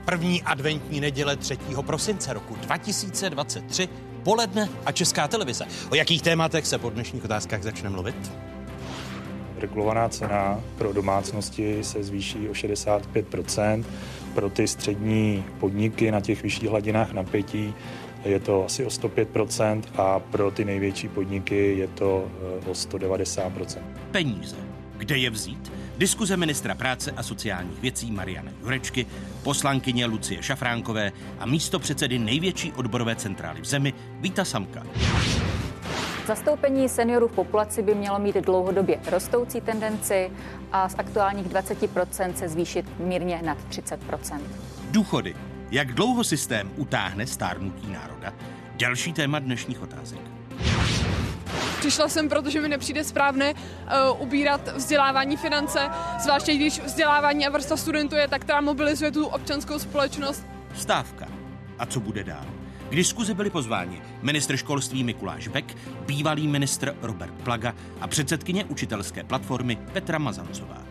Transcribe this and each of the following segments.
První adventní neděle 3. prosince roku 2023, poledne a Česká televize. O jakých tématech se po dnešních otázkách začne mluvit? Regulovaná cena pro domácnosti se zvýší o 65%. Pro ty střední podniky na těch vyšších hladinách napětí je to asi o 105% a pro ty největší podniky je to o 190%. Peníze. Kde je vzít? Diskuze ministra práce a sociálních věcí Mariana Jurečky, poslankyně Lucie Šafránkové a místopředsedy největší odborové centrály v zemi Víta Samka. Zastoupení seniorů v populaci by mělo mít dlouhodobě rostoucí tendenci a z aktuálních 20% se zvýšit mírně nad 30%. Důchody. Jak dlouho systém utáhne stárnutí národa? Další téma dnešních otázek. Přišla jsem, protože mi nepřijde správné ubírat vzdělávání finance, zvláště když vzdělávání a vrstva studentů je tak, která mobilizuje tu občanskou společnost. Stávka. A co bude dál? K diskuzi byli pozváni ministr školství Mikuláš Bek, bývalý ministr Robert Plaga a předsedkyně učitelské platformy Petra Mazancová.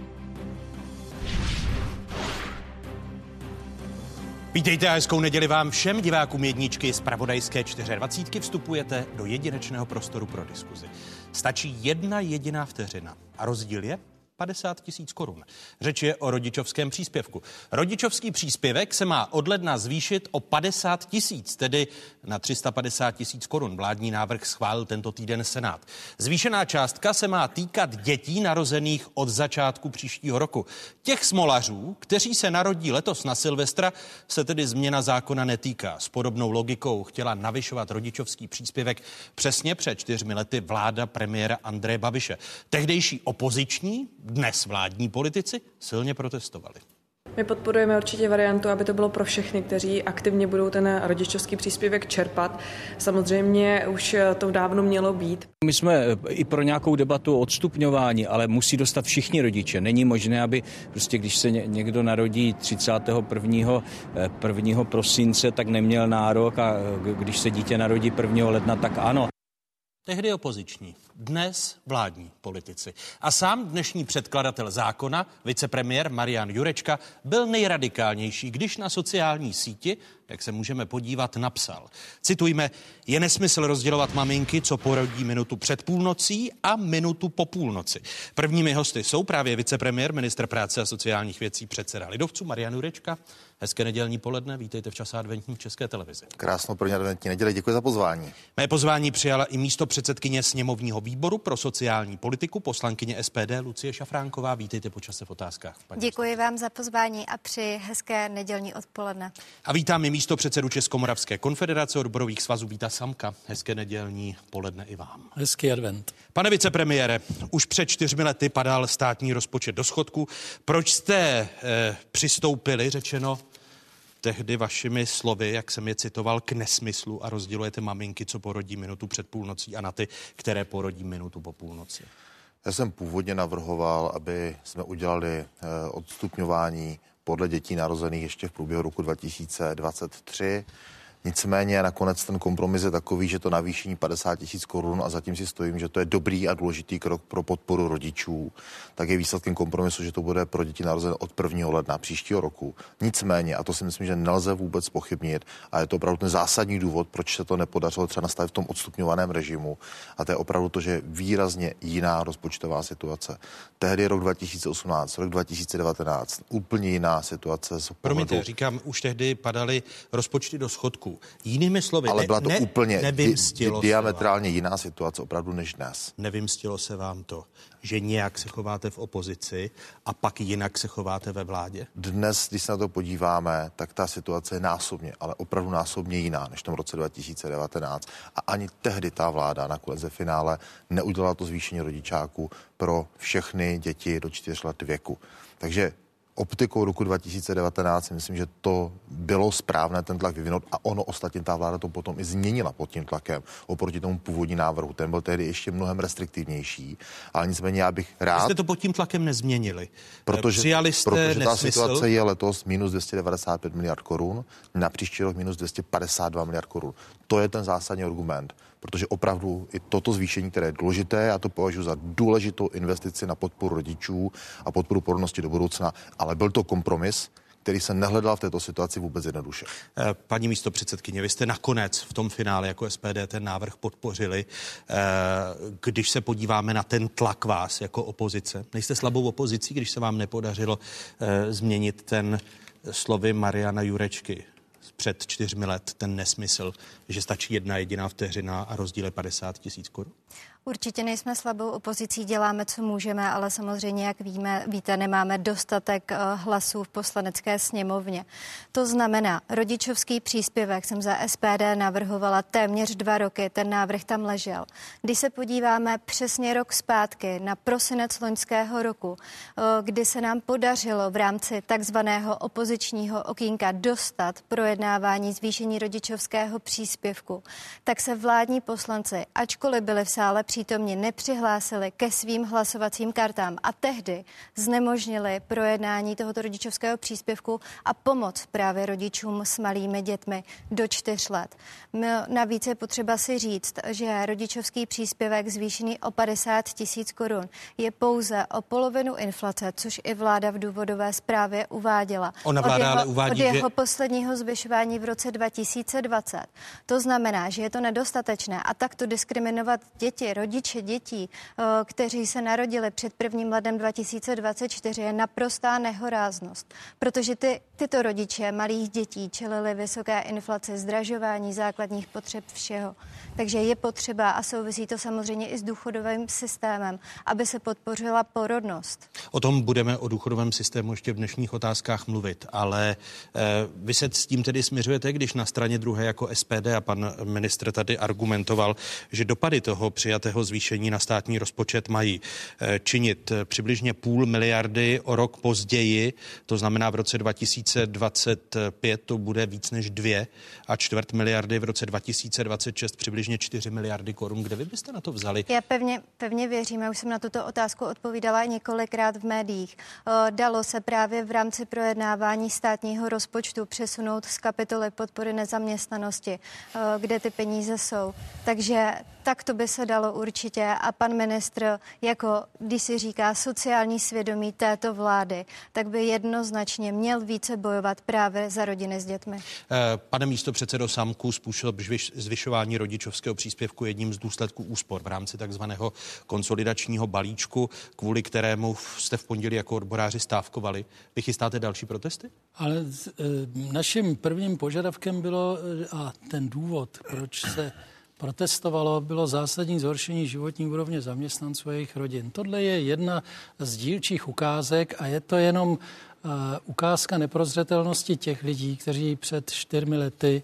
Vítejte a hezkou neděli vám všem divákům jedničky z Pravodajské 24. Vstupujete do jedinečného prostoru pro diskuzi. Stačí jedna jediná vteřina a rozdíl je 50 000 korun. Řeč je o rodičovském příspěvku. Rodičovský příspěvek se má od ledna zvýšit o 50 000, tedy na 350 000 korun. Vládní návrh schválil tento týden Senát. Zvýšená částka se má týkat dětí narozených od začátku příštího roku. Těch smolařů, kteří se narodí letos na Silvestra, se tedy změna zákona netýká. S podobnou logikou chtěla navyšovat rodičovský příspěvek přesně před 4 lety vláda premiéra Andreje Babiše. Tehdejší opoziční, dnes vládní politici silně protestovali. My podporujeme určitě variantu, aby to bylo pro všechny, kteří aktivně budou ten rodičovský příspěvek čerpat. Samozřejmě už to dávno mělo být. My jsme i pro nějakou debatu o odstupňování, ale musí dostat všichni rodiče. Není možné, aby prostě když se někdo narodí 31. prosince, tak neměl nárok a když se dítě narodí 1. ledna, tak ano. Tehdy opoziční, dnes vládní politici. A sám dnešní předkladatel zákona, vicepremiér Marian Jurečka, byl nejradikálnější, když na sociální síti, jak se můžeme podívat, napsal. Citujme, je nesmysl rozdělovat maminky, co porodí minutu před půlnocí a minutu po půlnoci. Prvními hosty jsou právě vicepremiér, ministr práce a sociálních věcí, předseda lidovců Marian Jurečka. Hezké nedělní poledne, vítejte v čase adventní v České televizi. Krásnou první adventní neděli, děkuji za pozvání. Mé pozvání přijala i místopředsedkyně sněmovního výboru pro sociální politiku, poslankyně SPD Lucie Šafránková. Vítejte po čase v otázkách. Děkuji vám za pozvání a přeji hezké nedělní odpoledne. A vítám i místopředsedu Českomoravské konfederace odborových svazů Víta Samka. Hezké nedělní poledne i vám. Hezký advent. Pane vicepremiére, už před 4 lety padal státní rozpočet do schodku. Proč jste přistoupili, řečeno tehdy vašimi slovy, jak jsem je citoval, k nesmyslu a rozdělujete maminky, co porodí minutu před půlnocí a na ty, které porodí minutu po půlnoci? Já jsem původně navrhoval, aby jsme udělali odstupňování podle dětí narozených ještě v průběhu roku 2023. Nicméně nakonec ten kompromis je takový, že to navýšení 50 000 korun a zatím si stojím, že to je dobrý a důležitý krok pro podporu rodičů. Tak je výsledkem kompromisu, že to bude pro děti narozené od 1. ledna příštího roku. Nicméně, a to si myslím, že nelze vůbec pochybnit, a je to opravdu ten zásadní důvod, proč se to nepodařilo třeba nastavit v tom odstupňovaném režimu. A to je opravdu to, že výrazně jiná rozpočtová situace. Tehdy rok 2018, rok 2019, úplně jiná situace. Promiňte, říkám, už tehdy padaly rozpočty do schodku. Jinými slovy, ale byla to úplně diametrálně jiná jiná situace opravdu než dnes. Nevymstilo se vám to, že nějak se chováte v opozici a pak jinak se chováte ve vládě? Dnes, když se na to podíváme, tak ta situace je násobně, ale opravdu násobně jiná než v tom roce 2019. A ani tehdy ta vláda nakonec ve finále neudělala to zvýšení rodičáků pro všechny děti do 4 let věku. Takže optikou roku 2019 myslím, že to bylo správné ten tlak vyvinout a ono ostatně ta vláda to potom i změnila pod tím tlakem oproti tomu původní návrhu. Ten byl tehdy ještě mnohem restriktivnější, ale nicméně já bych rád... Jste to pod tím tlakem nezměnili. Protože nesmysl. Ta situace je letos minus 295 miliard korun, na příští rok minus 252 miliard korun. To je ten zásadní argument, protože opravdu i toto zvýšení, které je důležité, já to považuji za důležitou investici na podporu rodičů a podporu porodnosti do budoucna, ale byl to kompromis, který se nehledal v této situaci vůbec jednoduše. Paní místopředsedkyně, vy jste nakonec v tom finále jako SPD ten návrh podpořili. Když se podíváme na ten tlak vás jako opozice, nejste slabou opozicí, když se vám nepodařilo změnit ten slovy Mariana Jurečky před 4 let, ten nesmysl, že stačí jedna jediná vteřina a rozdíl je 50 000 korun? Určitě nejsme slabou opozicí, děláme, co můžeme, ale samozřejmě, jak víte, nemáme dostatek hlasů v poslanecké sněmovně. To znamená, rodičovský příspěvek jsem za SPD navrhovala téměř 2 roky, ten návrh tam ležel. Když se podíváme přesně rok zpátky na prosinec loňského roku, kdy se nám podařilo v rámci takzvaného opozičního okýnka dostat projednávání zvýšení rodičovského příspěvku, tak se vládní poslanci, ačkoliv byli v sále přítomni, nepřihlásili ke svým hlasovacím kartám a tehdy znemožnili projednání tohoto rodičovského příspěvku a pomoc právě rodičům s malými dětmi do 4 let. Navíc je potřeba si říct, že rodičovský příspěvek zvýšený o 50 000 korun je pouze o polovinu inflace, což i vláda v důvodové zprávě uváděla. Od jeho posledního zvyšování v roce 2020. To znamená, že je to nedostatečné a takto diskriminovat rodiče dětí, kteří se narodili před 1. lednem 2024, je naprostá nehoráznost, protože tyto rodiče malých dětí čelili vysoké inflaci, zdražování základních potřeb všeho. Takže je potřeba, a souvisí to samozřejmě i s důchodovým systémem, aby se podpořila porodnost. O tom budeme o důchodovém systému ještě v dnešních otázkách mluvit, ale vy se s tím tedy směřujete, když na straně druhé jako SPD a pan ministr tady argumentoval, že dopady toho přijatého zvýšení na státní rozpočet mají činit přibližně 0,5 miliardy o rok později, to znamená v roce 2025 to bude víc než 2,25 miliardy, v roce 2026 přibližně 4 miliardy korun. Kde vy byste na to vzali? Já pevně věřím, já už jsem na tuto otázku odpovídala několikrát v médiích. Dalo se právě v rámci projednávání státního rozpočtu přesunout z kapitoly podpory nezaměstnanosti, kde ty peníze jsou. Takže tak to by se dalo určitě a pan ministr, jako když si říká sociální svědomí této vlády, tak by jednoznačně měl více bojovat právě za rodiny s dětmi. Pane místopředsedo Samku, způsob zvyšování rodičovského příspěvku jedním z důsledků úspor v rámci takzvaného konsolidačního balíčku, kvůli kterému jste v pondělí jako odboráři stávkovali. Vy chystáte další protesty? Ale naším prvním požadavkem bylo, a ten důvod, proč se protestovalo, bylo zásadní zhoršení životní úrovně zaměstnanců a jejich rodin. Tohle je jedna z dílčích ukázek a je to jenom ukázka neprozřetelnosti těch lidí, kteří před 4 lety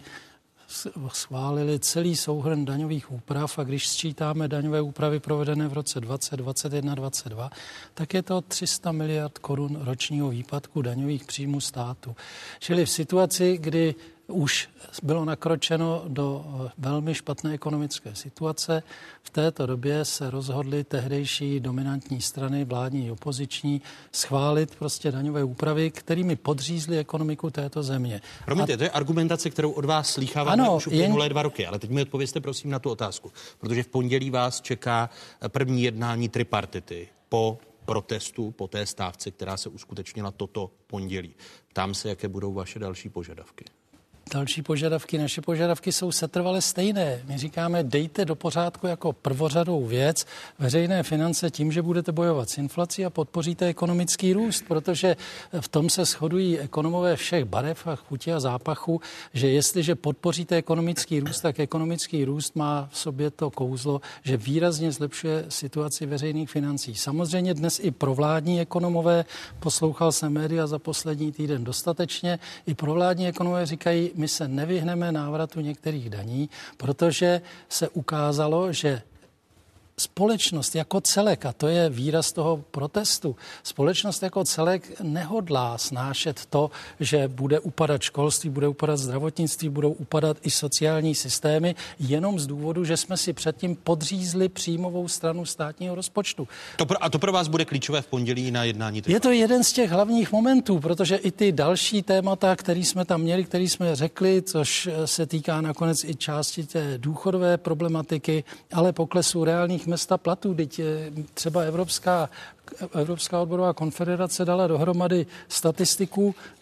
schválili celý souhrn daňových úprav a když sčítáme daňové úpravy provedené v roce 2021, 2022, tak je to 300 miliard korun ročního výpadku daňových příjmů státu. Čili v situaci, kdy už bylo nakročeno do velmi špatné ekonomické situace. V této době se rozhodly tehdejší dominantní strany, vládní i opoziční, schválit prostě daňové úpravy, kterými podřízly ekonomiku této země. Promiňte, to je argumentace, kterou od vás slýcháváme už uplynulé 2 roky, ale teď mi odpovězte prosím na tu otázku, protože v pondělí vás čeká první jednání tripartity po protestu, po té stávce, která se uskutečnila toto pondělí. Ptám se, jaké budou vaše další požadavky. Další požadavky, naše požadavky jsou setrvale stejné. My říkáme, dejte do pořádku jako prvořadou věc veřejné finance tím, že budete bojovat s inflací a podpoříte ekonomický růst, protože v tom se shodují ekonomové všech barev a chutí a zápachu, že jestliže podpoříte ekonomický růst, tak ekonomický růst má v sobě to kouzlo, že výrazně zlepšuje situaci veřejných financí. Samozřejmě dnes i provládní ekonomové, poslouchal jsem média za poslední týden dostatečně, i provládní ekonomové říkají, my se nevyhneme návratu některých daní, protože se ukázalo, že společnost jako celek, a to je výraz toho protestu, společnost jako celek nehodlá snášet to, že bude upadat školství, bude upadat zdravotnictví, budou upadat i sociální systémy, jenom z důvodu, že jsme si předtím podřízli příjmovou stranu státního rozpočtu. A to pro vás bude klíčové v pondělí na jednání? Je to jeden z těch hlavních momentů, protože i ty další témata, které jsme tam měli, které jsme řekli, což se týká nakonec i části té důchodové problematiky, ale poklesu reálných mezd a platů. Teď třeba Evropská odborová konfederace dala dohromady statistiku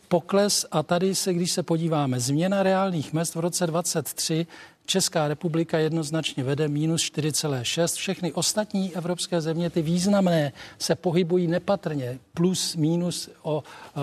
pokles a tady se, když se podíváme, změna reálných mezd v roce 2023, Česká republika jednoznačně vede minus 4,6. Všechny ostatní evropské země, ty významné, se pohybují nepatrně. Plus, minus o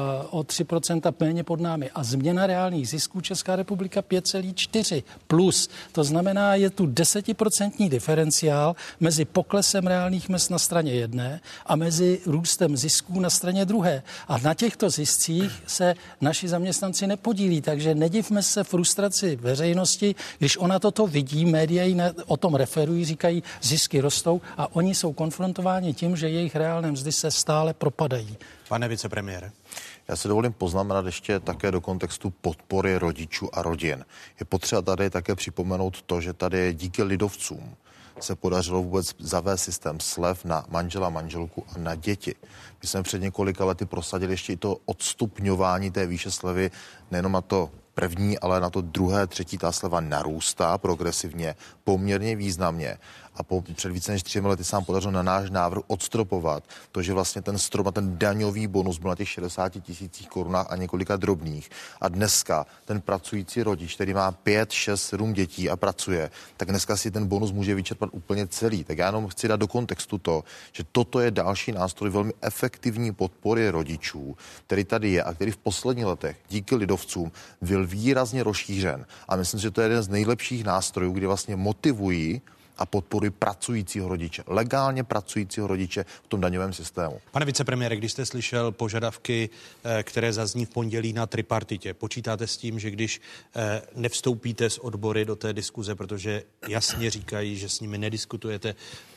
3% méně pod námi. A změna reálných zisků Česká republika 5,4 plus. To znamená, je tu 10% diferenciál mezi poklesem reálných mezd na straně jedné a mezi růstem zisků na straně druhé. A na těchto ziscích se naši zaměstnanci nepodílí. Takže nedivme se frustraci veřejnosti, když ona toto vidí, média o tom referují, říkají, zisky rostou a oni jsou konfrontováni tím, že jejich reálné mzdy se stále propadají. Pane vicepremiére. Já si dovolím poznamenat ještě také do kontextu podpory rodičů a rodin. Je potřeba tady také připomenout to, že tady díky lidovcům se podařilo vůbec zavést systém slev na manžela, manželku a na děti. My jsme před několika lety prosadili ještě i to odstupňování té výše slevy, nejenom na to první, ale na to druhé, třetí ta sleva narůstá progresivně, poměrně významně. A před více než 3 lety se nám podařilo na náš návrh odstropovat to, že vlastně ten strop a ten daňový bonus byl na těch 60 000 korunách a několika drobných. A dneska ten pracující rodič, který má 5, 6, 7 dětí a pracuje, tak dneska si ten bonus může vyčerpat úplně celý. Tak já jenom chci dát do kontextu to, že toto je další nástroj velmi efektivní podpory rodičů, který tady je a který v posledních letech díky lidovcům byl výrazně rozšířen. A myslím, že to je jeden z nejlepších nástrojů, kdy vlastně motivují a podporují pracujícího rodiče, legálně pracujícího rodiče v tom daňovém systému. Pane vicepremiére, když jste slyšel požadavky, které zazní v pondělí na tripartitě, počítáte s tím, že když nevstoupíte s odbory do té diskuze, protože jasně říkají, že s nimi nediskutujete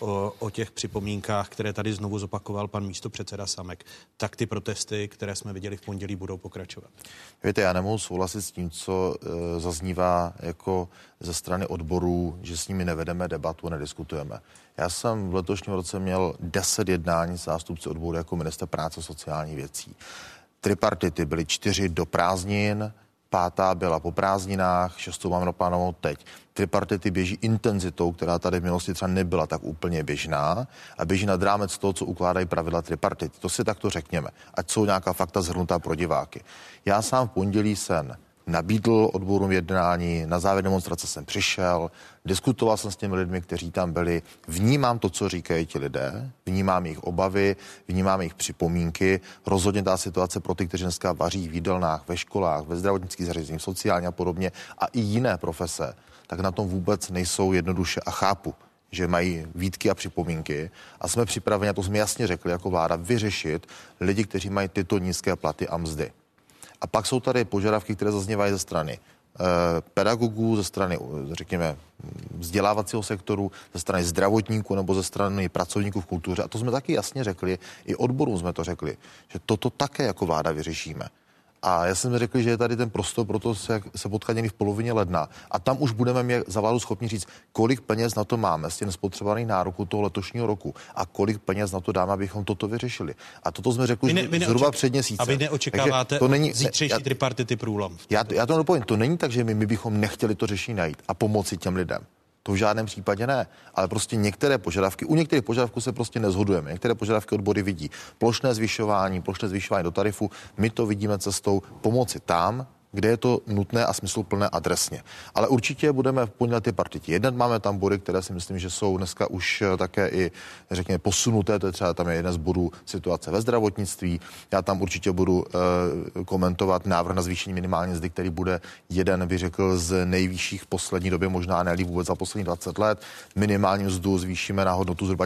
o těch připomínkách, které tady znovu zopakoval pan místopředseda Samek, tak ty protesty, které jsme viděli v pondělí, budou pokračovat? Víte, já nemohu souhlasit s tím, co zaznívá jako ze strany odborů, že s nimi nevedeme debatu, nediskutujeme. Já jsem v letošním roce měl 10 jednání s zástupci odboru jako ministr práce a sociálních věcí. Tripartity byly 4 do prázdnin, 5. byla po prázdninách, 6. máme naplánovanou teď. Tripartity běží intenzitou, která tady v minulosti třeba nebyla tak úplně běžná a běží nad rámec toho, co ukládají pravidla tripartity. To si takto řekněme, ať jsou nějaká fakta shrnutá pro diváky. Já sám v pondělí jsem nabídl odborům jednání, na závěr demonstrace jsem přišel, diskutoval jsem s těmi lidmi, kteří tam byli, vnímám to, co říkají ti lidé, vnímám jejich obavy, vnímám jejich připomínky, rozhodně ta situace pro ty, kteří dneska vaří v jídelnách, ve školách, ve zdravotnických zařízeních, sociálně a podobně a i jiné profese, tak na tom vůbec nejsou jednoduše a chápu, že mají výtky a připomínky a jsme připraveni, a to jsme jasně řekli jako vláda, vyřešit lidi, kteří mají tyto nízké platy a mzdy. A pak jsou tady požadavky, které zaznívají ze strany pedagogů, ze strany, řekněme, vzdělávacího sektoru, ze strany zdravotníků nebo ze strany pracovníků v kultuře. A to jsme taky jasně řekli, i odborům jsme to řekli, že toto také jako vláda vyřešíme. A já jsem řekl, že je tady ten prostor pro to se potkat někdy v polovině ledna. A tam už budeme za vládu schopni říct, kolik peněz na to máme z těch nespotřebovaných nároků toho letošního roku a kolik peněz na to dáme, abychom toto vyřešili. A toto jsme řekli zhruba před měsícem. A vy neočekáváte zítřejší tripartity průlom? Já to nepovím. To není tak, že my bychom nechtěli to řešení najít a pomoci těm lidem. To v žádném případě ne, ale prostě některé požadavky, u některých požadavků se prostě nezhodujeme. Některé požadavky odbory vidí plošné zvyšování do tarifu, my to vidíme cestou pomoci tam, kde je to nutné a smysluplné adresně. Ale určitě budeme v pondělí ty partitě jednat. Máme tam body, které si myslím, že jsou dneska už také i, řekněme, posunuté. To je třeba tam je jeden z bodů situace ve zdravotnictví. Já tam určitě budu komentovat návrh na zvýšení minimální mzdy, který bude jeden, bych řekl, z nejvyšších v poslední době, možná ne vůbec za poslední 20 let. Minimální mzdu zvýšíme na hodnotu zhruba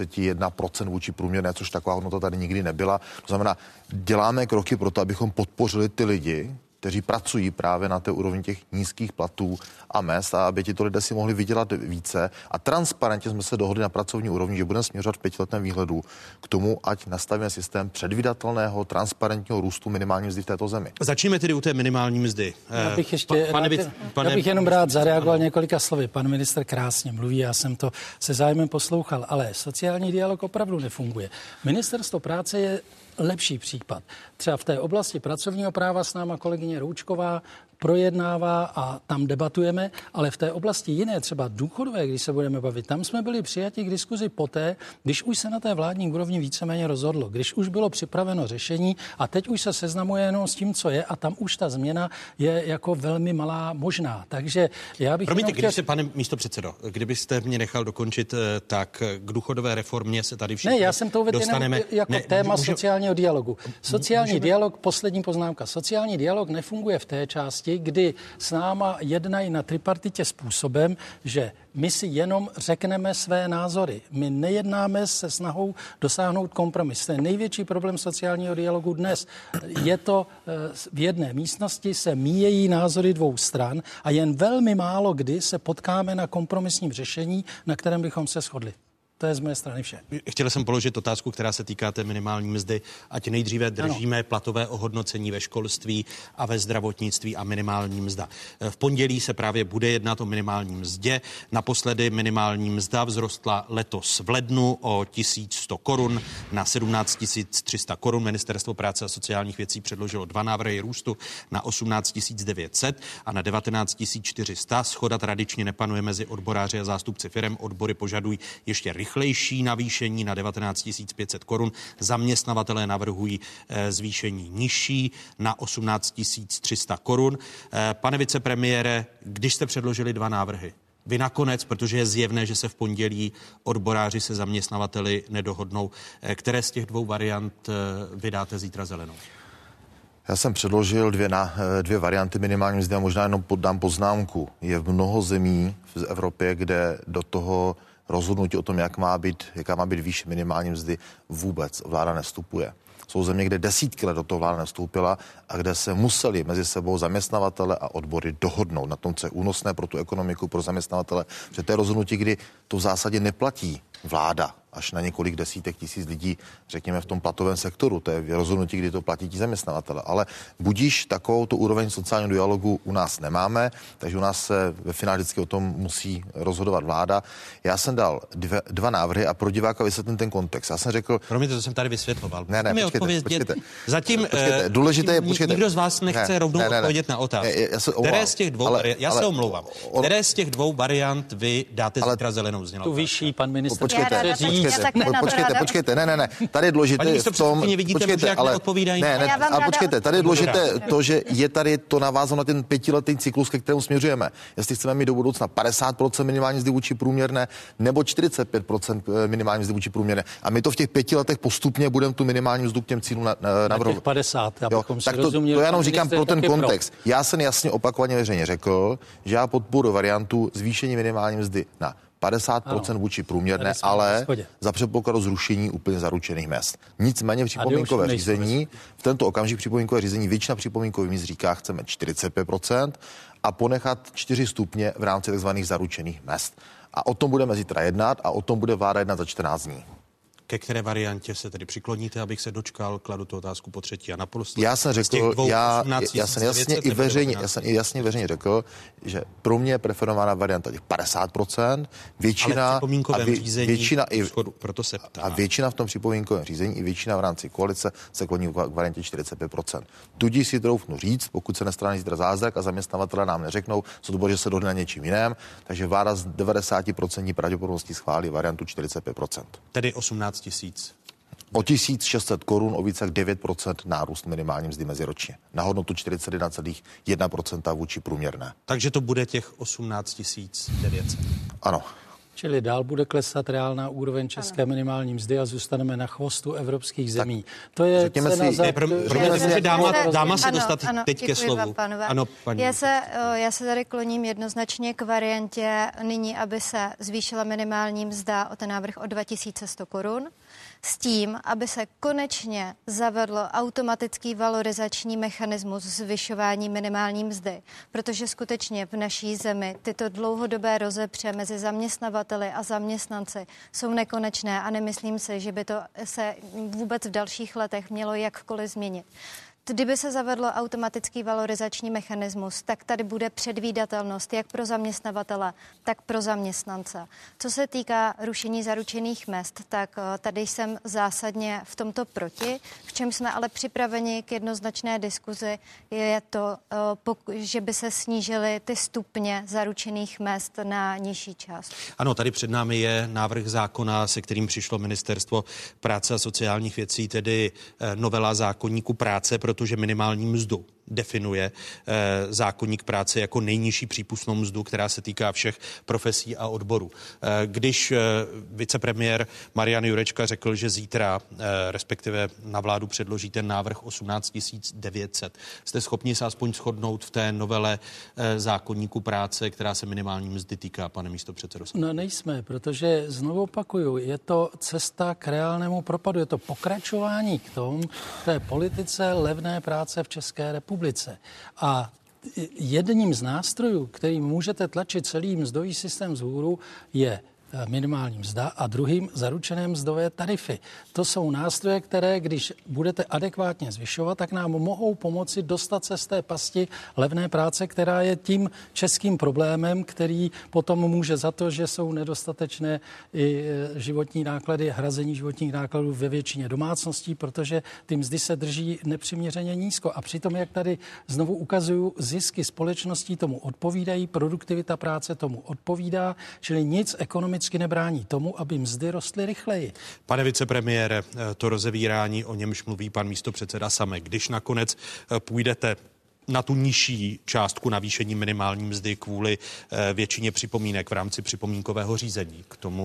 41% vůči průměrné, což taková hodnota tady nikdy nebyla. To znamená, děláme kroky pro to, abychom podpořili ty lidi, kteří pracují právě na té úrovni těch nízkých platů a mezd, a aby tito lidé si mohli vydělat více. A transparentně jsme se dohodli na pracovní úrovni, že budeme směřovat v 5letém výhledu k tomu, ať nastavíme systém předvídatelného, transparentního růstu minimální mzdy v této zemi. Začneme tedy u té minimální mzdy. Já bych jenom rád zareagoval několika slovy. Pan ministr krásně mluví, já jsem to se zájmem poslouchal, ale sociální dialog opravdu nefunguje. Ministerstvo práce je lepší případ. Třeba v té oblasti pracovního práva s náma kolegyně Roučková projednává a tam debatujeme, ale v té oblasti jiné, třeba důchodové, když se budeme bavit, tam jsme byli přijati k diskuzi poté, když už se na té vládní úrovni víceméně rozhodlo, když už bylo připraveno řešení a teď už se seznamuje jenom s tím, co je a tam už ta změna je jako velmi malá možná. Takže já bych... Promiňte, když se, pane místopředsedo, kdybyste mě nechal dokončit, tak k důchodové reformě se tady všichni já jsem to uvedl jako téma sociálního dialogu. Sociální dialog, poslední poznámka. Sociální dialog nefunguje v té části, kdy s náma jednají na tripartitě způsobem, že my si jenom řekneme své názory. My nejednáme se snahou dosáhnout kompromis. To je největší problém sociálního dialogu dnes. Je to v jedné místnosti, se míjejí názory dvou stran a jen velmi málo kdy se potkáme na kompromisním řešení, na kterém bychom se shodli. To je z mé strany vše. Chtěl jsem položit otázku, která se týká té minimální mzdy. Ať nejdříve držíme platové ohodnocení ve školství a ve zdravotnictví a minimální mzda. V pondělí se právě bude jednat o minimální mzdě. Naposledy minimální mzda vzrostla letos v lednu o 1100 korun na 17 300 korun. Ministerstvo práce a sociálních věcí předložilo 2 návrhy růstu na 18 900 a na 19 400. Shoda tradičně nepanuje mezi odboráři a zástupci firem. Odbory požadují ještě rychlejší navýšení na 19 500 korun. Zaměstnavatelé navrhují zvýšení nižší na 18 300 korun. Pane vicepremiére, když jste předložili 2 návrhy, vy nakonec, protože je zjevné, že se v pondělí odboráři se zaměstnavateli nedohodnou, které z těch 2 variant vydáte zítra zelenou? Já jsem předložil 2 varianty minimální mzdy a možná jenom dám poznámku. Je mnoho zemí v Evropě, kde do toho rozhodnutí o tom, jaká má být výše minimální mzdy, vůbec vláda nevstupuje. Jsou země, kde desítky let do toho vláda nevstoupila a kde se museli mezi sebou zaměstnavatele a odbory dohodnout na tom, co je únosné pro tu ekonomiku, pro zaměstnavatele. Protože to je rozhodnutí, kdy to v zásadě neplatí vláda až na několik desítek tisíc lidí, řekněme, v tom platovém sektoru. To je rozhodnutí, kdy to platí ti zaměstnavatele. Ale budíš takovou tu úroveň sociálního dialogu u nás nemáme, takže u nás se ve finále vždycky o tom musí rozhodovat vláda. Já jsem dal 2 návrhy a pro diváka vysvětlím ten kontext. Já jsem řekl... Promiňte, to jsem tady vysvětloval. Ne, počkejte. Zatím důležité je, nikdo z vás nechce rovnou odpovědět na otázku. Které z těch 2 se omlouvám. Které z těch 2 variant vy dáte zítra zelenou? Tu vyšší, pan ministr. Počkejte, ne. Tady je důležité v tom, počkejte, tady je důležité to, že je tady to navázáno na ten 5letý cyklus, ke kterému směřujeme. Jestli chceme mít do budoucna 50% minimální mzdy vůči průměrné nebo 45% minimální mzdy vůči průměrné. A my to v těch 5 letech postupně budeme tu minimální mzdu k těm cílům navrhovat. 50, tak to já jenom říkám pro ten kontext. Já jsem jasně opakovaně veřejně řekl, že já podporuji variantu zvýšení minimální mzdy na 50% vůči průměrné, ale za předpokladu zrušení úplně zaručených mezd. Nicméně připomínkové řízení, v tento okamžik připomínkové řízení, většina připomínkových míst říká, chceme 45% a ponechat 4 stupně v rámci tzv. Zaručených mezd. A o tom budeme zítra jednat a o tom bude vláda jednat za 14 dní. Ke které variantě se tedy přikloníte, abych se dočkal, kladu tu otázku po třetí a naposledy. Já jsem řekl, já jsem jasně veřejně řekl, že pro mě je preferovaná varianta těch 50%, většina v tom připomínkovém řízení i většina v rámci koalice se kloní k variantě 45%. Tudíž si troufnu říct, pokud se nestane zítra zázrak a zaměstnavatelé nám neřeknou, co to bude, že se dohodne na něčím jiném, takže vláda z 90% pravděpodobností schválí variantu 45%. Tedy 18 000. O 1600 korun, o více jak 9% nárůst minimální mzdy meziročně. Na hodnotu 41,1% vůči průměrné. Takže to bude těch 18 900. Ano. Čili dál bude klesat reálná úroveň české minimální mzdy a zůstaneme na chvostu evropských zemí. To je cena za... Dáma se dostat teď ke slovu. Ano, já se tady kloním jednoznačně k variantě nyní, aby se zvýšila minimální mzda o ten návrh o 2100 korun. S tím, aby se konečně zavedlo automatický valorizační mechanismus zvyšování minimální mzdy, protože skutečně v naší zemi tyto dlouhodobé rozepře mezi zaměstnavateli a zaměstnanci jsou nekonečné a nemyslím si, že by to se vůbec v dalších letech mělo jakkoliv změnit. Kdyby se zavedlo automatický valorizační mechanismus, tak tady bude předvídatelnost jak pro zaměstnavatele, tak pro zaměstnance. Co se týká rušení zaručených mezd, tak tady jsem zásadně v tomto proti. V čem jsme ale připraveni k jednoznačné diskuzi, je to, že by se snížily ty stupně zaručených mezd na nižší část. Ano, tady před námi je návrh zákona, se kterým přišlo Ministerstvo práce a sociálních věcí, tedy novela zákoníku práce, protože minimální mzdu definuje zákoník práce jako nejnižší přípustnou mzdu, která se týká všech profesí a odborů. Když vicepremiér Marian Jurečka řekl, že zítra, respektive na vládu předloží ten návrh 18 900, jste schopni se aspoň shodnout v té novele zákoníku práce, která se minimální mzdy týká, pane místopředsedo? No nejsme, protože znovu opakuju, je to cesta k reálnému propadu, je to pokračování k tomu té politice levné práce v České republice. A jedním z nástrojů, kterým můžete tlačit celý mzdový systém vzhůru, je minimální mzda a druhým zaručené mzdové tarify. To jsou nástroje, které, když budete adekvátně zvyšovat, tak nám mohou pomoci dostat se z té pasti levné práce, která je tím českým problémem, který potom může za to, že jsou nedostatečné i životní náklady, hrazení životních nákladů ve většině domácností, protože ty mzdy se drží nepřiměřeně nízko. A přitom, jak tady znovu ukazuju, zisky společností tomu odpovídají, produktivita práce tomu odpovídá, čili nic ekonomicky nebrání tomu, aby mzdy rostly rychleji. Pane vicepremiére, to rozevírání, o němž mluví pan místopředseda Samek, když nakonec půjdete na tu nižší částku navýšení minimální mzdy kvůli většině připomínek v rámci připomínkového řízení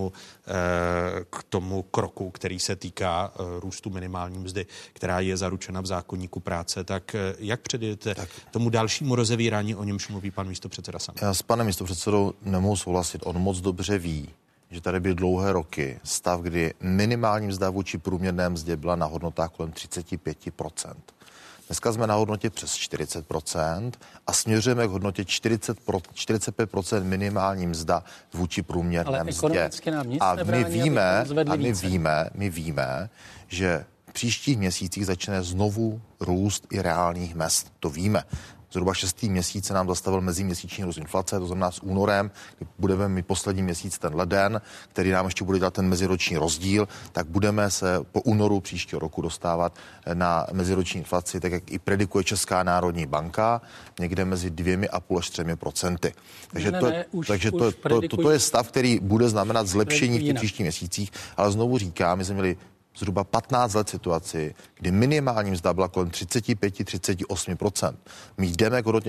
k tomu kroku, který se týká růstu minimální mzdy, která je zaručena v zákoníku práce, tak jak předjdete tomu dalšímu rozevírání, o němž mluví pan místopředseda Samek? Já s panem místopředsedou nemohu souhlasit. On moc dobře ví, že tady byly dlouhé roky stav, kdy minimální mzda vůči průměrné mzdě byla na hodnotách kolem 35%. Dneska jsme na hodnotě přes 40% a směřujeme k hodnotě 45% minimální mzda vůči průměrné mzdě. A my víme, že v příštích měsících začne znovu růst i reálných mezd. To víme. Zhruba 6. měsíc se nám zastavil meziměsíční růst inflace, to znamená s únorem, kdy budeme mít poslední měsíc ten leden, který nám ještě bude dělat ten meziroční rozdíl, tak budeme se po únoru příštího roku dostávat na meziroční inflaci, tak jak i predikuje Česká národní banka, někde mezi 2,5 až 3%. Takže to je stav, který bude znamenat zlepšení v těch příštích měsících, ale znovu říkám, my jsme měli zhruba 15 let situaci, kdy minimální mzda byla kolem 35-38%. My jdeme k hodnotě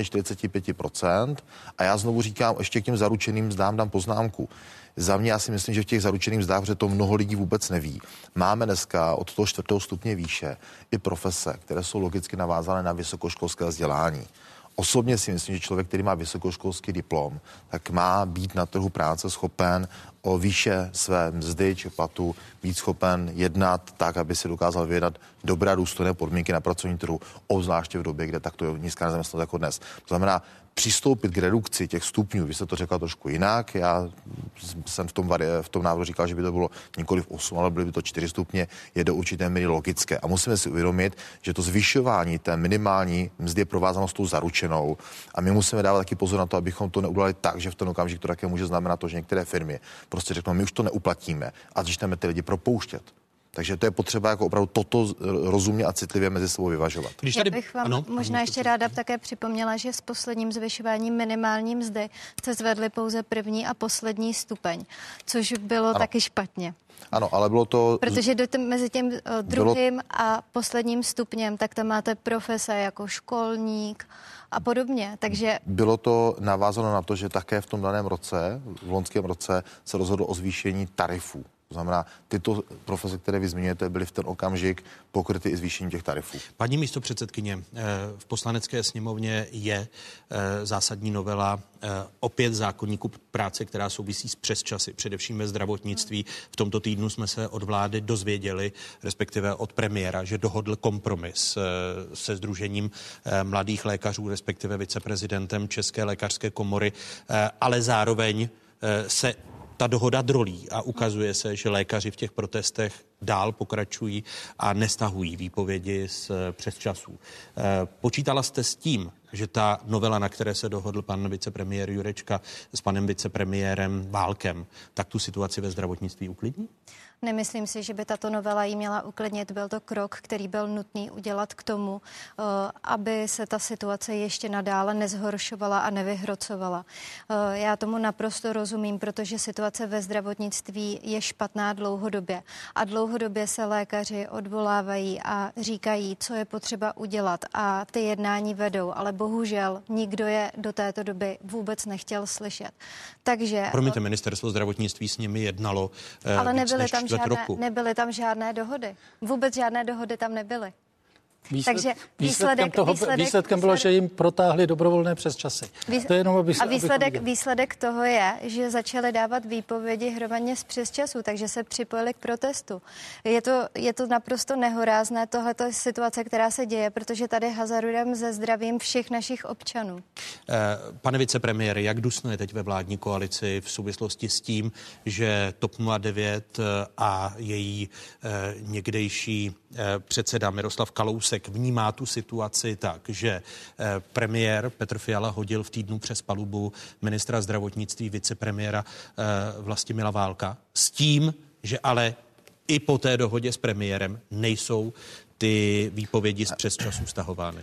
45% a já znovu říkám, ještě k těm zaručeným mzdám dám poznámku. Za mě já si myslím, že v těch zaručených mzdách, protože to mnoho lidí vůbec neví, máme dneska od toho 4. stupně výše i profese, které jsou logicky navázané na vysokoškolské vzdělání. Osobně si myslím, že člověk, který má vysokoškolský diplom, tak má být na trhu práce schopen o výše své mzdy či platu být schopen jednat tak, aby si dokázal vyjednat dobré důstojné podmínky na pracovním trhu, obzvláště v době, kde takto je nízká nezaměstnanost jako dnes. To znamená, přistoupit k redukci těch stupňů, vy jste to řekla trošku jinak, já jsem v tom návrhu říkal, že by to bylo nikoliv 8, ale byly by to 4 stupně, je do určité míry logické. A musíme si uvědomit, že to zvyšování té minimální mzdy je provázáno s tou zaručenou a my musíme dávat taky pozor na to, abychom to neudělali tak, že v ten okamžik to také může znamenat to, že některé firmy prostě řeknou, my už to neuplatíme a začneme ty lidi propouštět. Takže to je potřeba jako opravdu toto rozumně a citlivě mezi sebou vyvažovat. Já bych vám možná ještě ráda také připomněla, že s posledním zvyšováním minimální mzdy se zvedly pouze první a poslední stupeň, což bylo taky špatně. Ano, ale bylo to... Protože mezi tím druhým a posledním stupněm, tak tam máte profese jako školník a podobně, takže... Bylo to navázáno na to, že také v tom daném roce, v loňském roce, se rozhodlo o zvýšení tarifů. To znamená, tyto profese, které vy zmiňujete, byly v ten okamžik pokryty i zvýšením těch tarifů. Paní místopředsedkyně, v Poslanecké sněmovně je zásadní novela opět zákoníku práce, která souvisí s přesčasy, především ve zdravotnictví. V tomto týdnu jsme se od vlády dozvěděli, respektive od premiéra, že dohodl kompromis se Sdružením mladých lékařů, respektive viceprezidentem České lékařské komory, ale zároveň se ta dohoda drolí a ukazuje se, že lékaři v těch protestech dál pokračují a nestahují výpovědi z přesčasů. Počítala jste s tím, že ta novela, na které se dohodl pan vicepremiér Jurečka s panem vicepremiérem Válkem, tak tu situaci ve zdravotnictví uklidní? Nemyslím si, že by tato novela jí měla uklidnit. Byl to krok, který byl nutný udělat k tomu, aby se ta situace ještě nadále nezhoršovala a nevyhrocovala. Já tomu naprosto rozumím, protože situace ve zdravotnictví je špatná dlouhodobě. A dlouhodobě se lékaři odvolávají a říkají, co je potřeba udělat. A ty jednání vedou, ale bohužel nikdo je do této doby vůbec nechtěl slyšet. Takže... Promiňte, ministerstvo zdravotnictví s nimi jednalo ale nebyly tam žádné dohody. Vůbec žádné dohody tam nebyly. Výsledkem bylo, že jim protáhli dobrovolné přesčasy. Výsledek toho je, že začali dávat výpovědi hromadně z přesčasů, takže se připojili k protestu. Je to naprosto nehorázné, tohleto je situace, která se děje, protože tady hazardujeme se zdravím všech našich občanů. Pane vicepremiére, jak dusno je teď ve vládní koalici v souvislosti s tím, že TOP 09 a její někdejší předseda Miroslav Kalousek vnímá tu situaci tak, že premiér Petr Fiala hodil v týdnu přes palubu ministra zdravotnictví vicepremiéra Vlastimila Válka s tím, že ale i po té dohodě s premiérem nejsou ty výpovědi z přesčasů stahovány.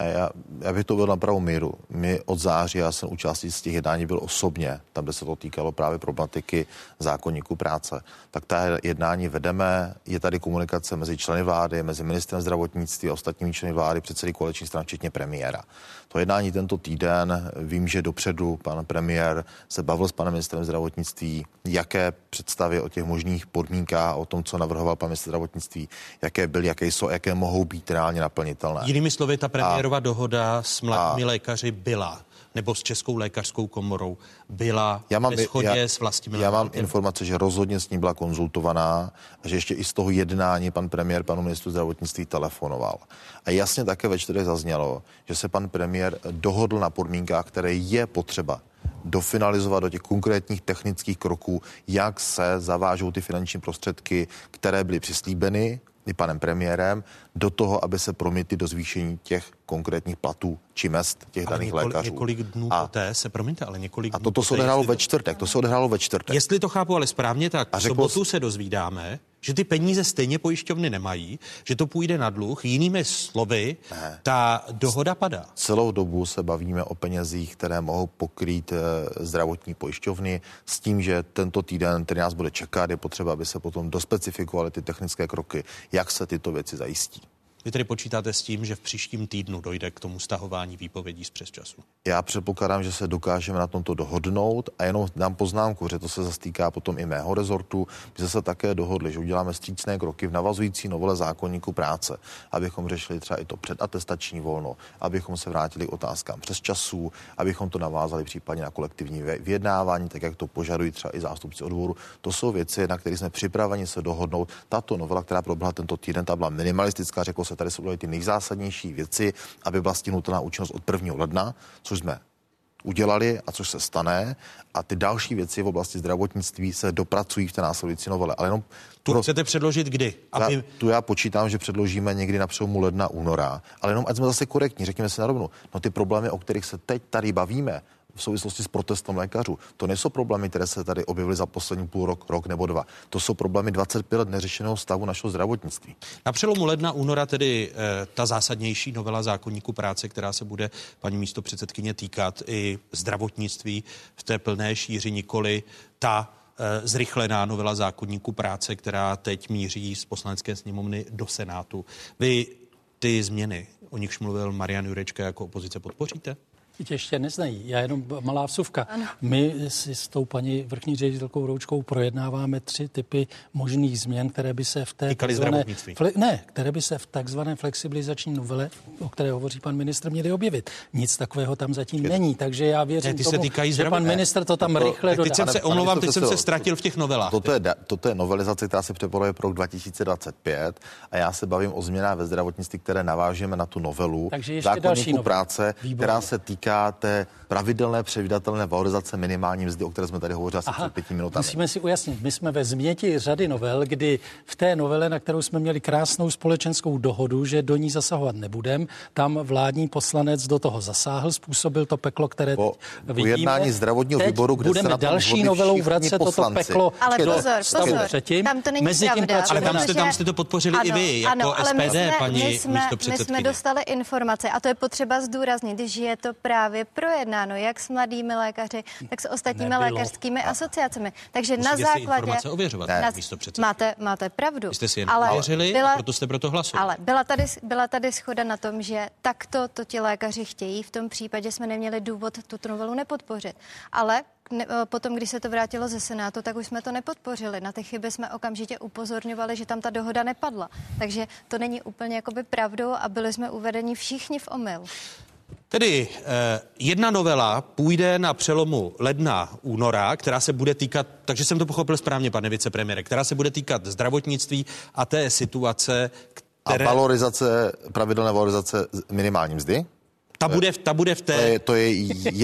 Já bych to byl na pravou míru. My od září, já jsem účastní z těch jednání byl osobně, tam, kde se to týkalo právě problematiky zákoníku práce. Tak ta jednání vedeme, je tady komunikace mezi členy vlády, mezi ministrem zdravotnictví a ostatními členy vlády, předsedy koaličních stran, včetně premiéra. To jednání tento týden, vím, že dopředu pan premiér se bavil s panem ministrem zdravotnictví, jaké představy o těch možných podmínkách, o tom, co navrhoval pan ministr zdravotnictví, jaké byly, jaké jsou, jaké mohou být reálně naplnitelné. Jinými slovy, ta premiérová dohoda s mladými lékaři byla, nebo s Českou lékařskou komorou byla ve shodě s Vlastimilem Já mám Válkem. informace, že rozhodně s ní byla konzultovaná a že ještě i z toho jednání pan premiér panu ministru zdravotnictví telefonoval. A jasně také ve čtvrtek zaznělo, že se pan premiér dohodl na podmínkách, které je potřeba dofinalizovat do těch konkrétních technických kroků, jak se zavážou ty finanční prostředky, které byly přislíbeny i panem premiérem, do toho, aby se promítly do zvýšení těch konkrétních platů či mezd těch daných lékařů. Několik dnů poté se, promiňte, ale několik dnů toto se odehrálo ve čtvrtek, Jestli to chápu ale správně, tak v sobotu se dozvídáme, že ty peníze stejně pojišťovny nemají, že to půjde na dluh. Jinými slovy, ta dohoda padá. Celou dobu se bavíme o penězích, které mohou pokrýt zdravotní pojišťovny s tím, že tento týden, který nás bude čekat, je potřeba, aby se potom dospecifikovaly ty technické kroky, jak se tyto věci zajistí. Vy tedy počítáte s tím, že v příštím týdnu dojde k tomu stahování výpovědí z přesčasu? Já předpokládám, že se dokážeme na tomto dohodnout a jenom dám poznámku, že to se zastýká potom i mého rezortu. My jsme se také dohodli, že uděláme vstřícné kroky v navazující novele zákoníku práce, abychom řešili třeba i to předatestační volno, abychom se vrátili k otázkám přesčasů, abychom to navázali případně na kolektivní vyjednávání, tak jak to požadují třeba i zástupci odboru. To jsou věci, na které jsme připraveni se dohodnout. Tato novela, která proběhla tento týden, ta byla minimalistická, řekl se, tady jsou ty nejzásadnější věci, aby byla stižitelná účinnost od 1. ledna, což jsme udělali a což se stane. A ty další věci v oblasti zdravotnictví se dopracují v té následující novele. Ale jenom chcete předložit kdy? Já počítám, že předložíme někdy na přelomu ledna, února. Ale jenom ať jsme zase korektní, řekněme si na rovnu. No ty problémy, o kterých se teď tady bavíme, v souvislosti s protestem lékařů. To nejsou problémy, které se tady objevily za poslední rok nebo dva. To jsou problémy 25 let neřešeného stavu našeho zdravotnictví. Na přelomu ledna, února tedy ta zásadnější novela zákoníku práce, která se bude, paní místopředsedkyně, týkat i zdravotnictví v té plné šíři, nikoli ta zrychlená novela zákoníku práce, která teď míří z Poslanecké sněmovny do Senátu. Vy ty změny, o nichž mluvil Marian Jurečka, jako opozice podpoříte? Tě ještě neznají. Já jenom malá vsuvka. Ano. My si s tou paní vrchní ředitelkou Roučkou projednáváme 3 typy možných změn, které by se v té které by se v takzvané flexibilizační novele, o které hovoří pan ministr, měly objevit. Nic takového tam zatím není, takže já věřím tomu, že pan ministr to tam rychle dodá. Teď jsem se omlouvám, teď jsem se ztratil v těch novelách. Toto je novelizace, která se připravuje pro rok 2025 a já se bavím o změnách ve zdravotnictví, které navážeme na tu novelu zákoníku práce, která se týká týká té pravidelné předvídatelné valorizace minimální mzdy, o které jsme tady hovořili asi před 5 minutami. Musíme si ujasnit, my jsme ve změti řady novel, kdy v té novele, na kterou jsme měli krásnou společenskou dohodu, že do ní zasahovat nebudeme, tam vládní poslanec do toho zasáhl, způsobil to peklo, které po vidíme. jednání zdravotního výboru, kde budeme se na tom další novelou vracet poslanci. toto peklo ale do pozor, stavu předtím. Tam to není Mezi tím pravda. Ale pracujeme tam jste to podpořili i vy, jako SPD, paní místopředsedkyně. My jsme dostali informace a to je potřeba zdůraznit, že je to právě projednáno jak s mladými lékaři, tak s ostatními lékařskými asociacemi. Takže Musíte na si základě... informace ověřovat, místopředsedkyně. Máte pravdu. Vy jste si jen ověřili a proto jste pro to hlasovali. Ale byla tady shoda na tom, že takto to ti lékaři chtějí. V tom případě jsme neměli důvod tuto novelu nepodpořit. Ale potom, když se to vrátilo ze Senátu, tak už jsme to nepodpořili. Na ty chyby jsme okamžitě upozorňovali, že tam ta dohoda nepadla. Takže to není úplně jakoby pravdou a byli jsme uvedeni všichni v omyl. Tedy jedna novela půjde na přelomu ledna, února, která se bude týkat, takže jsem to pochopil správně, pane vicepremiére, která se bude týkat zdravotnictví a té situace, které... A valorizace, pravidelné valorizace minimální mzdy? Ta bude v té... To je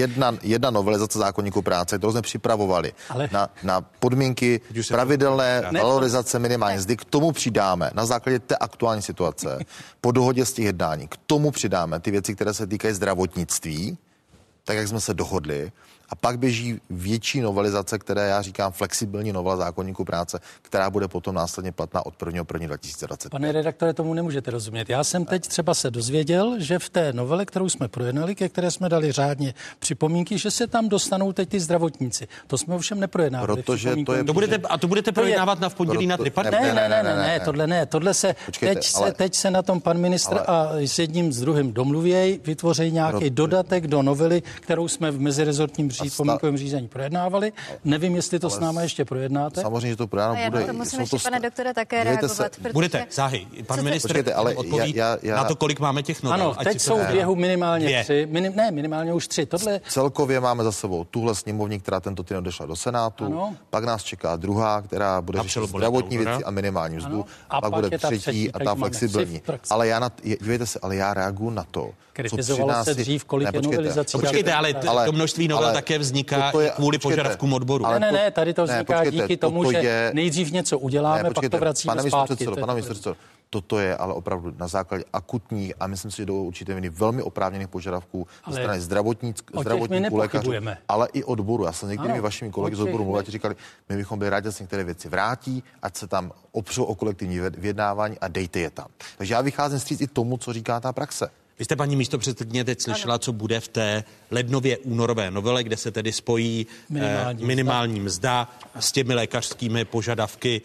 jedna novelizace zákoníku práce, kterou jsme připravovali na podmínky pravidelné valorizace minimální mzdy. K tomu přidáme na základě té aktuální situace po dohodě z těch jednání. K tomu přidáme ty věci, které se týkají zdravotnictví, tak jak jsme se dohodli. A pak běží větší novelizace, které já říkám flexibilní novela zákoníku práce, která bude potom následně platná od 1.1.2020. Pane redaktore, tomu nemůžete rozumět. Já jsem teď třeba se dozvěděl, že v té novele, kterou jsme projednali, ke které jsme dali řádně připomínky, že se tam dostanou teď ty zdravotníci. To jsme ovšem neprojednávali. Protože to je... To budete projednávat na v pondělí na tripartitě? Ne, tohle ne. Tohle se, teď se na tom pan ministr a s jedním s druhým domluvějí, vytvoří nějaký dodatek do novely, kterou jsme v mezirezortním připomínkovém řízení projednávali. Nevím, jestli to s námi ještě projednáte. Samozřejmě, že to projednávat bude. Já to musím ještě, pane doktore, také reagovat. Budete, záhy. Pan ministr odpoví na to, kolik máme těch novel. Ano, teď jsou v běhu minimálně 3. Minimálně už 3. Celkově máme za sebou tuhle sněmovní, která tento týden odešla do Senátu. Ano. Pak nás čeká druhá, která bude řešit zdravotní věci a minimální mzdu. A pak bude třetí a ta flexibilní. Ale dívejte se, ale já reaguju na to. Kritizovalo se dřív, kolik je novelizací. Počkejte, ale to množství novel také vzniká kvůli požadavkům odboru. Ne, tady to vzniká díky tomu, že nejdřív něco uděláme, pak to vracíme zpátky. Pane místopředsedo, toto je ale opravdu na základě akutních a myslím si, že do určité míry velmi oprávněných požadavků ze strany zdravotníků, lékařů, ale i odboru. Já jsem s některými vašimi kolegy z odboru mluvil, říkali, my bychom byli rádi, že se některé věci vrátí, ať se tam opřou o kolektivní vyjednávání a dejte je tam. Takže já vycházím vstříc i tomu, co říká ta praxe. Vy jste, paní místopředsedkyně, teď slyšela, co bude v té lednově únorové novele, kde se tedy spojí minimální mzda s těmi lékařskými požadavky,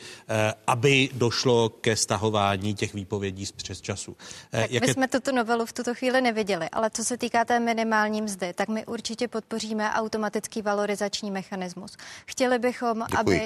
aby došlo ke stahování těch výpovědí z přesčasů. My jsme tuto novelu v tuto chvíli neviděli, ale co se týká té minimální mzdy, tak my určitě podpoříme automatický valorizační mechanismus. Chtěli bychom, aby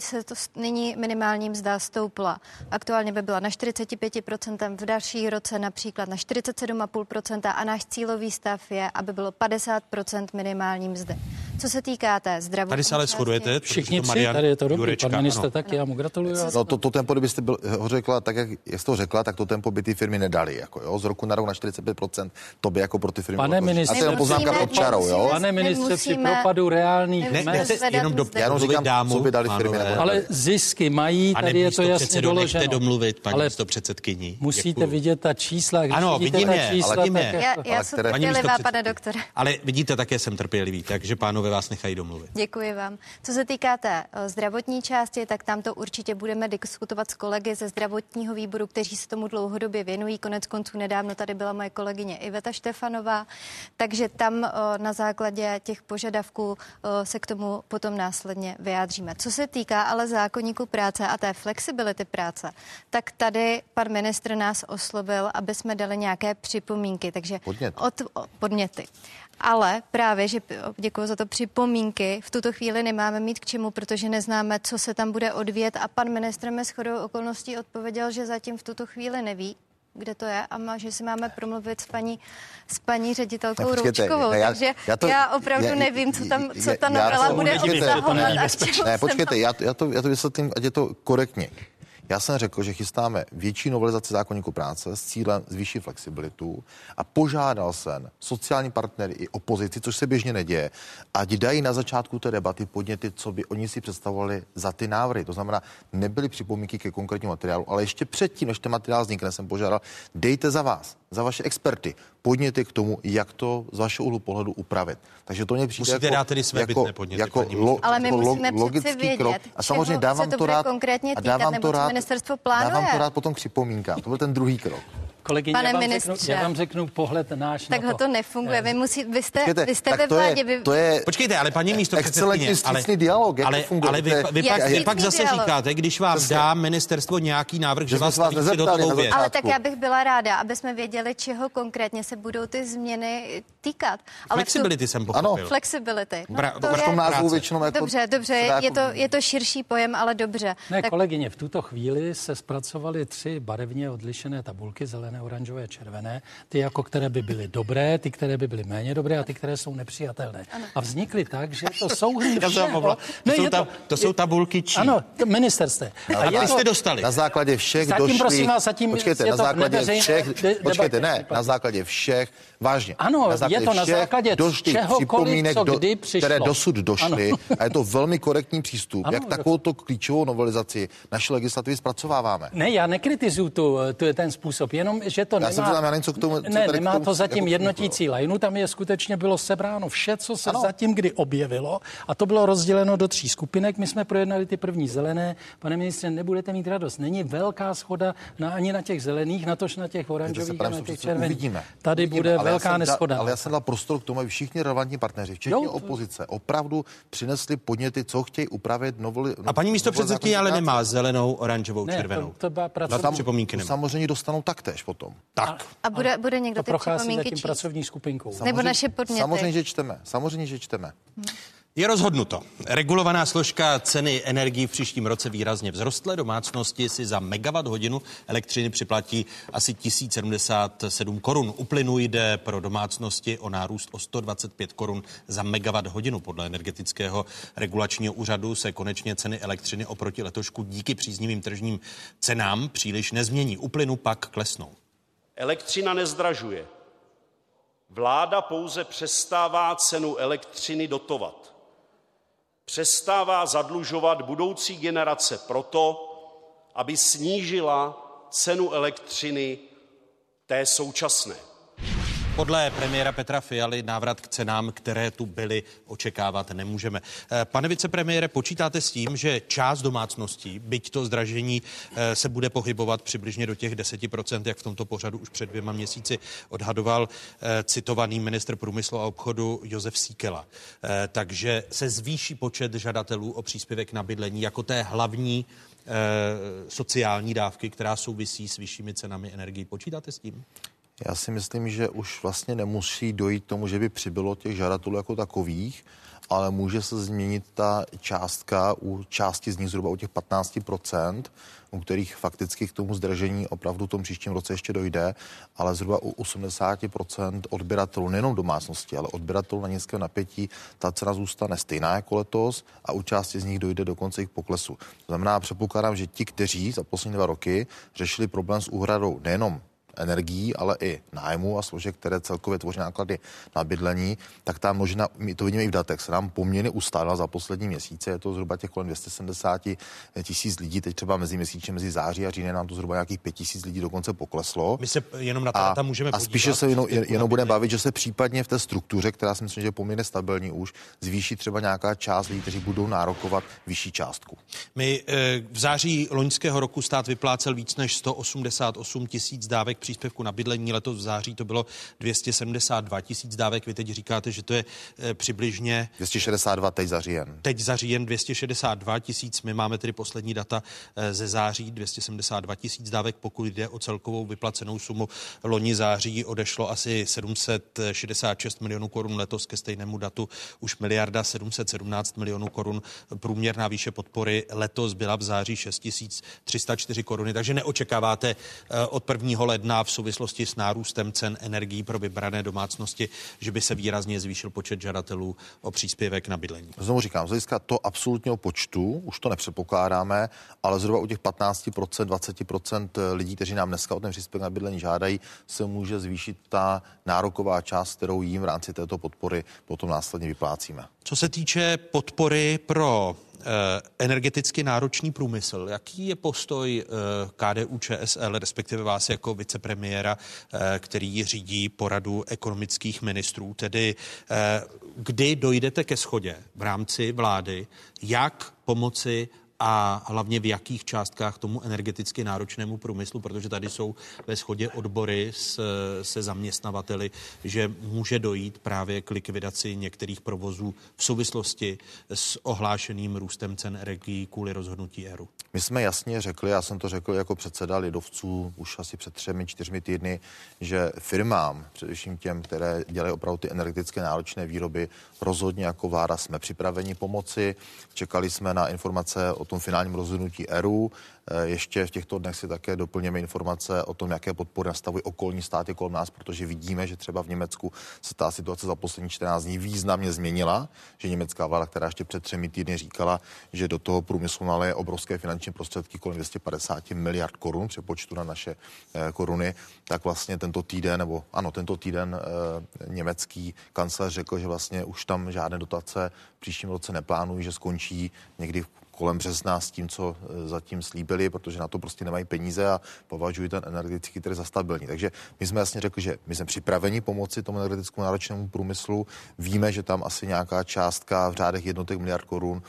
nyní minimální mzda stoupla. Aktuálně by byla na 45%, v další roce například na 47,5% a náš cílový stav je, aby bylo 50% minimální mzdy. Co se týká té zdravotní Tady se ale shodujete, všichni tři, tady je to dobrý, pan ministr taky, já mu gratuluju. No to tempo, kdybyste ho řekla, tak jak jste to řekla, tak to tempo by ty firmy nedali, jako jo, z roku na rok na 45%, to by jako pro ty firmy. Pane ministře, a to je poznámka pod čarou, jo. Pane ministře, při propadu reálných mezd, jenom říkám, co by dali firmy. Ale zisky mají, tady je to jasně doloženo. Nechte domluvit, paní místopředsedkyni. Musíte vidět ta čísla. Ano, vidíme. Já jsem trpělivá, pane doktore. Ale vidíte, také jsem trpělivý, takže pánové vás nechají domluvit. Děkuji vám. Co se týká té zdravotní části, tak tam to určitě budeme diskutovat s kolegy ze zdravotního výboru, kteří se tomu dlouhodobě věnují. Konec konců nedávno tady byla moje kolegyně Iveta Štefanová, takže tam na základě těch požadavků se k tomu potom následně vyjádříme. Co se týká ale zákoníku práce a té flexibility práce, tak tady pan ministr nás oslovil, aby jsme dali nějaké připomínky, takže podněty. Ale právě, že děkuji za to, připomínky v tuto chvíli nemáme mít k čemu, protože neznáme, co se tam bude odvíjet a pan ministr mi shodou okolností odpověděl, že zatím v tuto chvíli neví, kde to je a že si máme promluvit s paní ředitelkou Roučkovou. Takže já opravdu nevím, co ta novela bude obsahovat. Ne, počkejte, já to vysvětlím, ať je to korektně. Já jsem řekl, že chystáme větší novelizaci zákoníku práce s cílem zvýšit flexibilitu a požádal jsem sociální partnery i opozici, což se běžně neděje, ať dají na začátku té debaty podněty, co by oni si představovali za ty návrhy. To znamená, nebyly připomínky ke konkrétnímu materiálu, ale ještě předtím, než ten materiál vznikne, jsem požádal, dejte za vás, za vaše experty, podněty k tomu, jak to z vašeho úhlu pohledu upravit. Takže to mě přijde musíte dát tedy své bytné podněty, ale my musíme přeci vědět, krok. A samozřejmě dávám to rád, konkrétně týkat, nebo co ministerstvo plánuje. Dávám to rád potom k připomínkám. To byl ten druhý krok. Kolegyně, Pane ministře, já vám řeknu pohled náš tak na to. To nefunguje. Vy jste ve vládě. Počkejte, ale paní místopředsedkyně, excelentní dialog, jak to funguje. Ale vy pak zase říkáte, když vám dá ministerstvo nějaký návrh, že vás stavíte do toho věc. Ale tak já bych byla ráda, aby jsme věděli, čeho konkrétně se budou ty změny týkat. Flexibility jsem pochopil. Ano, flexibility. Dobře, je to širší pojem, ale dobře. Ne, kolegyně, v tuto chvíli se zpracovaly 3 barevně odlišené tabulky, zelené, oranžové, červené, ty jako které by byly dobré, ty, které by byly méně dobré a ty, které jsou nepřijatelné. Ano. A vznikly tak, že to souhrn všeho. To jsou tabulky čí? Ano, ministerstve. A jak jste dostali? Na základě všech zatím, prosím vás, na základě všech, vážně. Ano, je to na základě čehokoliv, co kdy přišlo. Které dosud došly. A je to velmi korektní přístup, jak takovouto klíčovou novelizaci naší legislativy zpracováváme. Ne, já nekritizuju ten způsob, jenom, že to nemá to zatím jednotící lajnu, tam je skutečně bylo sebráno vše, co se zatím kdy objevilo a to bylo rozděleno do 3 skupinek. My jsme projednali ty první zelené. Pane ministře, nebudete mít radost. Není velká shoda ani na těch zelených, natož na těch oranžových a na těch červených. Tady bude velká neshoda. Ale já jsem dal prostor k tomu, aby všichni relevantní partneři, včetně opozice, opravdu přinesli podněty, co chtějí upravit novely. A paní místopředsedkyně ale nemá zelenou, oranžovou, červenou. Tam připomínky nemá. Samozřejmě dostanou taktéž potom. Tak. A bude někdo ty připomínky číst? Pracovní skupinkou. Nebo naše podněty? Samozřejmě, že čteme. Je rozhodnuto. Regulovaná složka ceny energií v příštím roce výrazně vzrostly. Domácnosti si za megawatt hodinu elektřiny připlatí asi 1077 korun. U plynu jde pro domácnosti o nárůst o 125 korun za megawatt hodinu. Podle energetického regulačního úřadu se konečně ceny elektřiny oproti letošku díky příznivým tržním cenám příliš nezmění. U plynu pak klesnou. Elektřina nezdražuje. Vláda pouze přestává cenu elektřiny dotovat. Přestává zadlužovat budoucí generace proto, aby snížila cenu elektřiny té současné. Podle premiéra Petra Fialy návrat k cenám, které tu byly, očekávat nemůžeme. Pane vicepremiére, počítáte s tím, že část domácností, byť to zdražení se bude pohybovat přibližně do těch 10%, jak v tomto pořadu už před 2 měsíci odhadoval citovaný ministr průmyslu a obchodu Josef Síkela. Takže se zvýší počet žadatelů o příspěvek na bydlení jako té hlavní sociální dávky, která souvisí s vyššími cenami energií. Počítáte s tím? Já si myslím, že už vlastně nemusí dojít k tomu, že by přibylo těch žadatelů jako takových, ale může se změnit ta částka u části z nich zhruba u těch 15%, u kterých fakticky k tomu zdražení opravdu v tom příštím roce ještě dojde, ale zhruba u 80% odběratelů, nejenom domácnosti, ale odběratelů na nízkém napětí, ta cena zůstane stejná jako letos a u části z nich dojde dokonce i k poklesu. To znamená, předpokládám, že ti, kteří za poslední 2 roky řešili problém s úhradou nejenom energií, ale i nájmu a složek, které celkově tvoří náklady na bydlení, tak ta množina, my to vidíme i v datech, se nám poměrně ustálila za poslední měsíce, je to zhruba těch kolem 270 000 lidí, teď třeba meziměsíčně, mezi září a říjnem nám to zhruba nějakých 5 000 lidí dokonce pokleslo. My se jenom na to data můžeme podívat. A spíše se jenom budeme bavit, že se případně v té struktuře, která si myslím, že je poměrně stabilní už, zvýší třeba nějaká část lidí, kteří budou nárokovat vyšší částku. My v září loňského roku stát vyplácel víc než 188 000 dávek příspěvku na bydlení, letos v září to bylo 272 000 dávek. Vy teď říkáte, že to je přibližně 262 teď za říjen. Teď za říjen 262 000. My máme tedy poslední data ze září 272 000 dávek, pokud jde o celkovou vyplacenou sumu. Loni září odešlo asi 766 milionů korun, letos ke stejnému datu už 1 717 milionů korun. Průměrná výše podpory letos byla v září 6 304 koruny, takže neočekáváte od 1. ledna nejedná v souvislosti s nárůstem cen energií pro vybrané domácnosti, že by se výrazně zvýšil počet žadatelů o příspěvek na bydlení? Znovu říkám, z hlediska to absolutního počtu už to nepředpokládáme, ale zhruba u těch 15%, 20% lidí, kteří nám dneska o ten příspěvek na bydlení žádají, se může zvýšit ta nároková část, kterou jim v rámci této podpory potom následně vyplácíme. Co se týče podpory pro energeticky náročný průmysl, jaký je postoj KDU ČSL, respektive vás jako vicepremiéra, který řídí poradu ekonomických ministrů, tedy kdy dojdete ke shodě v rámci vlády, jak pomoci a hlavně v jakých částkách tomu energeticky náročnému průmyslu, protože tady jsou ve shodě odbory se zaměstnavateli, že může dojít právě k likvidaci některých provozů v souvislosti s ohlášeným růstem cen energií kvůli rozhodnutí ERÚ. My jsme jasně řekli, já jsem to řekl jako předseda lidovců už asi před 3-4 týdny, že firmám, především těm, které dělají opravdu ty energetické náročné výroby, rozhodně jako vláda jsme připraveni pomoci. Čekali jsme na informace o tom finálním rozhodnutí ERÚ. Ještě v těchto dnech si také doplněme informace o tom, jaké podpory nastavují okolní státy kolem nás, protože vidíme, že třeba v Německu se ta situace za poslední 14 dní významně změnila, že německá vláda, která ještě před 3 týdny říkala, že do toho průmyslu naleje obrovské finanční prostředky kolem 250 miliard korun přepočtu na naše koruny, tak vlastně tento týden německý kancléř řekl, že vlastně už tam žádné dotace v příštím roce neplánují, že skončí někdy kolem března s tím, co zatím slíbili, protože na to prostě nemají peníze a považují ten energetický trh za stabilní. Takže my jsme jasně řekli, že my jsme připraveni pomoci tomu energetickému náročnému průmyslu. Víme, že tam asi nějaká částka v řádech jednotek miliard korun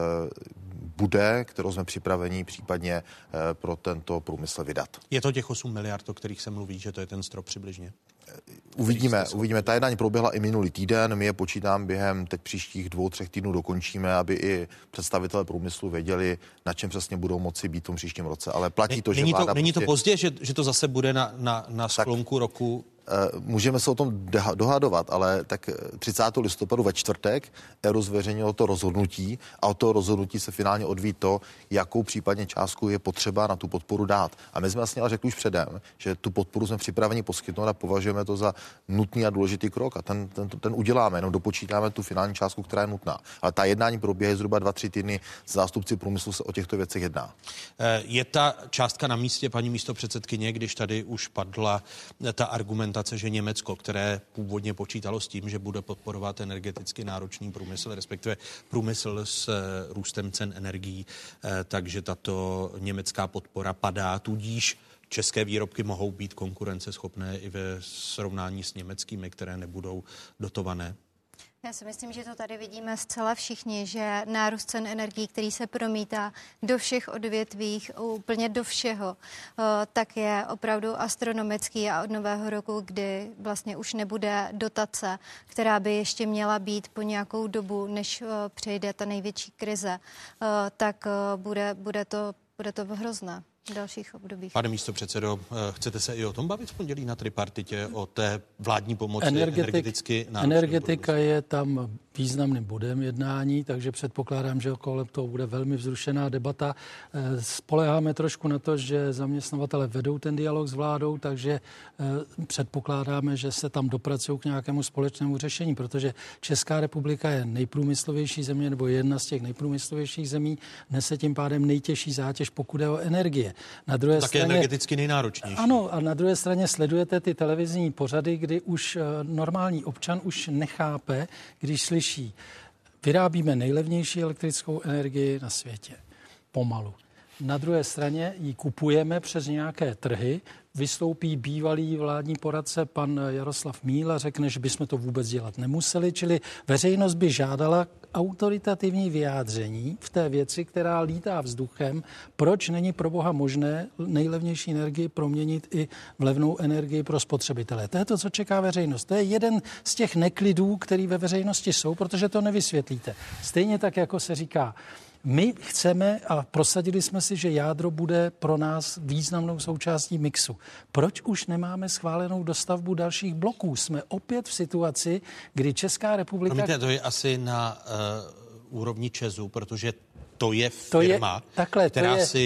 bude, kterou jsme připraveni případně pro tento průmysl vydat. Je to těch 8 miliard, o kterých se mluví, že to je ten strop přibližně? Uvidíme. Ta jednání proběhla i minulý týden. My je počítám během teď příštích 2-3 týdnů dokončíme, aby i představitelé průmyslu věděli, na čem přesně budou moci být v tom příštím roce. Ale platí to, že vláda Není to pozdě, že to zase bude na sklonku roku? Můžeme se o tom dohadovat, ale tak 30. listopadu ve čtvrtek ERÚ zveřejnilo to rozhodnutí a od toho rozhodnutí se finálně odvíjí to, jakou případně částku je potřeba na tu podporu dát. A my jsme vlastně ale řekli už předem, že tu podporu jsme připraveni poskytnout a považujeme to za nutný a důležitý krok a ten uděláme, jenom dopočítáme tu finální částku, která je nutná. Ale ta jednání probíhají zhruba 2-3 týdny, zástupci průmyslu se o těchto věcech jedná. Je ta částka na místě, paní místopředsedkyně, když tady už padla ta argumentace, že Německo, které původně počítalo s tím, že bude podporovat energeticky náročný průmysl, respektive průmysl s růstem cen energií, takže tato německá podpora padá, tudíž české výrobky mohou být konkurenceschopné i ve srovnání s německými, které nebudou dotované. Já si myslím, že to tady vidíme zcela všichni, že nárůst cen energií, který se promítá do všech odvětvích, úplně do všeho, tak je opravdu astronomický a od nového roku, kdy vlastně už nebude dotace, která by ještě měla být po nějakou dobu, než přejde ta největší krize, tak bude to hrozné v dalších obdobích. Pane místopředsedo, chcete se i o tom bavit v pondělí na tripartitě, o té vládní pomoci energeticky náročnému Energetika je tam významným bodem jednání, takže předpokládám, že kolem toho bude velmi vzrušená debata. Spoléháme trošku na to, že zaměstnavatele vedou ten dialog s vládou, takže předpokládáme, že se tam dopracují k nějakému společnému řešení, protože Česká republika je nejprůmyslovější země nebo jedna z těch nejprůmyslovějších zemí, nese tím pádem nejtěžší zátěž, pokud je o energie. Na druhé straně energeticky nejnáročnější. Ano, a na druhé straně sledujete ty televizní pořady, kdy už normální občan už nechápe, když slyší, vyrábíme nejlevnější elektrickou energii na světě. Pomalu. Na druhé straně ji kupujeme přes nějaké trhy, vystoupí bývalý vládní poradce pan Jaroslav Míl a řekne, že bychom to vůbec dělat nemuseli, čili veřejnost by žádala autoritativní vyjádření v té věci, která lítá vzduchem, proč není pro boha možné nejlevnější energii proměnit i v levnou energii pro spotřebitele. To je to, co čeká veřejnost. To je jeden z těch neklidů, který ve veřejnosti jsou, protože to nevysvětlíte. Stejně tak, jako se říká, my chceme a prosadili jsme si, že jádro bude pro nás významnou součástí mixu. Proč už nemáme schválenou dostavbu dalších bloků? Jsme opět v situaci, kdy Česká republika... Promiňte, to je asi na úrovni ČEZu, protože to je firma, která si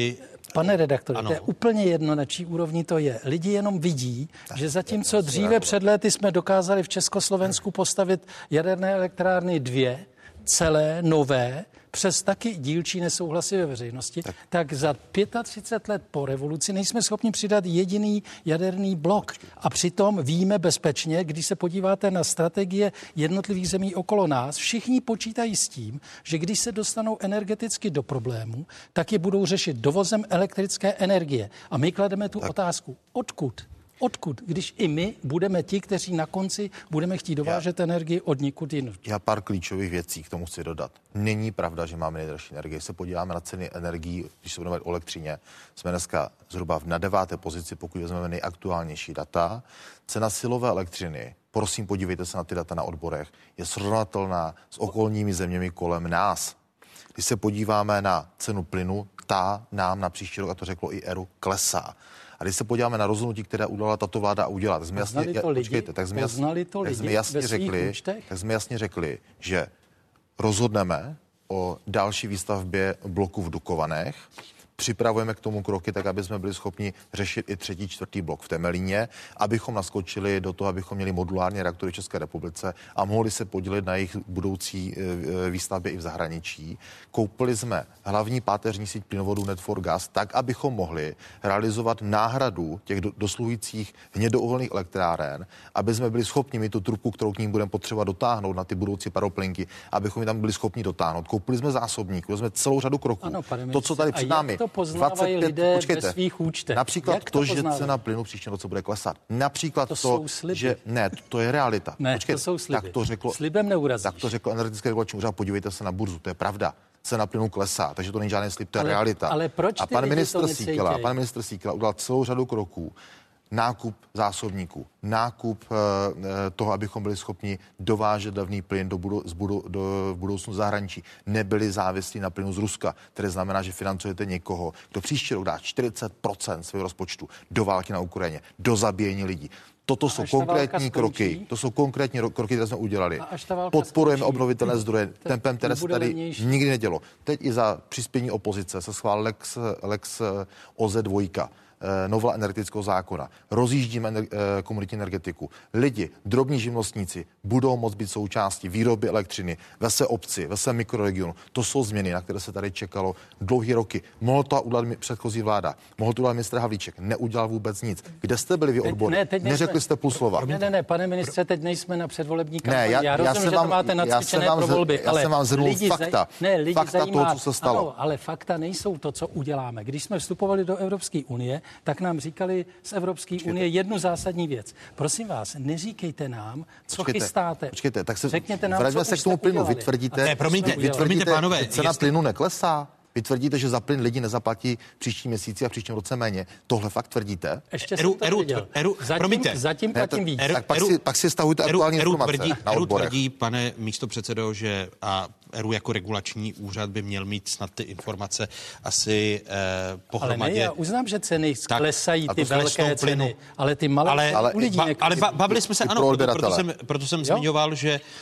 Pane redaktore, to je úplně jedno, na čí úrovni to je. Lidi jenom vidí, že zatímco dříve před léty jsme dokázali v Československu postavit jaderné elektrárny 2, celé, nové, přes taky dílčí nesouhlasy ve veřejnosti, tak za 35 let po revoluci nejsme schopni přidat jediný jaderný blok. A přitom víme bezpečně, když se podíváte na strategie jednotlivých zemí okolo nás, všichni počítají s tím, že když se dostanou energeticky do problému, tak je budou řešit dovozem elektrické energie. A my klademe tu otázku, odkud, když i my budeme ti, kteří na konci budeme chtít dovážet energii od nikud jinut. Já pár klíčových věcí k tomu chci dodat. Není pravda, že máme nejdražší energii. Když se podíváme na ceny energií, když se budeme o elektřině, jsme dneska zhruba na 9. pozici, pokud vezmeme nejaktuálnější data. Cena silové elektřiny, prosím, podívejte se na ty data na odborech, je srovnatelná s okolními zeměmi kolem nás. Když se podíváme na cenu plynu, ta nám na příští rok, a to řeklo i ERU, klesá. A když se podíváme na rozhodnutí, které udělala tato vláda udělat, tak jsme jasně řekli, že rozhodneme o další výstavbě bloku v Dukovanech, připravujeme k tomu kroky, tak aby jsme byli schopni řešit i 3., 4. blok v Temelíně, abychom naskočili do toho, abychom měli modulární reaktory v České republice a mohli se podílet na jejich budoucí výstavbě i v zahraničí. Koupili jsme hlavní páteřní síť plynovodů Net4Gas tak, abychom mohli realizovat náhradu těch dosluhujících hnědouhelných elektráren, aby jsme byli schopni mít tu trubku, kterou k ním budeme potřeba dotáhnout na ty budoucí paroplynky, abychom ji tam byli schopni dotáhnout. Koupili jsme zásobníky, jsme celou řadu kroků. Ano, to, co tady před námi poznávají lidé ve svých účtech. Například to, že cena plynu příštím roce bude klesat. Například to že ne, to je realita. Ne, to jsou sliby. Tak to řeklo, slibem neurazíš. Tak to řekl energetický regulační úřad, podívejte se na burzu, to je pravda. Cena plynu klesá, takže to není žádný slib, to je realita. Ale proč a pan ministr Síkela udělal celou řadu kroků. Nákup zásobníků, nákup toho, abychom byli schopni dovážet levný plyn do budoucnu zahraničí. Nebyli závislí na plynu z Ruska, které znamená, že financujete někoho, kdo příští rok dá 40% svého rozpočtu do války na Ukrajině, do zabíjení lidí. Toto jsou konkrétní kroky. To jsou konkrétní kroky, které jsme udělali. Podporujeme obnovitelné zdroje tempem, které se tady nikdy nedělo. Teď i za přispění opozice se schválil Lex OZ2. Novela energetického zákona. Rozjíždíme komunitní energetiku. Lidi, drobní živnostníci budou moct být součástí výroby elektřiny ve své obci, ve svém mikroregionu. To jsou změny, na které se tady čekalo dlouhé roky. Mohl to udělat předchozí vláda. Mohl to udělat ministr Havlíček. Neudělal vůbec nic. Kde jste byli vy odbory? Neřekli jste půl slova. Ne, pane ministře, teď nejsme na předvolební kampani. Já rozumím, že to máte nacvičené pro volby, ale jsem vám zhrnul fakta. Fakta toho, co se stalo. Ano, ale fakta nejsou to, co uděláme. Když jsme vstupovali do Evropské unie, tak nám říkali z Evropské unie jednu zásadní věc. Prosím vás, neříkejte nám, co chystáte. Počkejte, tak se řekněte nám, co se k tomu plynu. Vytvrdíte, pánové, cena plynu neklesá. Vy tvrdíte, že za plyn lidi nezaplatí příští měsíci a příštím roce méně. Tohle fakt tvrdíte? Ještě jsem to viděl. Zatím platím víc. Tak pak si stahujte aktuální informace na odborech. Tvrdí, pane místopředsedo, že ERU jako regulační úřad by měl mít snad ty informace asi pohromadě. Ale ne, já uznám, že ceny klesají ty velké ceny, ale ty malé ale bavili jsme se, ano, proto jsem zmiňoval,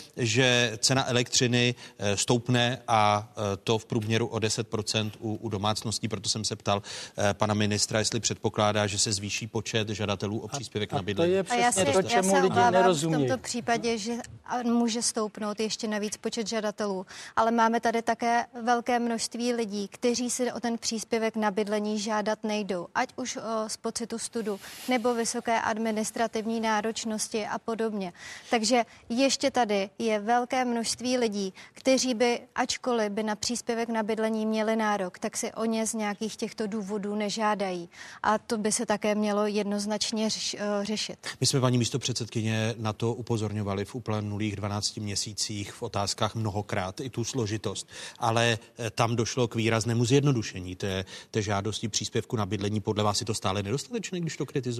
že cena elektřiny stoupne a to v průměru o 10% u domácností, proto jsem se ptal pana ministra, jestli předpokládá, že se zvýší počet žadatelů o příspěvek na bydlení. To je přesně to, čemu lidi nerozumějí. V tomto případě, že může stoupnout ještě navíc počet žadatelů, ale máme tady také velké množství lidí, kteří si o ten příspěvek na bydlení žádat nejdou, ať už z pocitu studu nebo vysoké administrativní náročnosti a podobně. Takže ještě tady je velké množství lidí, kteří by, ačkoliv by na příspěvek na bydlení měli nárok, tak si o ně z nějakých těchto důvodů nežádají. A to by se také mělo jednoznačně řešit. My jsme, paní místopředsedkyně, na to upozorňovali v uplynulých 12 měsících v otázkách mnohokrát, i tu složitost. Ale tam došlo k výraznému zjednodušení té žádosti příspěvku na bydlení. Podle vás je to stále nedostatečné, když to kritizujete?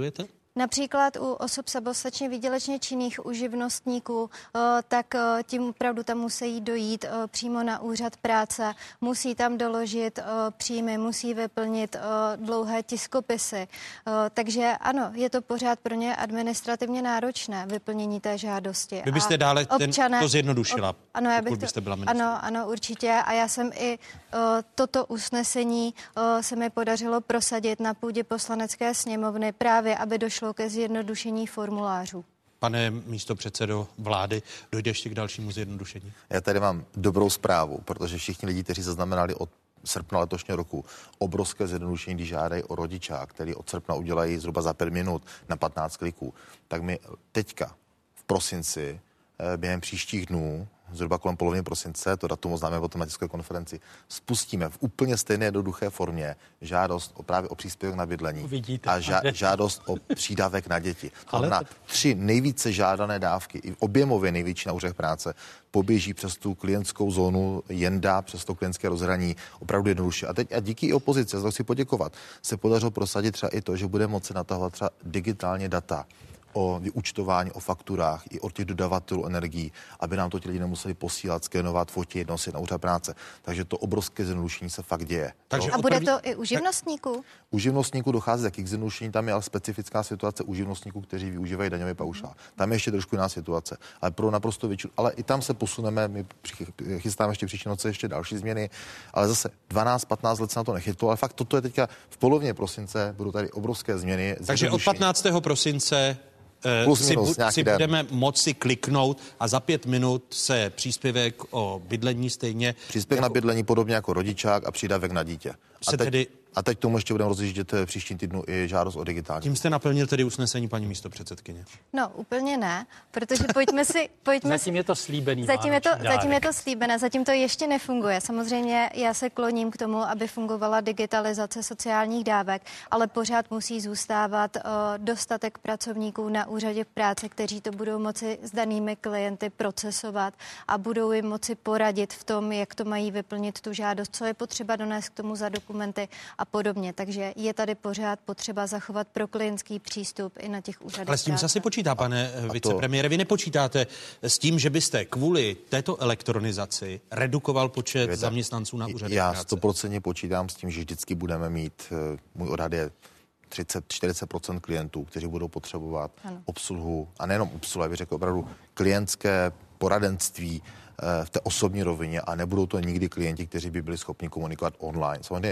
Například u osob samostatně výdělečně činných, u živnostníků, tak tím opravdu tam musí dojít přímo na úřad práce, musí tam doložit příjmy, musí vyplnit dlouhé tiskopisy. Takže ano, je to pořád pro ně administrativně náročné vyplnění té žádosti. Vy byste dále to zjednodušila, ano, pokud byste byla ministrem. Ano, určitě. A já jsem i toto usnesení se mi podařilo prosadit na půdě Poslanecké sněmovny právě, aby došlo ke zjednodušení formulářů. Pane místopředsedo vlády, dojde ještě k dalšímu zjednodušení? Já tady mám dobrou zprávu, protože všichni lidi, kteří zaznamenali od srpna letošního roku obrovské zjednodušení, když žádají o rodičák, který od srpna udělají zhruba za 5 minut na 15 kliků, tak my teďka v prosinci během příštích dnů, zhruba kolem poloviny prosince, to datum oznámíme potom na tiskové konferenci, spustíme v úplně stejné jednoduché formě žádost právě o příspěvek na bydlení. Uvidíte. A žádost o přídavek na děti. To znamená 3 nejvíce žádané dávky, i objemově největší na úřadech práce, poběží přes tu klientskou zónu Jenda, přes to klientské rozhraní opravdu jednoduše. A teď a díky i opozici, za to chci poděkovat, se podařilo prosadit třeba i to, že bude moci natahovat třeba digitálně data o vyúčtování, o fakturách i od těch dodavatelů energií, aby nám to ti lidi nemuseli posílat, skenovat, fotit, nosit na úřad práce. Takže to obrovské zjednodušení se fakt děje. Takže a bude to i u živnostníků? U živnostníků dochází taky k zjednodušení, tam je ale specifická situace u živnostníků, kteří využívají daňový paušál. Tam je ještě trošku jiná situace, ale pro naprosto většinu, ale i tam se posuneme, my chystáme ještě příští noci ještě další změny, ale zase 12-15 let se na to nechytlo, ale fakt toto je teďka v polovině prosince, budou tady obrovské změny. Takže od 15. prosince si budeme moci kliknout a za 5 minut se příspěvek o bydlení stejně... Příspěvek na bydlení podobně jako rodičák a přídavek na dítě. A teď tomu ještě budeme rozjíždět v příštím týdnu i žádost o digitální. Tím jste naplnil tedy usnesení, paní místopředsedkyně? No, úplně ne, protože Zatím je to slíbený. Zatím je to slíbené, zatím to ještě nefunguje. Samozřejmě já se kloním k tomu, aby fungovala digitalizace sociálních dávek, ale pořád musí zůstávat dostatek pracovníků na úřadě práce, kteří to budou moci s danými klienty procesovat a budou jim moci poradit v tom, jak to mají vyplnit tu žádost, co je potřeba donést k tomu za dokumenty a podobně. Takže je tady pořád potřeba zachovat pro klientský přístup i na těch úřadech. Ale s tím zase počítá, pane vicepremiére. Vy nepočítáte s tím, že byste kvůli této elektronizaci redukoval počet zaměstnanců na úřadech práce? Já 100% počítám s tím, že vždycky budeme mít, můj odhad je 30-40% klientů, kteří budou potřebovat obsluhu, a nejenom obsluhu, já bych řekl opravdu klientské poradenství v té osobní rovině a nebudou to nikdy klienti, kteří by byli schopni komunikovat online. Samozřejmě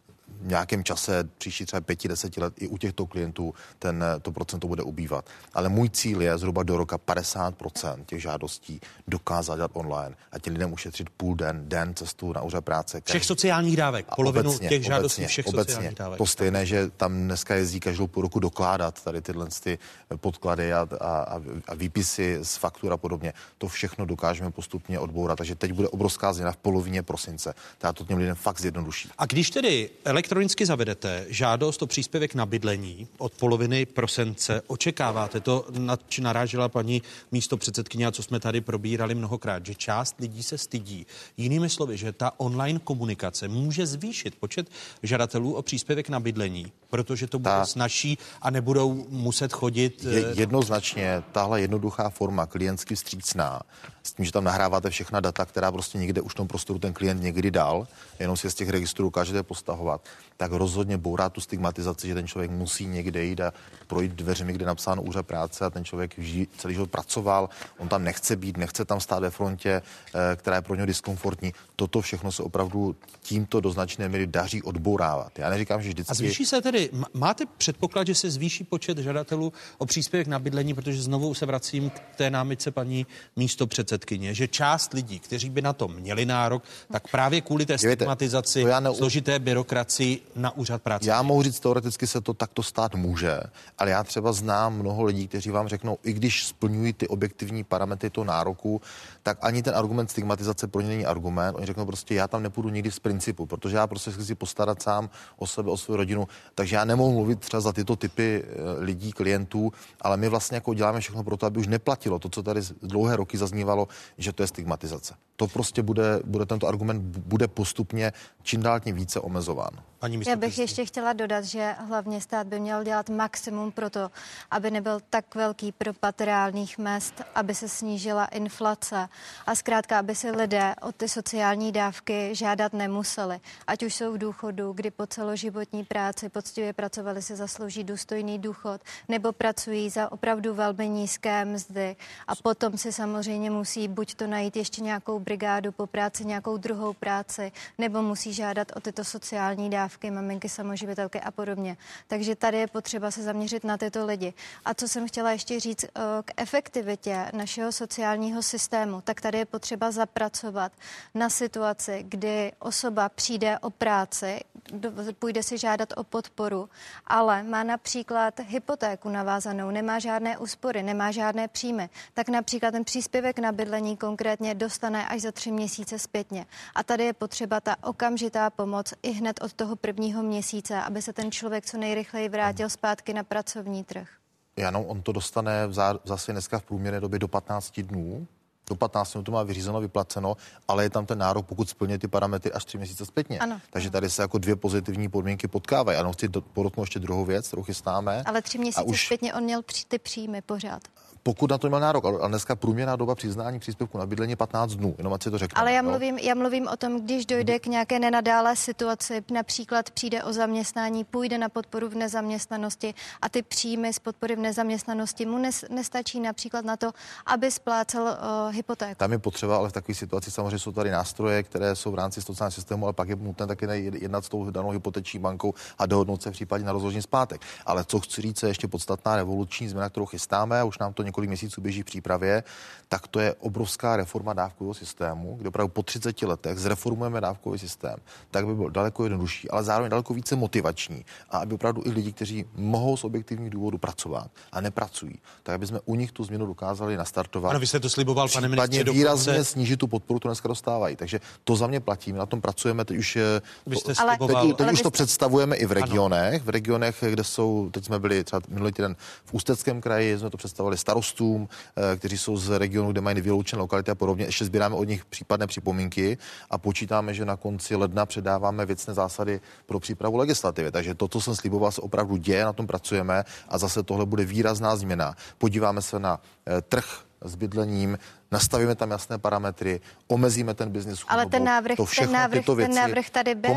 v nějakém čase, příští třeba 5-10 let, i u těchto klientů to procento bude ubývat. Ale můj cíl je zhruba do roka 50% těch žádostí dokázat dělat online a těm lidem ušetřit půl den cestu na úřad práce. Všech sociálních dávek, polovinu těch žádostí všech sociálních dávek. To stejné, že tam dneska jezdí každou půl roku dokládat tady tyhle podklady a výpisy z faktur a podobně. To všechno dokážeme postupně odbourat, takže teď bude obrovská změna v polovině prosince. Teda to těm lidem fakt zjednoduší. A když tedy elektronicky zavedete žádost o příspěvek na bydlení od poloviny prosince, očekáváte to, na či narážela paní místopředsedkyně, a co jsme tady probírali mnohokrát, že část lidí se stydí. Jinými slovy, že ta online komunikace může zvýšit počet žadatelů o příspěvek na bydlení, protože to bude snazší a nebudou muset chodit... Jednoznačně tahle jednoduchá forma klientsky vstřícná, s tím, že tam nahráváte všechna data, která prostě někde už v tom prostoru ten klient někdy dal, jenom si z těch registrů dokážete postahovat, tak rozhodně bourá tu stigmatizaci, že ten člověk musí někde jít a projít dveřmi, kde je napsáno úřad práce a ten člověk celý život pracoval, on tam nechce být, nechce tam stát ve frontě, která je pro něho diskomfortní. Toto všechno se opravdu tímto do značné míry daří odbourávat. Já neříkám, že vždycky... A zvýší se tedy, máte předpoklad, že se zvýší počet žadatelů o příspěvek na bydlení, protože znovu se vracím k té námitce paní místopředsedkyně, že část lidí, kteří by na to měli nárok, tak právě kvůli té stigmatizaci, složité byrokracii na úřad práce. Já mohu říct, teoreticky se to takto stát může, ale já třeba znám mnoho lidí, kteří vám řeknou, i když splňují ty objektivní parametry toho nároku, tak ani ten argument stigmatizace pro ně není argument. Oni řeknou prostě, já tam nepůjdu nikdy z principu, protože já prostě chci postarat sám o sebe, o svou rodinu, takže já nemohu mluvit třeba za tyto typy lidí, klientů, ale my vlastně jako děláme všechno pro to, aby už neplatilo to, co tady dlouhé roky zaznívalo, že to je stigmatizace. To prostě bude tento argument bude postupně čím dál tím více omezován. Já bych ještě chtěla dodat, že hlavně stát by měl dělat maximum pro to, aby nebyl tak velký propad reálných mezd, aby se snížila inflace a zkrátka, aby si lidé o ty sociální dávky žádat nemuseli. Ať už jsou v důchodu, kdy po celoživotní práci poctivě pracovali, si zaslouží důstojný důchod, nebo pracují za opravdu velmi nízké mzdy a potom si samozřejmě musí buď to najít ještě nějakou brigádu po práci, nějakou druhou práci, nebo musí žádat o tyto sociální dávky, maminky, samoživitelky a podobně. Takže tady je potřeba se zaměřit na tyto lidi. A co jsem chtěla ještě říct k efektivitě našeho sociálního systému, tak tady je potřeba zapracovat na situaci, kdy osoba přijde o práci, půjde si žádat o podporu, ale má například hypotéku navázanou, nemá žádné úspory, nemá žádné příjmy, tak například ten příspěvek na bydlení konkrétně dostane až za 3 měsíce zpětně. A tady je potřeba ta okamžitá pomoc i hned od toho prvního měsíce, aby se ten člověk co nejrychleji vrátil zpátky na pracovní trh. Ano, on to dostane zase dneska v průměrné době do 15 dnů. Do 15 dnů to má vyřízeno, vyplaceno, ale je tam ten nárok, pokud splně ty parametry, až 3 měsíce zpětně. Ano. Takže tady se jako 2 pozitivní podmínky potkávají. Ano, chci podotknout ještě druhou věc, kterou chystáme. Ale 3 měsíce zpětně on měl ty příjmy pořád. Pokud na to měl nárok, ale dneska průměrná doba přiznání příspěvku na bydlení je 15 dnů, jenom ať si to řeknu. Ale já mluvím o tom, když dojde k nějaké nenadálé situaci, například přijde o zaměstnání, půjde na podporu v nezaměstnanosti a ty příjmy z podpory v nezaměstnanosti mu nestačí například na to, aby splácel hypotéku. Tam je potřeba, ale v takové situaci samozřejmě jsou tady nástroje, které jsou v rámci sociálního systému, ale pak je nutné taky jednat s tou danou hypoteční bankou a dohodnout se v případě na rozložení splátek. Ale co chci říct, je ještě podstatná revoluční změna, kterou chystáme, a už nám to několik měsíců běží v přípravě, tak to je obrovská reforma dávkového systému, kde opravdu po 30 letech zreformujeme dávkový systém, tak by byl daleko jednodušší, ale zároveň daleko více motivační, a aby opravdu i lidi, kteří mohou z objektivních důvodů pracovat a nepracují, tak aby jsme u nich tu změnu dokázali nastartovat. Ano, vy jste to sliboval, pane ministře, výrazně snížit tu podporu, tu dneska dostávají. Takže to za mě platí, my na tom pracujeme, teď už teď už to představujeme i v regionech, ano. V regionech, kde jsou, teď jsme byli třeba minulý týden v Ústeckém kraji, jsme to představovali starostům, kteří jsou z regionu, kde mají vyloučené lokality a podobně. Ještě sbíráme od nich případné připomínky a počítáme, že na konci ledna předáváme věcné zásady pro přípravu legislativy. Takže to, co jsem sliboval, se opravdu děje, na tom pracujeme a zase tohle bude výrazná změna. Podíváme se na trh s bydlením, nastavíme tam jasné parametry, omezíme ten biznis chudobou. Ale ten návrh tady byl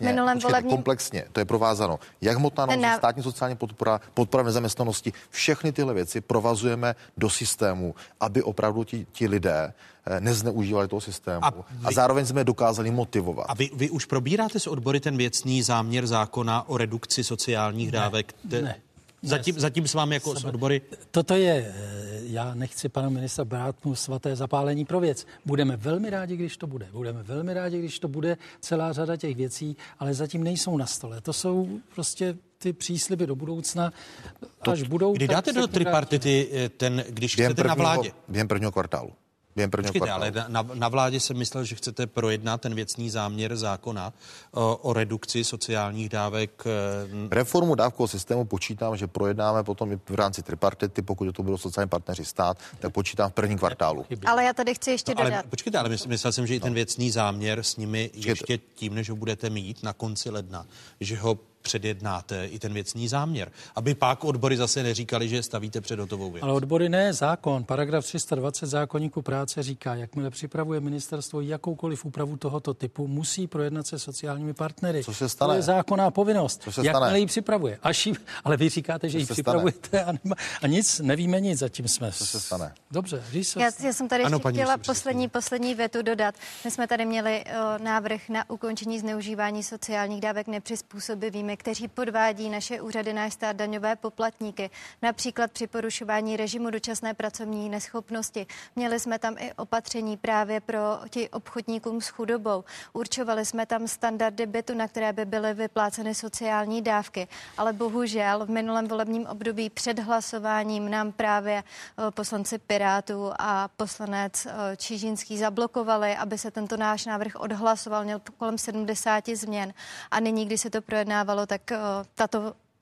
komplexně, to je provázáno. Jak hmotná nouze, státní sociální podpora v nezaměstnanosti, všechny tyhle věci provazujeme do systému, aby opravdu ti lidé nezneužívali toho systému a zároveň jsme dokázali motivovat. A vy už probíráte s odbory ten věcný záměr zákona o redukci sociálních dávek? Ne. Zatím s vámi jako s odbory? Toto je, já nechci pana ministra brát mu svaté zapálení pro věc. Budeme velmi rádi, když to bude. Budeme velmi rádi, když to bude celá řada těch věcí, ale zatím nejsou na stole. To jsou prostě ty přísliby do budoucna, až budou... Kdy dáte do tripartity když chcete na vládě? Během prvního kvartálu. Počkejte, ale na vládě jsem myslel, že chcete projednat ten věcný záměr zákona o redukci sociálních dávek. Reformu dávkového systému počítám, že projednáme potom i v rámci tripartity, pokud to budou sociální partneři stát, tak počítám v prvním kvartálu. Ale já tady chci ještě dodat. Ale počkejte, ale myslel jsem, že i ten věcný záměr s nimi ještě tím, než ho budete mít na konci ledna, že ho předjednáte i ten věcný záměr, aby pak odbory zase neříkali, že stavíte před hotovou věc. Ale odbory ne, zákon. Paragraf 320 zákoníku práce říká, jakmile připravuje ministerstvo jakoukoliv úpravu tohoto typu, musí projednat se sociálními partnery. Co se stane? To je zákonná povinnost. Jakmile ji připravuje. Ale vy říkáte, že ji připravujete a nic, nevíme nic, zatím jsme. Co se stane? Dobře, já jsem tady ještě chtěla poslední větu dodat. My jsme tady měli návrh na ukončení zneužívání sociálních dávek nepřizpůsobivými, kteří podvádí naše úřady, náš stát, daňové poplatníky, například při porušování režimu dočasné pracovní neschopnosti. Měli jsme tam i opatření právě pro ti obchodníkům s chudobou. Určovali jsme tam standardy bytu, na které by byly vypláceny sociální dávky, ale bohužel v minulém volebním období před hlasováním nám právě poslanci Pirátů a poslanec Čižinský zablokovali, aby se tento náš návrh odhlasoval, měl kolem 70 změn a nyní, když se to projednávalo, tak tato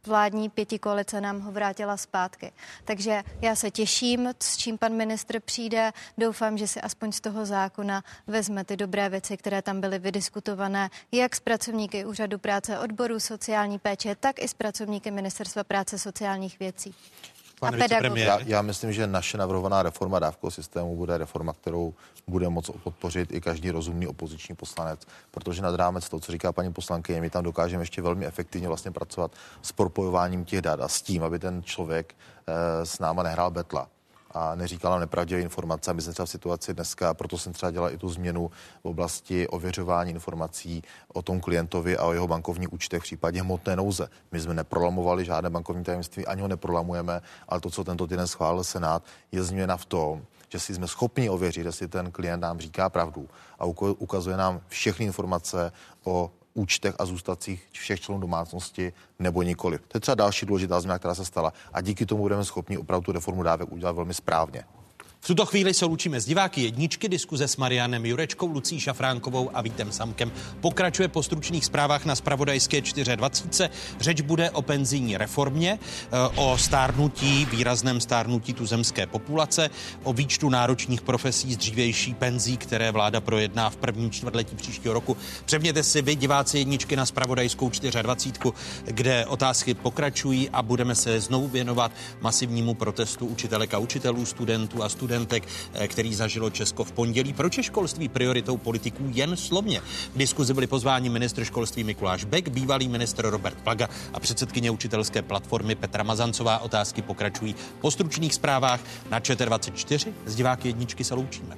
vládní pětikoalice nám ho vrátila zpátky. Takže já se těším, s čím pan ministr přijde. Doufám, že si aspoň z toho zákona vezme ty dobré věci, které tam byly vydiskutované, jak s pracovníky Úřadu práce, odboru sociální péče, tak i s pracovníky Ministerstva práce sociálních věcí. Já myslím, že naše navrhovaná reforma dávkového systému bude reforma, kterou bude moct podpořit i každý rozumný opoziční poslanec, protože nad rámec toho, co říká paní poslankyně, my tam dokážeme ještě velmi efektivně vlastně pracovat s propojováním těch dat a s tím, aby ten člověk s náma nehrál betla a neříkal nám nepravdivé informace. A my jsme třeba v situaci dneska, proto jsem třeba dělal i tu změnu v oblasti ověřování informací o tom klientovi a o jeho bankovních účtech v případě hmotné nouze. My jsme neprolamovali žádné bankovní tajemství, ani ho neprolamujeme, ale to, co tento týden schválil Senát, je změna v tom, že si jsme schopni ověřit, jestli ten klient nám říká pravdu a ukazuje nám všechny informace o účtech a zůstatcích všech členů domácnosti nebo nikoli. To je třeba další důležitá změna, která se stala a díky tomu budeme schopni opravdu tu reformu dávek udělat velmi správně. V tuto chvíli se loučíme s diváky jedničky. Diskuze s Marianem Jurečkou, Lucí Šafránkovou a Vítem Samkem pokračuje po stručných zprávách na zpravodajské 24. Řeč bude o penzijní reformě, o stárnutí, výrazném stárnutí tuzemské populace, o výčtu náročných profesí z dřívější penzí, které vláda projedná v prvním čtvrtletí příštího roku. Převněte si vy, diváci jedničky, na zpravodajskou 24, kde otázky pokračují a budeme se znovu věnovat masivnímu protestu učitelek a učitelů, studentů a studentek, který zažilo Česko v pondělí. Proč je školství prioritou politiků jen slovně? V diskuzi byli pozváni ministr školství Mikuláš Bek, bývalý ministr Robert Plaga a předsedkyně učitelské platformy Petra Mazancová. Otázky pokračují po stručných zprávách na ČT24. S diváky jedničky se loučíme.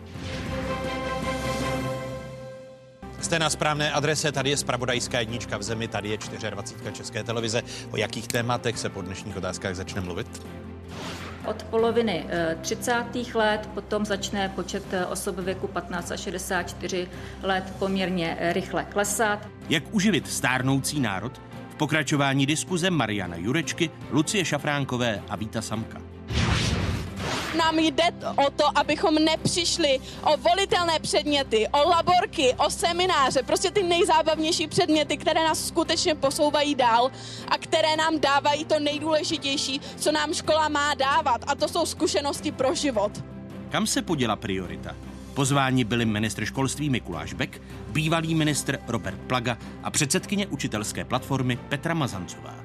Jste na správné adrese, tady je zpravodajská jednička v zemi, tady je 24 České televize. O jakých tématech se po dnešních otázkách začne mluvit? Od poloviny 30. let potom začne počet osob věku 15 až 64 let poměrně rychle klesat. Jak uživit stárnoucí národ? V pokračování diskuze Mariana Jurečky, Lucie Šafránkové a Víta Samka. Nám jde o to, abychom nepřišli o volitelné předměty, o laborky, o semináře, prostě ty nejzábavnější předměty, které nás skutečně posouvají dál a které nám dávají to nejdůležitější, co nám škola má dávat, a to jsou zkušenosti pro život. Kam se poděla priorita? Pozváni byli ministr školství Mikuláš Bek, bývalý ministr Robert Plaga a předsedkyně učitelské platformy Petra Mazancová.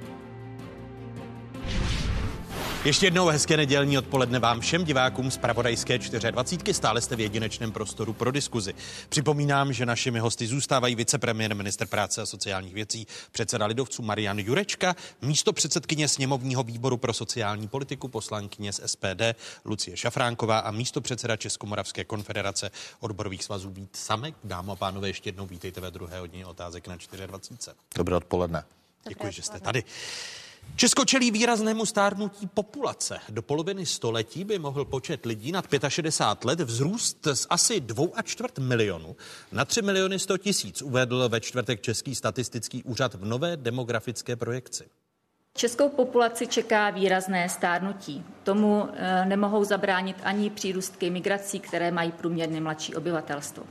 Ještě jednou hezké nedělní odpoledne vám všem divákům z zpravodajské 24. Stále jste v jedinečném prostoru pro diskuzi. Připomínám, že našimi hosty zůstávají vicepremiér, ministr práce a sociálních věcí, předseda lidovců Marian Jurečka, místopředsedkyně sněmovního výboru pro sociální politiku, poslankyně z SPD Lucie Šafránková a místopředseda Českomoravské konfederace odborových svazů Vít Samek. Dámy a pánové, ještě jednou vítejte ve druhé hodině otázek na 24. Dobré odpoledne. Děkuji, že jste tady. Česko čelí výraznému stárnutí populace. Do poloviny století by mohl počet lidí nad 65 let vzrůst z asi 2,25 milionu na 3 miliony 100 tisíc, uvedl ve čtvrtek Český statistický úřad v nové demografické projekci. Českou populaci čeká výrazné stárnutí. Tomu nemohou zabránit ani přírůstky migrací, které mají průměrně mladší obyvatelstvo.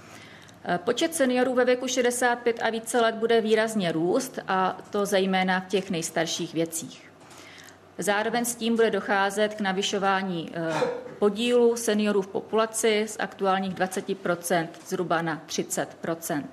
Počet seniorů ve věku 65 a více let bude výrazně růst, a to zejména v těch nejstarších věcích. Zároveň s tím bude docházet k navyšování podílu seniorů v populaci z aktuálních 20% zhruba na 30%.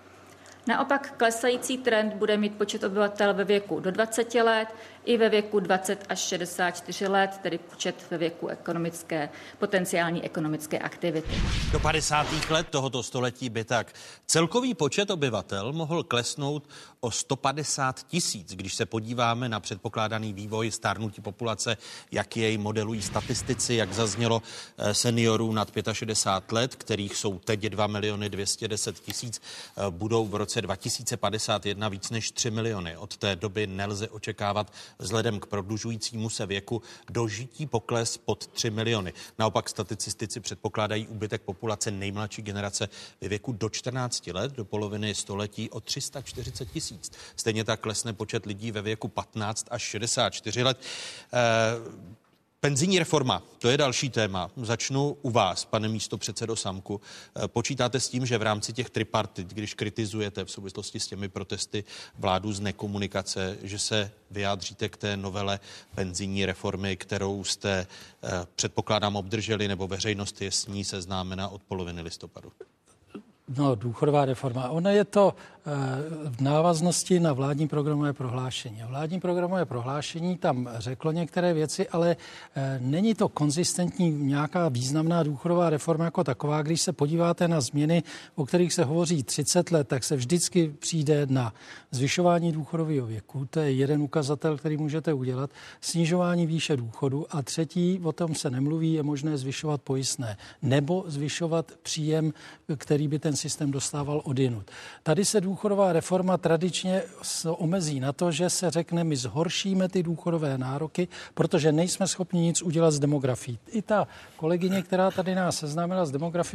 Naopak klesající trend bude mít počet obyvatel ve věku do 20 let i ve věku 20 až 64 let, tedy počet ve věku potenciální ekonomické aktivity. Do 50. let tohoto století by tak celkový počet obyvatel mohl klesnout o 150 tisíc. Když se podíváme na předpokládaný vývoj stárnutí populace, jak jej modelují statistici, jak zaznělo seniorů nad 65 let, kterých jsou teď 2 miliony 210 tisíc, budou v roce 2051 víc než 3 miliony. Od té doby nelze očekávat vzhledem k prodlužujícímu se věku dožití pokles pod 3 miliony. Naopak statistici předpokládají úbytek populace nejmladší generace ve věku do 14 let do poloviny století o 340 tisíc. Stejně tak klesne počet lidí ve věku 15 až 64 let. Penzijní reforma, to je další téma. Začnu u vás, pane místopředsedo Samku. Počítáte s tím, že v rámci těch tripartit, když kritizujete v souvislosti s těmi protesty vládu z nekomunikace, že se vyjádříte k té novele penzijní reformy, kterou jste, předpokládám, obdrželi, nebo veřejnost je s ní seznámena od poloviny listopadu? No, důchodová reforma. Ono je to v návaznosti na vládní programové prohlášení. A vládní programové prohlášení tam řeklo některé věci, ale není to konzistentní nějaká významná důchodová reforma jako taková. Když se podíváte na změny, o kterých se hovoří 30 let, tak se vždycky přijde na zvyšování důchodového věku. To je jeden ukazatel, který můžete udělat. Snižování výše důchodu. A třetí, o tom se nemluví, je možné zvyšovat pojistné nebo zvyšovat příjem, který by ten systém dostával odjinud. Tady se důchodová reforma tradičně omezí na to, že se řekne, my zhoršíme ty důchodové nároky, protože nejsme schopni nic udělat s demografií. I ta kolegyně, která tady nás seznámila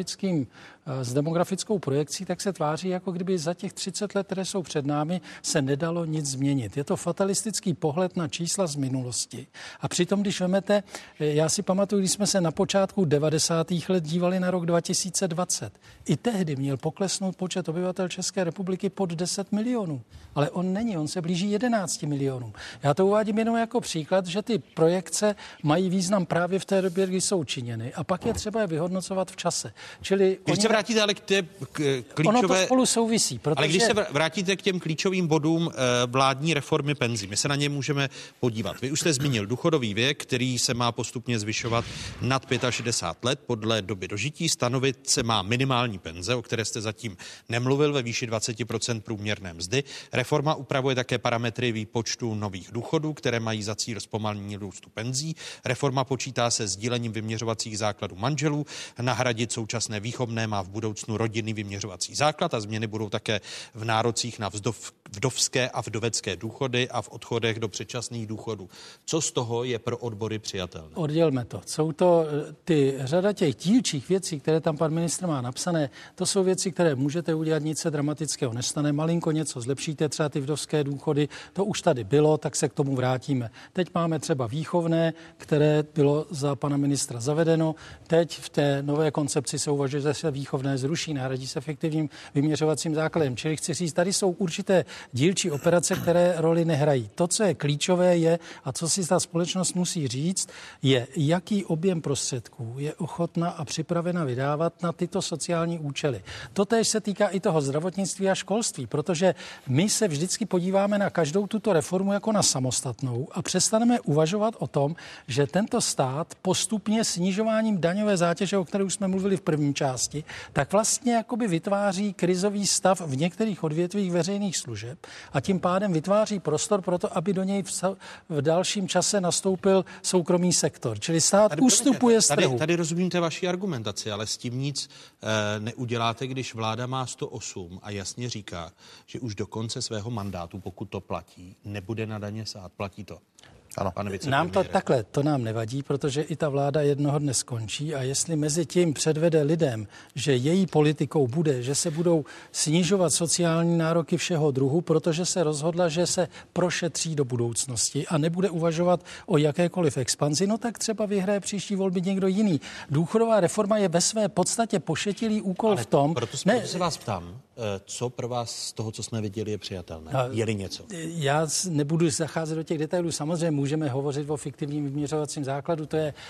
s demografickou projekcí, tak se tváří, jako kdyby za těch 30 let, které jsou před námi, se nedalo nic změnit. Je to fatalistický pohled na čísla z minulosti. A přitom, když vemete, já si pamatuju, když jsme se na počátku 90. let dívali na rok 2020. I tehdy měl poklesnout počet obyvatel České republiky pod 10 milionů. Ale on není, on se blíží 11 milionům. Já to uvádím jenom jako příklad, že ty projekce mají význam právě v té době, kdy jsou činěny. A pak je třeba je vyhodnocovat v čase. Čili když se vrátíte ale k té klíčové... Ono to spolu souvisí, protože... Ale když se vrátíte k těm klíčovým bodům vládní reformy penzí, my se na ně můžeme podívat. Vy už jste zmínil důchodový věk, který se má postupně zvyšovat nad 65 let podle doby dožití. Stanovit se má minimální penze, o které jste zatím nemluvil, ve výši 20% průměrné mzdy. Reforma upravuje také parametry výpočtu nových důchodů, které mají za cíl zpomalení růstu penzí. Reforma počítá se sdílením vyměřovacích základů manželů, nahradit současné výchovné má v budoucnu rodinný vyměřovací základ a změny budou také v nárocích na vdovské a vdovecké důchody a v odchodech do předčasných důchodů. Co z toho je pro odbory přijatelné? Oddělme to. Jsou to ty řada těch dílčích věcí, které tam pan ministr má napsané, to jsou věci, které můžete udělat, nic se dramatického nestane, malinko něco zlepšíte, třeba ty vdovské důchody, to už tady bylo, tak se k tomu vrátíme. Teď máme třeba výchovné, které bylo za pana ministra zavedeno, teď v té nové koncepci se uvažuje, že se výchovné zruší, nahradí se efektivním vyměřovacím základem. Čili chci říct, tady jsou určité dílčí operace, které roli nehrají. To, co je klíčové, je, a co si ta společnost musí říct, je, jaký objem prostředků je ochotna a připravena vydávat na tyto sociální účely. Totéž se týká i toho zdravotnictví a školství, protože my se vždycky podíváme na každou tuto reformu jako na samostatnou a přestaneme uvažovat o tom, že tento stát postupně snižováním daňové zátěže, o které už jsme mluvili v první části, tak vlastně jakoby vytváří krizový stav v některých odvětvích veřejných služeb a tím pádem vytváří prostor pro to, aby do něj v dalším čase nastoupil soukromý sektor. Čili stát ustupuje z trhu. Tady rozumím té vaší argumentaci, ale s tím nic neuděláte, když vláda má 108 a jasně říká, že už do konce svého mandátu, pokud to platí, nebude na daně sát. Platí to? Ano. Nám to takhle, to nám nevadí, protože i ta vláda jednoho dne skončí a jestli mezi tím předvede lidem, že její politikou bude, že se budou snižovat sociální nároky všeho druhu, protože se rozhodla, že se prošetří do budoucnosti a nebude uvažovat o jakékoliv expanzi, no tak třeba vyhraje příští volby někdo jiný. Důchodová reforma je ve své podstatě pošetilý úkol v tom... Proto se vás ptám, co pro vás z toho, co jsme viděli, je přijatelné? Je-li něco? Já nebudu zacházet do těch detailů, samozřejmě můžeme hovořit o fiktivním vyměřovacím základu.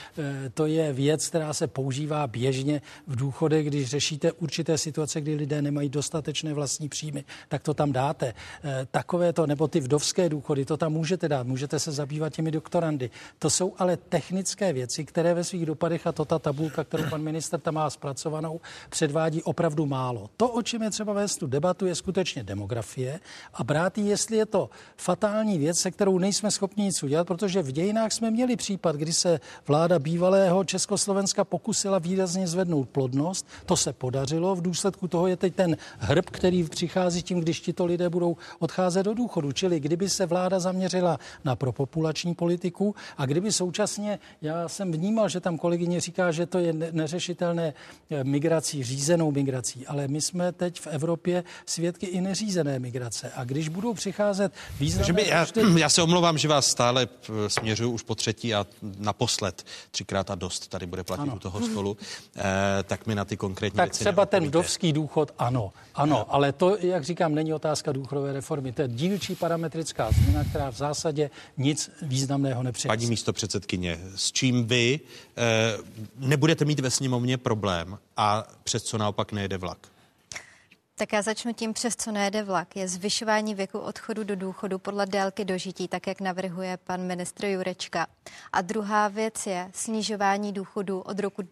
To je věc, která se používá běžně v důchodech, když řešíte určité situace, kdy lidé nemají dostatečné vlastní příjmy, tak to tam dáte. Takovéto, nebo ty vdovské důchody, to tam můžete dát, můžete se zabývat těmi doktorandy. To jsou ale technické věci, které ve svých dopadech, a to ta tabulka, kterou pan ministr tam má zpracovanou, předvádí opravdu málo. To, o čem je třeba vést tu debatu, je skutečně demografie a brát jí, jestli je to fatální věc, se kterou nejsme schopni nic udělat, protože v dějinách jsme měli případ, kdy se vláda bývalého Československa pokusila výrazně zvednout plodnost. To se podařilo. V důsledku toho je teď ten hrb, který přichází tím, když tito lidé budou odcházet do důchodu. Čili kdyby se vláda zaměřila na propopulační politiku a kdyby současně, já jsem vnímal, že tam kolegyně říká, že to je neřešitelné migrací, řízenou migrací, ale my jsme teď v Evropě Evropě svědky i neřízené migrace. A když budou přicházet významné... Já se omlouvám, že vás stále směřuju už po třetí a naposled 3krát a dost tady bude platit u toho stolu, tak mi na ty konkrétní tak věci třeba ten vdovský důchod, ano, ale to, jak říkám, není otázka důchodové reformy. To je dílčí parametrická změna, která v zásadě nic významného nepřinese. Paní místopředsedkyně, s čím vy nebudete mít ve sněmovně problém a přes co naopak nejede vlak? Tak já začnu tím, přes co nejede vlak. Je zvyšování věku odchodu do důchodu podle délky dožití, tak jak navrhuje pan ministr Jurečka. A druhá věc je snižování důchodu od roku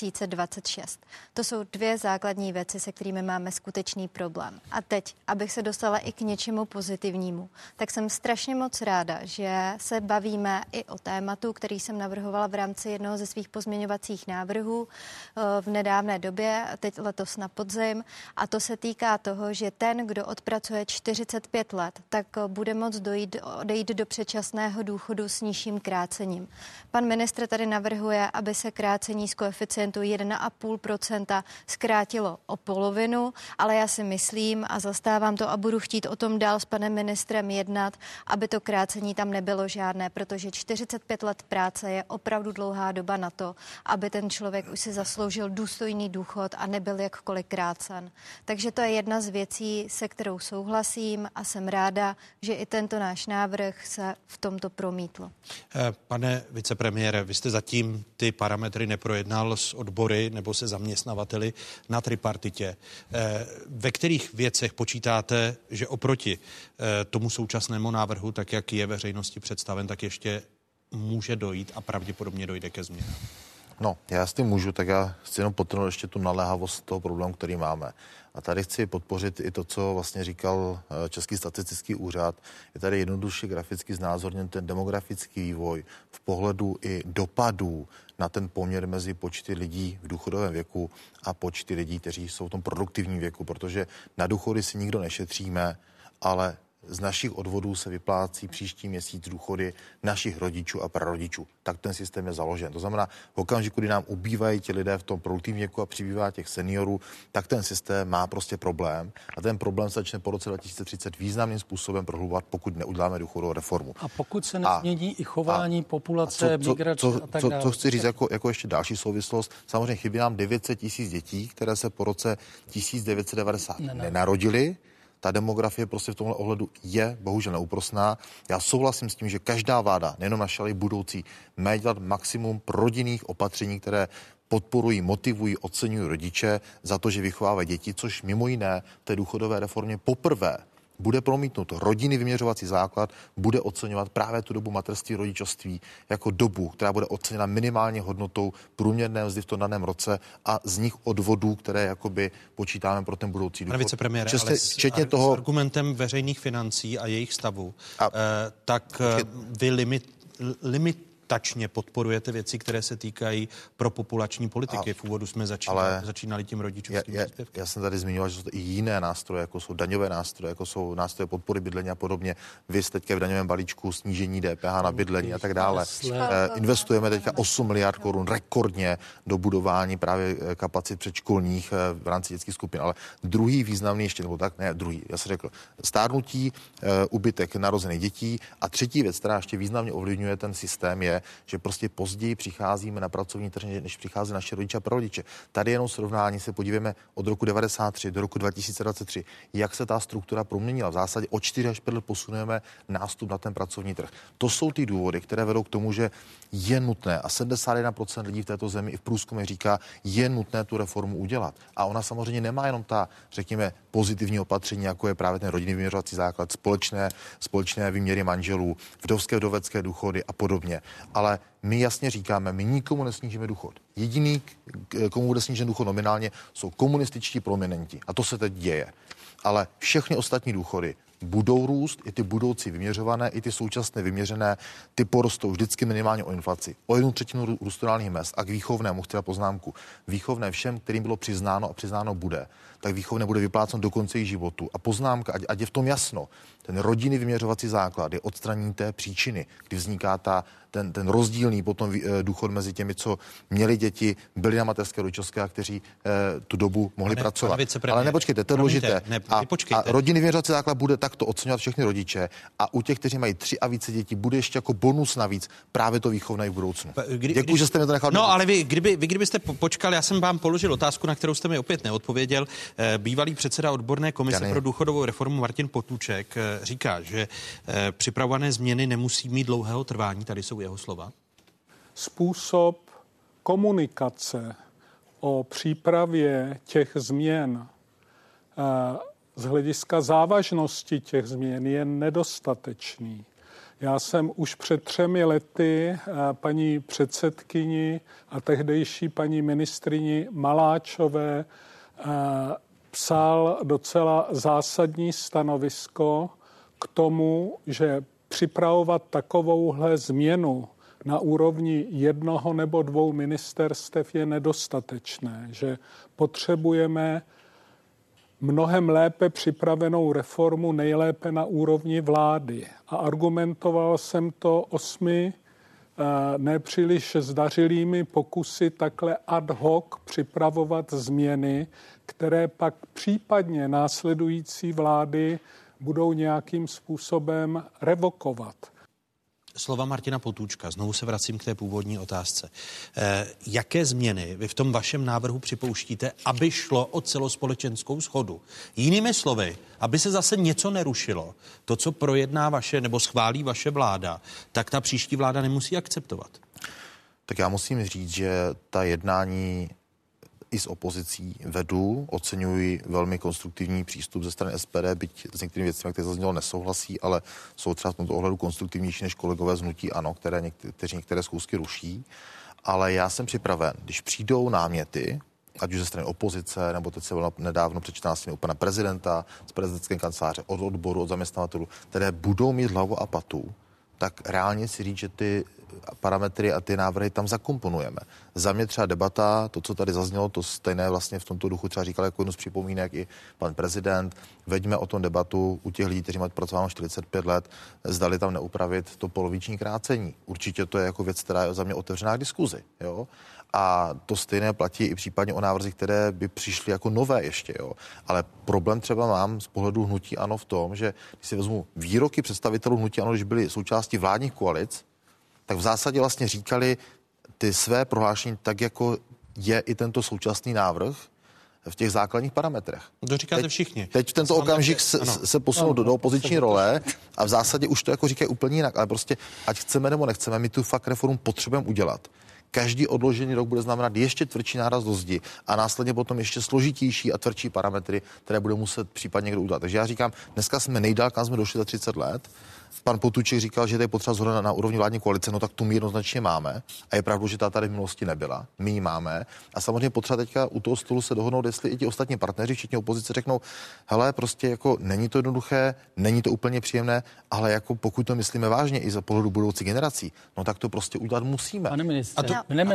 2026. To jsou dvě základní věci, se kterými máme skutečný problém. A teď, abych se dostala i k něčemu pozitivnímu, tak jsem strašně moc ráda, že se bavíme i o tématu, který jsem navrhovala v rámci jednoho ze svých pozměňovacích návrhů v nedávné době, teď letos na podzim, a to se týká toho, že ten, kdo odpracuje 45 let, tak bude moct odejít do předčasného důchodu s nižším krácením. Pan ministr tady navrhuje, aby se krácení z koeficientu 1,5% zkrátilo o polovinu, ale já si myslím a zastávám to a budu chtít o tom dál s panem ministrem jednat, aby to krácení tam nebylo žádné, protože 45 let práce je opravdu dlouhá doba na to, aby ten člověk už si zasloužil důstojný důchod a nebyl jakkoliv krácen. Takže to je jedna z věcí, se kterou souhlasím a jsem ráda, že i tento náš návrh se v tomto promítl. Pane vicepremiére, vy jste zatím ty parametry neprojednal s odbory nebo se zaměstnavateli na tripartitě. Ve kterých věcech počítáte, že oproti tomu současnému návrhu, tak jak je veřejnosti představen, tak ještě může dojít a pravděpodobně dojde ke změnám? No, já s tím můžu, tak já chci jenom podtrhnout ještě tu naléhavost toho problému, který máme. A tady chci podpořit i to, co vlastně říkal Český statistický úřad. Je tady jednoduše graficky znázorněn ten demografický vývoj v pohledu i dopadů na ten poměr mezi počty lidí v důchodovém věku a počty lidí, kteří jsou v tom produktivním věku, protože na důchody si nikdo nešetříme, ale z našich odvodů se vyplácí příští měsíc důchody našich rodičů a prarodičů. Tak ten systém je založen. To znamená, v okamžiku, kdy nám ubývají ti lidé v tom produktivním věku a přibývá těch seniorů, tak ten systém má prostě problém. A ten problém se začne po roce 2030 významným způsobem prohlubovat, pokud neuděláme důchodovou reformu. A pokud se nezmění i chování populace, migrace a tak dále. Co chci říct jako ještě další souvislost, samozřejmě chybí nám 900 000 dětí, které se po roce 1990 nenarodily. Ta demografie prostě v tomhle ohledu je bohužel neúprosná. Já souhlasím s tím, že každá vláda, nejenom naše, ale i budoucí, má dělat maximum pro rodinných opatření, které podporují, motivují, oceňují rodiče za to, že vychovávají děti, což mimo jiné v té důchodové reformě poprvé bude promítnut. Rodinný vyměřovací základ bude oceňovat právě tu dobu mateřství, rodičovství jako dobu, která bude oceněna minimálně hodnotou průměrné mzdy v tom daném roce a z nich odvodů, které jakoby počítáme pro ten budoucí důchod. Pane vicepremiére, ale včetně toho argumentem veřejných financí a jejich stavu, tak vy limitačně podporujete věci, které se týkají propopulační politiky. V úvodu jsme začínali tím rodičovským příspěvkem. Já jsem tady zmiňoval, že jsou to i jiné nástroje, jako jsou daňové nástroje, jako jsou nástroje podpory bydlení a podobně. Vy jste teďka v daňovém balíčku snížení DPH na bydlení a tak dále. Investujeme teďka 8 miliard korun rekordně do budování právě kapacit předškolních v rámci dětských skupin. Ale druhý významný ještě, nebo tak, ne, druhý, já jsem řekl, stárnutí, úbytek narozených dětí a třetí věc, která ještě významně ovlivňuje ten systém, je, že prostě později přicházíme na pracovní trh, než přichází naše rodiče a prarodiče. Tady jenom srovnání se podívejme od roku 1993 do roku 2023, jak se ta struktura proměnila. V zásadě o 4 až 5 let posunujeme nástup na ten pracovní trh. To jsou ty důvody, které vedou k tomu, že je nutné, a 71% lidí v této zemi i v průzkumu říká, je nutné tu reformu udělat. A ona samozřejmě nemá jenom ta, řekněme, pozitivní opatření, jako je právě ten rodinný vyměřovací základ, společné výměry manželů, vdovecké důchody a podobně. Ale my jasně říkáme, my nikomu nesnížíme důchod. Jediný, komu bude snížen důchod nominálně, jsou komunističtí prominenti. A to se teď děje. Ale všechny ostatní důchody budou růst, i ty budoucí vyměřované, i ty současné vyměřené, ty porostou vždycky minimálně o inflaci. O 1/3 růstu reálných mezd a k výchovnému, chci dát poznámku, výchovné všem, kterým bylo přiznáno a přiznáno bude, tak výchovné bude vypláceno do konce jejich životu. A poznámka, ať je v tom jasno, ten rodinný vyměřovací základ je odstranění té příčiny, kdy vzniká ten rozdílný potom důchod mezi těmi, co měli děti, byli na mateřské, rodičovské a kteří tu dobu mohli pracovat. Ale nepočkejte, to je důležité. A rodinný vyměřovací základ bude takto oceňovat všechny rodiče a u těch, kteří mají 3 a více dětí, bude ještě jako bonus navíc právě to výchovné v budoucnu. Děkuji, že jste mi to nechal. No, ale kdybyste počkal, já jsem vám položil otázku, na kterou jste mi opět neodpověděl. Bývalý předseda odborné komise pro důchodovou reformu Martin Potůček říká, že připravované změny nemusí mít dlouhého trvání. Tady jsou jeho slova. Způsob komunikace o přípravě těch změn z hlediska závažnosti těch změn je nedostatečný. Já jsem už před 3 lety paní předsedkyni a tehdejší paní ministryni Maláčové psal docela zásadní stanovisko k tomu, že připravovat takovouhle změnu na úrovni 1 nebo 2 ministerstev je nedostatečné, že potřebujeme mnohem lépe připravenou reformu, nejlépe na úrovni vlády. A argumentoval jsem to 8 nepříliš zdařilými pokusy takhle ad hoc připravovat změny, které pak případně následující vlády budou nějakým způsobem revokovat. Slova Martina Potůčka. Znovu se vracím k té původní otázce. Jaké změny vy v tom vašem návrhu připouštíte, aby šlo o celospolečenskou shodu? Jinými slovy, aby se zase něco nerušilo. To, co projedná vaše nebo schválí vaše vláda, tak ta příští vláda nemusí akceptovat. Tak já musím říct, že ta jednání i s opozicí vedu, oceňuji velmi konstruktivní přístup ze strany SPD, byť s některými věcmi, které zaznělo, nesouhlasí, ale jsou třeba v tomto ohledu konstruktivnější než kolegové z hnutí ANO, kteří některé schůzky ruší. Ale já jsem připraven, když přijdou náměty, ať už ze strany opozice, nebo teď se bylo nedávno přečtená u pana prezidenta, z prezidentské kanceláře, od odboru, od zaměstnavatelů, které budou mít hlavu a patu, tak reálně si říct, že ty parametry a ty návrhy tam zakomponujeme. Za mě třeba debata, to, co tady zaznělo, to stejné vlastně v tomto duchu třeba říkal jako jednu z připomínek i pan prezident, veďme o tom debatu u těch lidí, kteří mají pracováno 45 let, zdali tam neupravit to poloviční krácení. Určitě to je jako věc, která je za mě otevřená k diskuzi, jo. A to stejné platí i případně o návrzích, které by přišly jako nové ještě, jo. Ale problém třeba mám z pohledu hnutí ANO v tom, že když si vezmu výroky představitelů hnutí ANO, když byli součástí vládních koalic, tak v zásadě vlastně říkali ty své prohlášení tak, jako je i tento současný návrh v těch základních parametrech. To říkáte všichni. Teď v tento okamžik se posunou do opoziční role a v zásadě už to jako říkají úplně jinak, ale prostě ať chceme nebo nechceme, my tu fakt reformu potřebujeme udělat. Každý odložený rok bude znamenat ještě tvrdší náraz do zdi a následně potom ještě složitější a tvrdší parametry, které bude muset případně někdo udělat. Takže já říkám, dneska jsme nejdál, kam jsme došli za 30 let. Pan Potůček říkal, že to je potřeba zhoda na úrovni vládní koalice, no tak tu my jednoznačně máme. A je pravda, že ta tady v minulosti nebyla. My ji máme. A samozřejmě potřeba teďka u toho stolu se dohodnout, jestli i ti ostatní partneři, včetně opozice, řeknou, hele, prostě jako není to jednoduché, není to úplně příjemné, ale jako pokud to myslíme vážně i za pohledu budoucí generací, no tak to prostě udělat musíme. Pane ministře,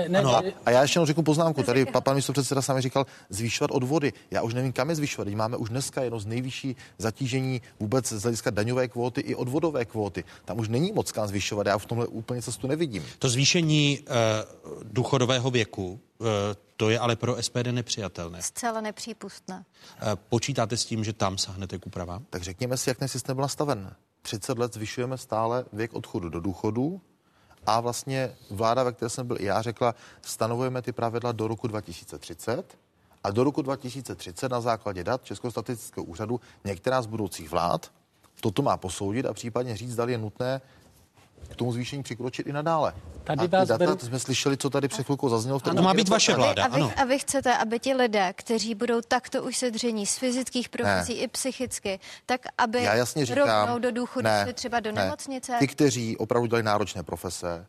a já ještě jenom řeknu poznámku. Tady pan místopředseda sami říkal zvyšovat odvody. Já už nevím, kam je zvyšovat. Máme už dneska jedno z nejvyšší zatížení vůbec z hlediska daňové kvóty i odvodové kvóty. Tam už není moc kam zvyšovat, já v tomhle úplně cestu nevidím. To zvýšení důchodového věku, to je ale pro SPD nepřijatelné. Zcela nepřípustné. Počítáte s tím, že tam sahnete k úpravám? Tak řekněme si, jak ten systém byl nastaven. 30 let zvyšujeme stále věk odchodu do důchodu a vlastně vláda, ve které jsem byl i já, řekla, stanovujeme ty pravidla do roku 2030 a do roku 2030 na základě dat Českého statistického úřadu některá z budoucích vlád toto má posoudit a případně říct, zda je nutné k tomu zvýšení přikročit i nadále. Tady a ty data, to jsme slyšeli, co tady před chvilkou zaznělo. To má být vaše vláda, ano. A vy chcete, aby ti lidé, kteří budou takto už sedření z fyzických profesí i psychicky, tak aby rovnou do důchodu šli třeba do nemocnice? Ty, kteří opravdu dělají náročné profese,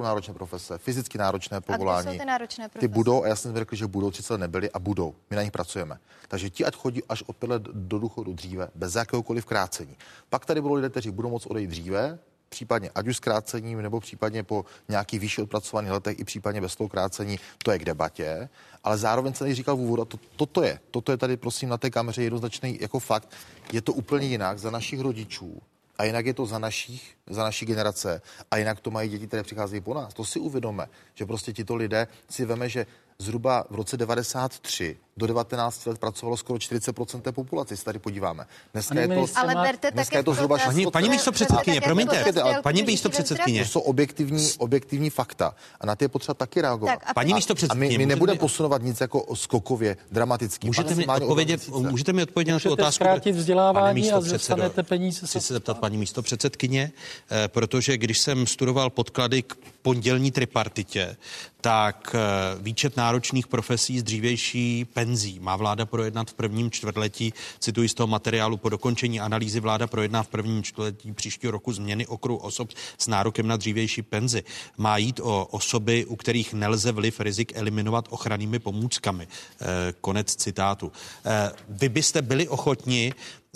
fyzicky náročné povolání. A jsou ty náročné profese? Ty budou, a já jsem řekl, že budou, 30 nebyly a budou. My na nich pracujeme. Takže ti, ať chodí až o 5 let do důchodu dříve, bez jakéhokoliv krácení. Pak tady budou lidé, kteří budou moct odejít dříve, případně ať už s krácením, nebo případně po nějakých výše odpracovaných letech i případně bez toho krácení, to je k debatě. Ale zároveň jsem říkal v úvodu, a toto je tady prosím na té kameře jednoznačný jako fakt, je to úplně jinak za našich rodičů. a jinak je to za naší generace a jinak to mají děti, které přicházejí po nás. To si uvědomme, že prostě tito lidé si veme, že zhruba v roce 93 do 19 let pracovalo skoro 40% té populace, se tady podíváme. Dneska je to zhruba 6%. Paní místopředsedkyně, promiňte, paní místopředsedkyně. To jsou objektivní fakta a na ty je potřeba taky reagovat. Paní místopředsedkyně, my nebudeme posunovat nic jako skokově, dramaticky. Můžete mi odpovědět na tu otázku? Zkrátit vzdělávání a dostanete peníze. Chci se zeptat paní místopředsedkyně, protože když jsem studoval podklady k pondělní tripartitě, tak výčet náročných profesí z dřívější penzí má vláda projednat v prvním čtvrtletí, cituji z toho materiálu, po dokončení analýzy vláda projedná v prvním čtvrtletí příštího roku změny okruhu osob s nárokem na dřívější penzi. Má jít o osoby, u kterých nelze vliv rizik eliminovat ochrannými pomůckami. Konec citátu. Vy byste byli ochotni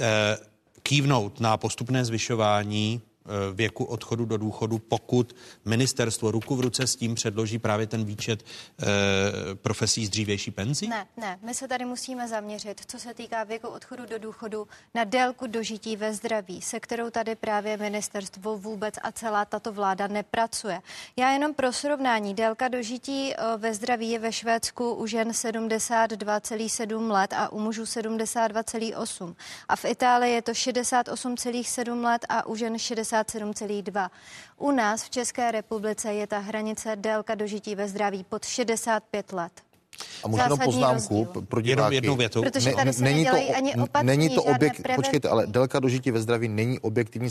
kývnout na postupné zvyšování věku odchodu do důchodu, pokud ministerstvo ruku v ruce s tím předloží právě ten výčet profesí z dřívější penzí? Ne, my se tady musíme zaměřit, co se týká věku odchodu do důchodu, na délku dožití ve zdraví, se kterou tady právě ministerstvo vůbec a celá tato vláda nepracuje. Já jenom pro srovnání, délka dožití ve zdraví je ve Švédsku u žen 72,7 let a u mužů 72,8. A v Itálii je to 68,7 let a u žen 67,2. U nás v České republice je ta hranice délka dožití ve zdraví pod 65 let. A možná poznámku pro diváky. Jednou větou. Protože tady se nedělají ani opatření, počkejte, ale délka dožití ve zdraví není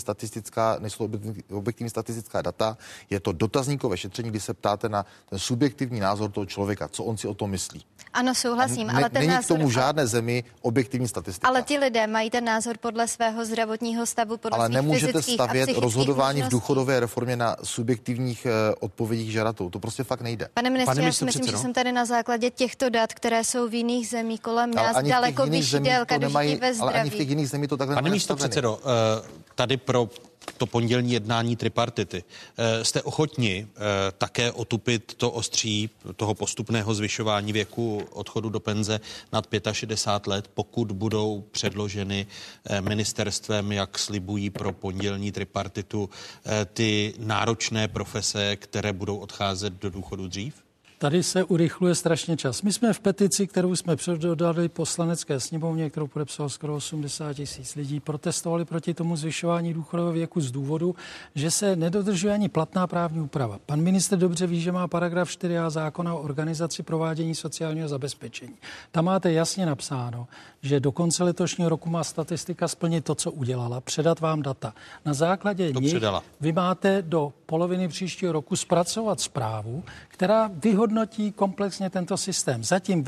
nejsou objektivní statistická data. Je to dotazníkové šetření, kdy se ptáte na ten subjektivní názor toho člověka, co on si o tom myslí. Ano, souhlasím, ale ten není názor... k tomu žádné zemi objektivní statistika. Ale ti lidé mají ten názor podle svého zdravotního stavu, podle svých nemůžete fyzických a stavět rozhodování možností. v důchodové reformě na subjektivních odpovědích žadatelů. To prostě fakt nejde. Pane ministře, já si myslím, že jsem tady na základě těchto dat, které jsou v jiných zemích kolem nás, daleko vyšší délka dožití ve zdraví. Ale ani v těch jiných zemích to takhle Pane místopředsedo, tady pro to pondělní jednání tripartity. Jste ochotni také otupit to ostří toho postupného zvyšování věku odchodu do penze nad 65 let, pokud budou předloženy ministerstvem, jak slibují pro pondělní tripartitu, ty náročné profese, které budou odcházet do důchodu dřív? Tady se urychluje strašně čas. My jsme v petici, kterou jsme předodali Poslanecké sněmovně, kterou podepsalo skoro 80 000 lidí, protestovali proti tomu zvyšování důchodového věku z důvodu, že se nedodržuje ani platná právní úprava. Pan ministr dobře ví, že má paragraf 4a zákona o organizaci provádění sociálního zabezpečení. Tam máte jasně napsáno, že do konce letošního roku má statistika splnit to, co udělala, předat vám data. Na základě nich vy máte do poloviny příštího roku zpracovat zprávu, která vyhodnotí komplexně tento systém. Zatím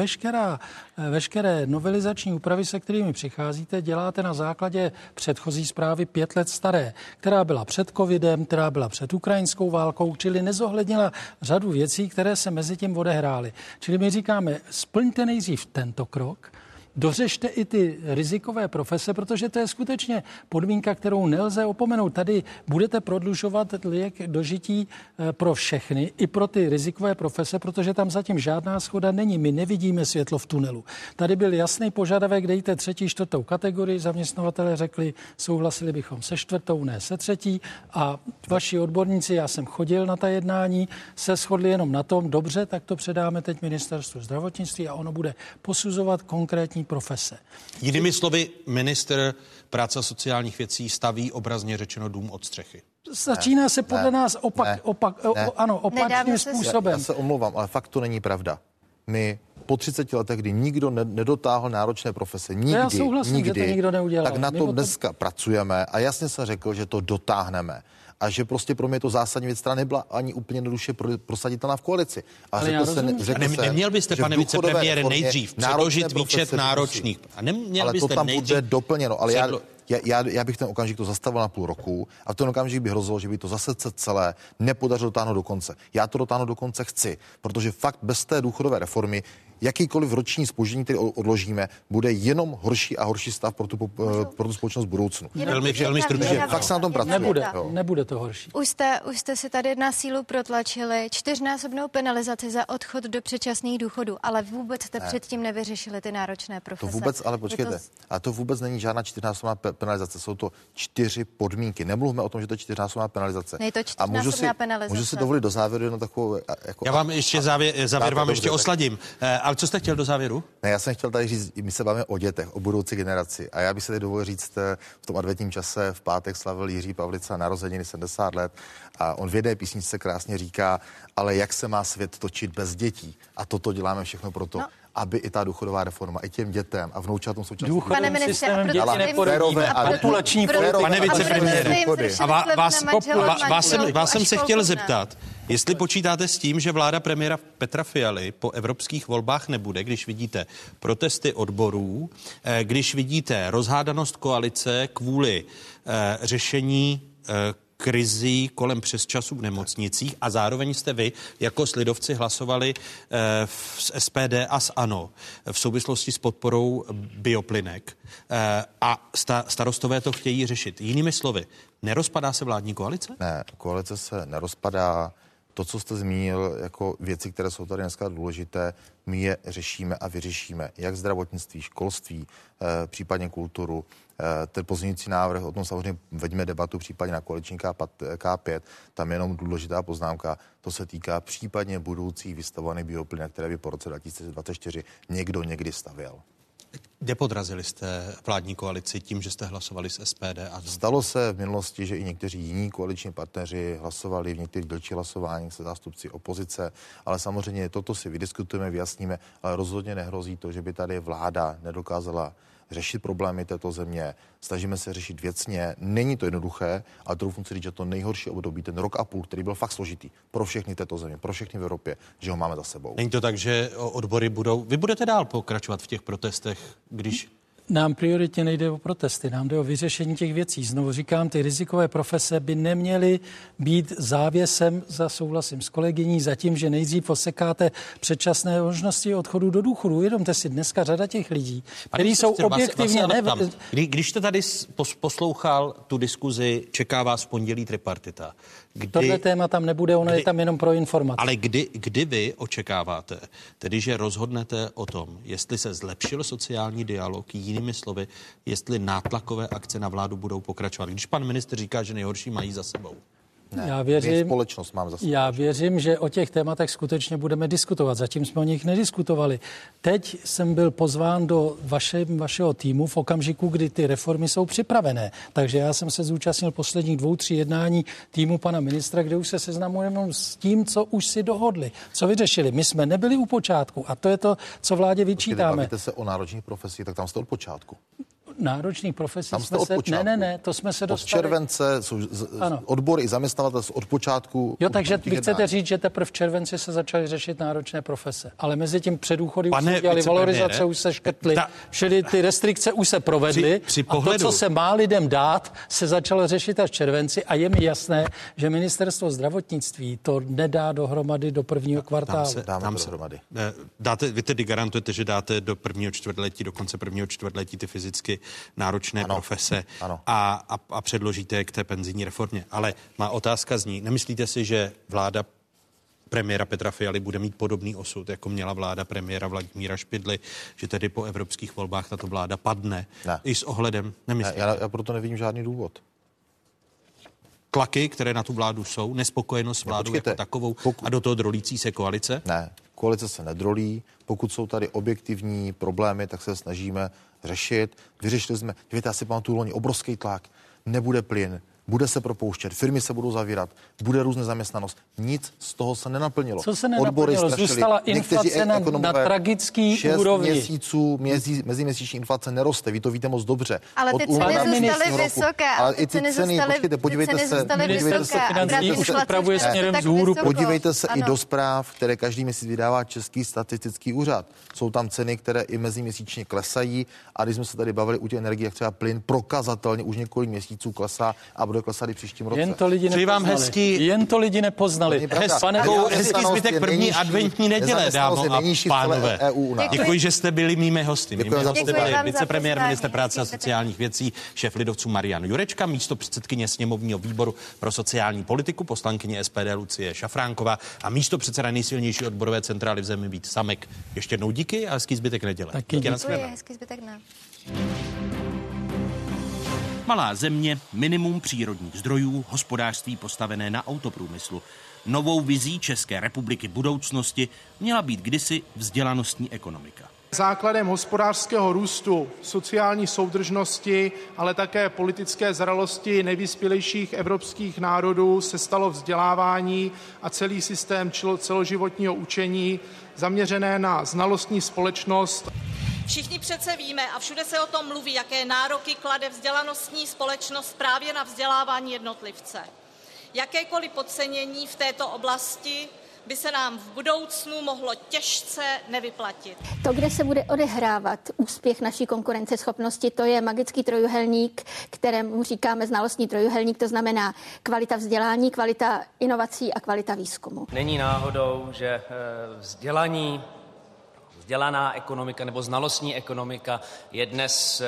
veškeré novelizační úpravy, se kterými přicházíte, děláte na základě předchozí zprávy 5 let staré, která byla před covidem, která byla před ukrajinskou válkou, čili nezohlednila řadu věcí, které se mezi tím odehrály. Čili my říkáme, splňte nejdřív tento krok, dořešte i ty rizikové profese, protože to je skutečně podmínka, kterou nelze opomenout. Tady budete prodlužovat věk dožití pro všechny, i pro ty rizikové profese, protože tam zatím žádná shoda není. My nevidíme světlo v tunelu. Tady byl jasný požadavek, dejte 3., 4. kategorii. Zaměstnavatelé řekli, souhlasili bychom se 4., ne se 3. A vaši odborníci, já jsem chodil na ta jednání, se shodli jenom na tom, dobře, tak to předáme teď ministerstvu zdravotnictví a ono bude posuzovat konkrétní profese. Jinými slovy, ministr práce a sociálních věcí staví obrazně řečeno dům od střechy. Začíná se podle nás opačným způsobem. Já se omlouvám, ale fakt to není pravda. My po 30 letech, kdy nikdo nedotáhl náročné profese, nikdy, tak na to dneska pracujeme a jasně jsem řekl, že to dotáhneme. A že prostě pro mě to zásadní věc, která nebyla ani úplně jednoduše prosaditelná v koalici. A neměl byste, pane vicepremiére, nejdřív předložit výčet náročných. A ale to tam bude doplněno. Ale já bych ten okamžik to zastavil na půl roku a v ten okamžik by hrozilo, že by to zase celé nepodařilo dotáhnout do konce. Já to dotáhnout do konce chci, protože fakt bez té důchodové reformy jakýkoliv roční zpoždění, který odložíme, bude jenom horší a horší stav pro tu společnost v budoucnu. Velmi stručně. Fakt se na tom pracuje. Nebude to horší. Už jste si tady na sílu protlačili 4násobnou penalizaci za odchod do předčasných důchodů, ale vůbec jste předtím nevyřešili ty náročné profese. To vůbec, ale počkejte, a to vůbec není žádná 4násobná penalizace, jsou to 4 podmínky. Nemluvme o tom, že to je 4násobná penalizace. Ne, to 4násobná penalizace. Můžu si dovolit do závěru jenom takovou... Já vám ještě závěr vám ještě osladím. Ale co jste chtěl do závěru? Ne, já jsem chtěl tady říct, my se bavíme o dětech, o budoucí generaci. A já bych se tady dovolil říct, v tom adventním čase v pátek slavil Jiří Pavlica narozeniny 70 let a on v jedné písničce krásně říká, ale jak se má svět točit bez dětí? A toto děláme všechno proto, aby i ta důchodová reforma, i těm dětem a vnoučatům současně. Důchodovým systémem děti neporodíme. Pane vicepremiére, vás jsem se chtěl zeptat, jestli počítáte s tím, že vláda premiéra Petra Fialy po evropských volbách nebude, když vidíte protesty odborů, když vidíte rozhádanost koalice kvůli řešení krizí kolem přesčasů v nemocnicích a zároveň jste vy jako lidovci hlasovali s SPD a s ANO v souvislosti s podporou bioplynek a starostové to chtějí řešit. Jinými slovy, nerozpadá se vládní koalice? Ne, koalice se nerozpadá. To, co jste zmínil jako věci, které jsou tady dneska důležité, my je řešíme a vyřešíme. Jak zdravotnictví, školství, případně kulturu. Ten pozměňující návrh, o tom samozřejmě veďme debatu případně na koaliční K5. Tam je jenom důležitá poznámka, to se týká případně budoucí vystavovaných bioplynek, které by po roce 2024 někdo někdy stavěl. Kde podrazili jste vládní koalici tím, že jste hlasovali s SPD? Stalo se v minulosti, že i někteří jiní koaliční partneři hlasovali v některých dílčích hlasováních se zástupci opozice, ale samozřejmě toto si vydiskutujeme, vyjasníme, ale rozhodně nehrozí to, že by tady vláda nedokázala řešit problémy této země. Snažíme se řešit věcně. Není to jednoduché, ale troufnu si říct, že to nejhorší období, ten rok a půl, který byl fakt složitý pro všechny této země, pro všechny v Evropě, že ho máme za sebou. Není to tak, že odbory budou... Vy budete dál pokračovat v těch protestech, když... Nám prioritně nejde o protesty, nám jde o vyřešení těch věcí. Znovu říkám, ty rizikové profese by neměly být závěsem, souhlasím s kolegyní, za tím, že nejdřív osekáte předčasné možnosti odchodu do důchodu. Uvědomte si, dneska řada těch lidí, kteří jsou objektivně... Když jste tady poslouchal tu diskuzi, čeká vás v pondělí tripartita. Tohle téma tam nebude, ono je tam jenom pro informace. Ale kdy vy očekáváte, tedy že rozhodnete o tom, jestli se zlepšil sociální dialog, jinými slovy, jestli nátlakové akce na vládu budou pokračovat, když pan ministr říká, že nejhorší mají za sebou? Ne, společnost mám za sebou. Já věřím, že o těch tématech skutečně budeme diskutovat. Zatím jsme o nich nediskutovali. Teď jsem byl pozván do vašeho týmu v okamžiku, kdy ty reformy jsou připravené. Takže já jsem se zúčastnil posledních 2-3 jednání týmu pana ministra, kde už se seznamujeme s tím, co už si dohodli, co vyřešili. My jsme nebyli u počátku a to je to, co vládě vyčítáme. Bavíte se o národních profesích, tak tam jste od počátku. Náročných profesí jsme se... to jsme se dostali. Od července odbory i zaměstnavatel od počátku. Jo, takže vy chcete říct, že teprve v červenci se začaly řešit náročné profese. Ale mezi tím předúchody už se dělali, valorizace už se škrtly, všeli ty restrikce už se provedly a to, co se má lidem dát, se začalo řešit až v červenci a je mi jasné, že ministerstvo zdravotnictví to nedá dohromady do prvního kvartálu. Dáme dohromady. Vy tedy garantujete, že dáte do prvního čtvrtletí, do konce prvního čtvrtletí ty fyzicky náročné profese a předložíte je k té penzijní reformě. Ale má otázka zní, nemyslíte si, že vláda premiéra Petra Fialy bude mít podobný osud, jako měla vláda premiéra Vladimíra Špidly, že tedy po evropských volbách tato vláda padne? Ne. I s ohledem, nemyslíte? Já proto nevidím žádný důvod. Tlaky, které na tu vládu jsou, nespokojenost s vládou jako takovou a do toho drolící se koalice? Ne, koalice se nedrolí. Pokud jsou tady objektivní problémy, tak se snažíme řešit. Vyřešili jsme, dívejte, já si pamatuju loni obrovský tlak, nebude plyn, bude se propouštět, firmy se budou zavírat, bude různá zaměstnanost. Nic z toho se nenaplnilo. Co se nenaplnilo? Zůstala inflace na tragický úrovni. 6 měsíců meziměsíční inflace neroste, vy to víte moc dobře. Ale ty ceny zůstaly vysoké. Ale i ty ceny, počkejte, podívejte se. Podívejte se i do zpráv, které každý měsíc vydává Český statistický úřad. Jsou tam ceny, které i meziměsíčně klesají a když jsme se tady bavili u těch energií, jak třeba plyn prokazatelně už několik měsíců klesá a bude bude klesat i příštím roce. Jen to lidi nepoznali. Jen to lidi nepoznali. Hezký zbytek první adventní neděle, dámo a pánové. Děkuji, že jste byli mými hosty. Mými hosty byli vicepremiér, ministr práce a sociálních věcí, šéf lidovců Marian Jurečka, místopředsedkyně sněmovního výboru pro sociální politiku, poslankyně SPD Lucie Šafránková a místopředseda nejsilnější odborové centrály v zemi Vít Samek. Ještě jednou díky a hezký zbytek neděle. Děkuji, hezký zbytek dne. Malá země, minimum přírodních zdrojů, hospodářství postavené na autoprůmyslu. Novou vizí České republiky budoucnosti měla být kdysi vzdělanostní ekonomika. Základem hospodářského růstu, sociální soudržnosti, ale také politické zralosti nejvyspělejších evropských národů se stalo vzdělávání a celý systém celoživotního učení zaměřené na znalostní společnost. Všichni přece víme a všude se o tom mluví, jaké nároky klade vzdělanostní společnost právě na vzdělávání jednotlivce. Jakékoliv podcenění v této oblasti by se nám v budoucnu mohlo těžce nevyplatit. To, kde se bude odehrávat úspěch naší konkurenceschopnosti, to je magický trojuhelník, kterému říkáme znalostní trojuhelník, to znamená kvalita vzdělání, kvalita inovací a kvalita výzkumu. Není náhodou, že vzdělaná ekonomika nebo znalostní ekonomika je dnes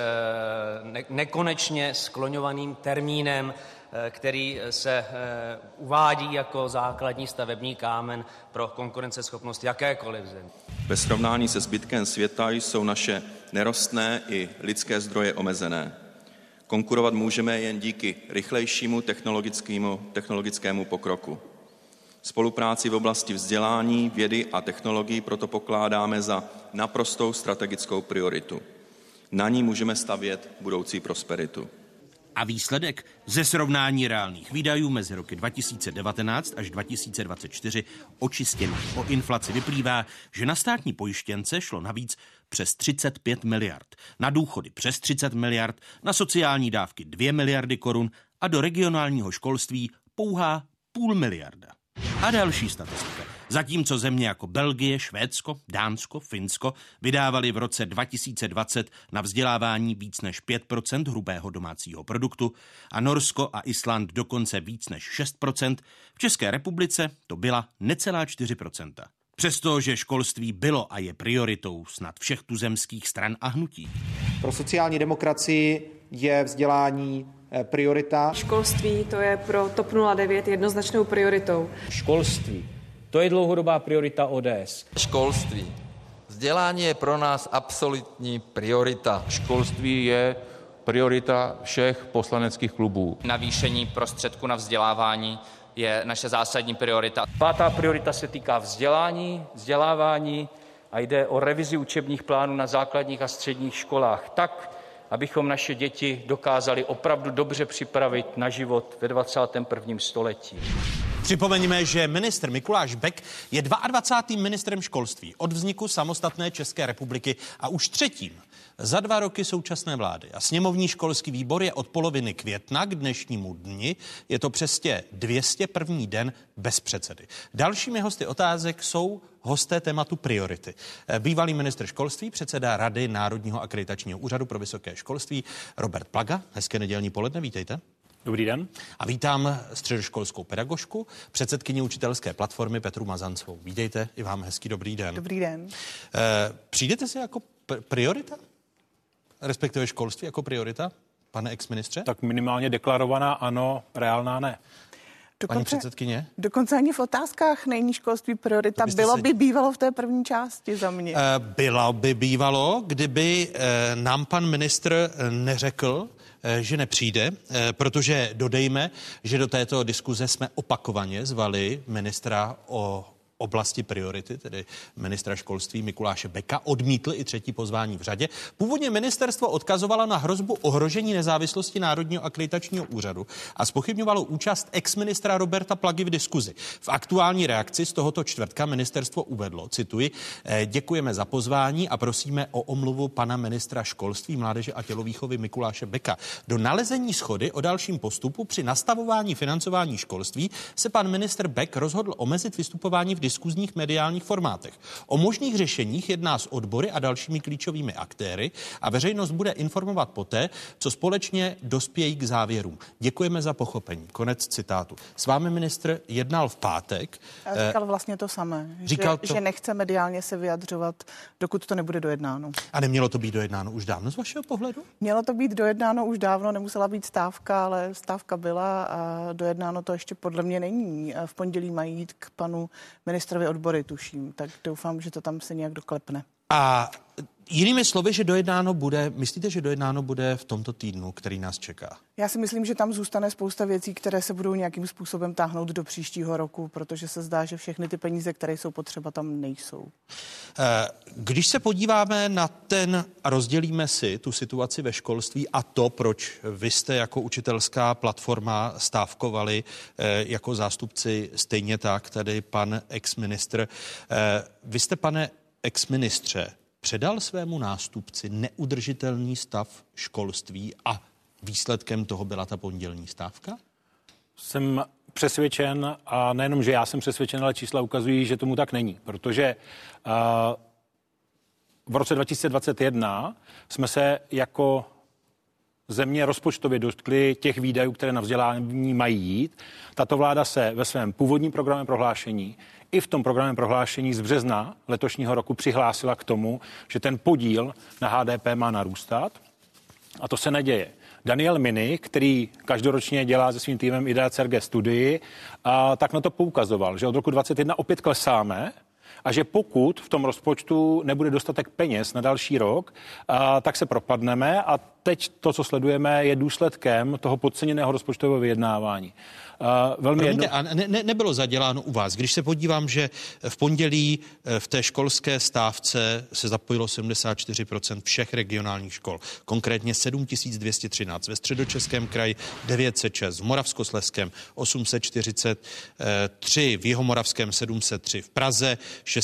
nekonečně skloňovaným termínem, který se uvádí jako základní stavební kámen pro konkurenceschopnost jakékoliv země. Ve srovnání se zbytkem světa jsou naše nerostné i lidské zdroje omezené. Konkurovat můžeme jen díky rychlejšímu technologickému pokroku. Spolupráci v oblasti vzdělání, vědy a technologií proto pokládáme za naprostou strategickou prioritu. Na ní můžeme stavět budoucí prosperitu. A výsledek ze srovnání reálných výdajů mezi roky 2019 až 2024 očistěný o inflaci vyplývá, že na státní pojištěnce šlo navíc přes 35 miliard, na důchody přes 30 miliard, na sociální dávky 2 miliardy korun a do regionálního školství pouhá 0,5 miliardy. A další statistika. Zatímco země jako Belgie, Švédsko, Dánsko, Finsko vydávali v roce 2020 na vzdělávání víc než 5% hrubého domácího produktu a Norsko a Island dokonce víc než 6%, v České republice to byla necelá 4%. Přestože školství bylo a je prioritou snad všech tuzemských stran a hnutí. Pro sociální demokracii je vzdělání priorita. Školství to je pro TOP 09 jednoznačnou prioritou. Školství. To je dlouhodobá priorita ODS. Školství. Vzdělání je pro nás absolutní priorita. Školství je priorita všech poslaneckých klubů. Navýšení prostředků na vzdělávání je naše zásadní priorita. 5. priorita se týká vzdělávání a jde o revizi učebních plánů na základních a středních školách tak, abychom naše děti dokázali opravdu dobře připravit na život ve 21. století. Připomeňme, že ministr Mikuláš Bek je 22. ministrem školství od vzniku samostatné České republiky a už 3. za 2 roky současné vlády. A sněmovní školský výbor je od poloviny května k dnešnímu dni. Je to přesně 201. den bez předsedy. Dalšími hosty otázek jsou hosté tématu priority. Bývalý ministr školství, předseda Rady Národního akreditačního úřadu pro vysoké školství Robert Plaga. Hezké nedělní poledne, vítejte. Dobrý den. A vítám středoškolskou pedagožku, předsedkyni učitelské platformy Petru Mazancovou. Vítejte, i vám hezký dobrý den. Dobrý den. Přijdete si jako priorita? Respektive školství jako priorita, pane exministře? Tak minimálně deklarovaná ano, reálná ne. Paní předsedkyně? Dokonce ani v otázkách není školství priorita. Bylo by bývalo v té první části za mě. Bylo by bývalo, kdyby nám pan ministr neřekl, že nepřijde, protože dodejme, že do této diskuze jsme opakovaně zvali ministra o oblasti priority, tedy ministra školství Mikuláše Beka, odmítl i 3. pozvání v řadě. Původně ministerstvo odkazovalo na hrozbu ohrožení nezávislosti Národního akreditačního úřadu a zpochybňovalo účast exministra Roberta Plagy v diskuzi. V aktuální reakci z tohoto čtvrtka ministerstvo uvedlo, cituji, děkujeme za pozvání a prosíme o omluvu pana ministra školství, mládeže a tělovýchovy Mikuláše Beka. Do nalezení shody o dalším postupu při nastavování financování školství se pan ministr Bek rozhodl omezit vystupování v diskuzi diskuzních mediálních formátech. O možných řešeních jedná s odbory a dalšími klíčovými aktéry a veřejnost bude informovat poté, co společně dospějí k závěrům. Děkujeme za pochopení. Konec citátu. S vámi ministr jednal v pátek. A říkal vlastně to samé, že nechce mediálně se vyjadřovat, dokud to nebude dojednáno. A nemělo to být dojednáno už dávno z vašeho pohledu? Mělo to být dojednáno už dávno, nemusela být stávka, ale stávka byla a dojednáno to ještě podle mě není. V pondělí mají jít k panu ministrovi odbory, tuším, tak doufám, že to tam se nějak doklepne. A jinými slovy, že dojednáno bude, myslíte, že dojednáno bude v tomto týdnu, který nás čeká? Já si myslím, že tam zůstane spousta věcí, které se budou nějakým způsobem táhnout do příštího roku, protože se zdá, že všechny ty peníze, které jsou potřeba, tam nejsou. Když se podíváme na a rozdělíme si tu situaci ve školství a to, proč vy jste jako učitelská platforma stávkovali jako zástupci, stejně tak tady pan ex-ministr. Vy jste, pane ex-ministře, předal svému nástupci neudržitelný stav školství a výsledkem toho byla ta pondělní stávka? Jsem přesvědčen, a nejenom, že já jsem přesvědčen, ale čísla ukazují, že tomu tak není, protože v roce 2021 jsme se jako země rozpočtově dotkli těch výdajů, které na vzdělání mají jít. Tato vláda se ve svém původním programovém prohlášení i v tom programovém prohlášení z března letošního roku přihlásila k tomu, že ten podíl na HDP má narůstat. A to se neděje. Daniel Mini, který každoročně dělá se svým týmem IDCRG studii, tak na to poukazoval, že od roku 2021 opět klesáme a že pokud v tom rozpočtu nebude dostatek peněz na další rok, tak se propadneme a teď to, co sledujeme, je důsledkem toho podceněného rozpočtového vyjednávání. Promiňte, a nebylo zaděláno u vás. Když se podívám, že v pondělí v té školské stávce se zapojilo 74% všech regionálních škol, konkrétně 7213, ve Středočeském kraji 906, v Moravskoslezském 843, v Jihomoravském 703, v Praze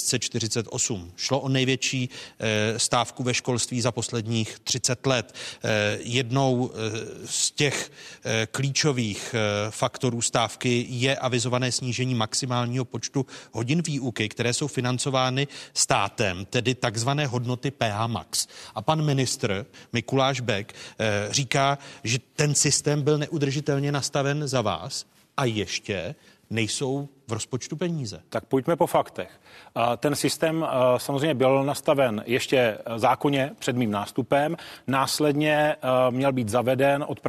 648. Šlo o největší stávku ve školství za posledních 30 let. Jednou z těch klíčových faktorů stávky je avizované snížení maximálního počtu hodin výuky, které jsou financovány státem, tedy takzvané hodnoty PH Max. A pan ministr Mikuláš Bek říká, že ten systém byl neudržitelně nastaven za vás a ještě nejsou v rozpočtu peníze. Tak pojďme po faktech. Ten systém samozřejmě byl nastaven ještě zákonně před mým nástupem, následně měl být zaveden od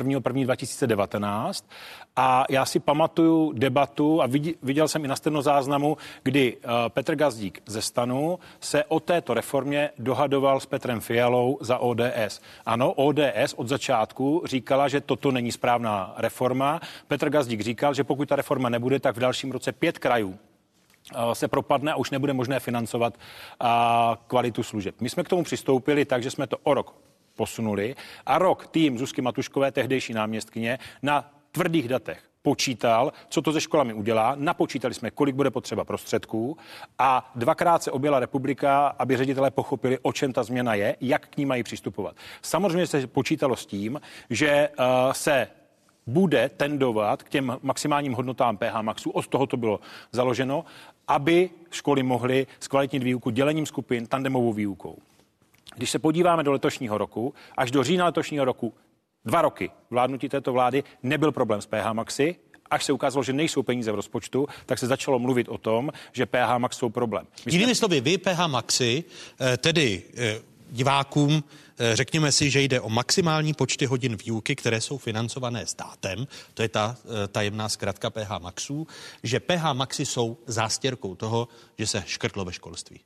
1.1.2019 a já si pamatuju debatu a viděl jsem i na stenozáznamu, kdy Petr Gazdík ze STANu se o této reformě dohadoval s Petrem Fialou za ODS. Ano, ODS od začátku říkala, že toto není správná reforma. Petr Gazdík říkal, že pokud ta reforma nebude, tak v dalším roce 5 krajů se propadne a už nebude možné financovat kvalitu služeb. My jsme k tomu přistoupili tak, že jsme to o rok posunuli a rok tým Zuzky Matuškové, tehdejší náměstkyně, na tvrdých datech počítal, co to se školami udělá, napočítali jsme, kolik bude potřeba prostředků a 2krát se objela republika, aby ředitelé pochopili, o čem ta změna je, jak k ní mají přistupovat. Samozřejmě se počítalo s tím, že se bude tendovat k těm maximálním hodnotám PH Maxu, od toho to bylo založeno, aby školy mohly zkvalitnit výuku dělením skupin, tandemovou výukou. Když se podíváme do letošního roku, až do října letošního roku, 2 roky vládnutí této vlády nebyl problém s PH Maxy, až se ukázalo, že nejsou peníze v rozpočtu, tak se začalo mluvit o tom, že PH Max jsou problém. Jinými slovy, vy PH Maxy, tedy divákům, řekněme si, že jde o maximální počty hodin výuky, které jsou financované státem, to je ta tajemná zkratka PH Maxů, že PH Maxy jsou zástěrkou toho, že se škrtlo ve školství.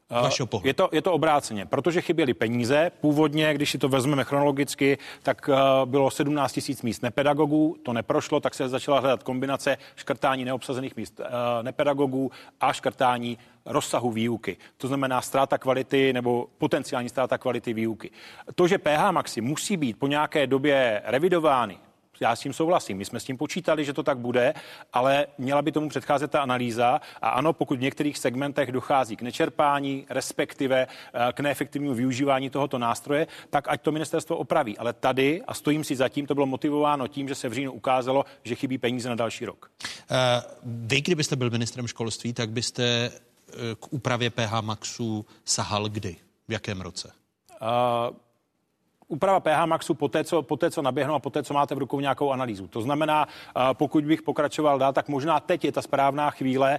Je to obráceně, protože chyběly peníze. Původně, když si to vezmeme chronologicky, tak bylo 17 000 míst nepedagogů, to neprošlo, tak se začala hledat kombinace škrtání neobsazených míst nepedagogů a škrtání rozsahu výuky. To znamená ztráta kvality nebo potenciální ztráta kvality výuky. To, že PH Maxy musí být po nějaké době revidovány, já s tím souhlasím. My jsme s tím počítali, že to tak bude, ale měla by tomu předcházet ta analýza. A ano, pokud v některých segmentech dochází k nečerpání, respektive k neefektivnímu využívání tohoto nástroje, tak ať to ministerstvo opraví. Ale tady, a stojím si zatím, to bylo motivováno tím, že se v říjnu ukázalo, že chybí peníze na další rok. Vy, kdybyste byl ministrem školství, tak byste k úpravě PH Maxu sahal kdy? V jakém roce? Úprava PH Maxu poté, co naběhnou a poté, co máte v rukou nějakou analýzu. To znamená, pokud bych pokračoval dál, tak možná teď je ta správná chvíle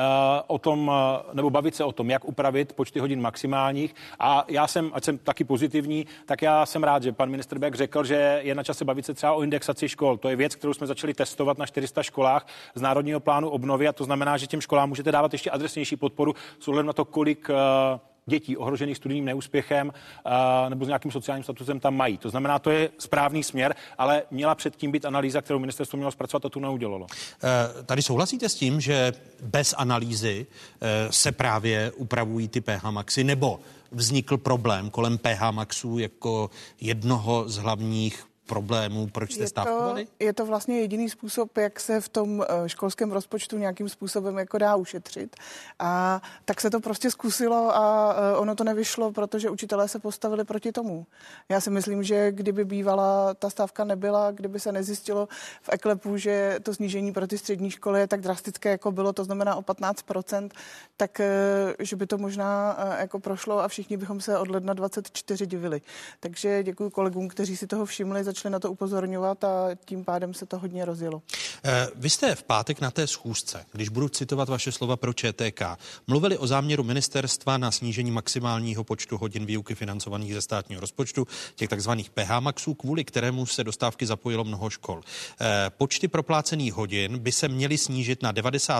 o tom, nebo bavit se o tom, jak upravit počty hodin maximálních. A já jsem, ať jsem taky pozitivní, tak já jsem rád, že pan ministr Bek řekl, že je na čase bavit se třeba o indexaci škol. To je věc, kterou jsme začali testovat na 400 školách z Národního plánu obnovy, a to znamená, že těm školám můžete dávat ještě adresnější podporu s ohledem na to, kolik dětí ohrožených studijním neúspěchem nebo s nějakým sociálním statutem tam mají. To znamená, to je správný směr, ale měla předtím být analýza, kterou ministerstvo mělo zpracovat, a tu neudělalo. Tady souhlasíte s tím, že bez analýzy se právě upravují ty PH Maxy, nebo vznikl problém kolem PH Maxů jako jednoho z hlavních problémů, proč jste stávkovali? Je to vlastně jediný způsob, jak se v tom školském rozpočtu nějakým způsobem jako dá ušetřit. A tak se to prostě zkusilo a ono to nevyšlo, protože učitelé se postavili proti tomu. Já si myslím, že kdyby bývala ta stávka nebyla, kdyby se nezjistilo v eKLEPu, že to snížení pro ty střední školy je tak drastické, jako bylo, to znamená o 15%, tak že by to možná jako prošlo a všichni bychom se od ledna 24 divili. Takže děkuji kolegům, kteří si toho všimli, začali na to upozorňovat a tím pádem se to hodně rozjelo. Vy jste v pátek na té schůzce, když budu citovat vaše slova pro ČTK, mluvili o záměru ministerstva na snížení maximálního počtu hodin výuky financovaných ze státního rozpočtu, těch takzvaných PH Maxů, kvůli kterému se do stávky zapojilo mnoho škol. Počty proplácených hodin by se měly snížit na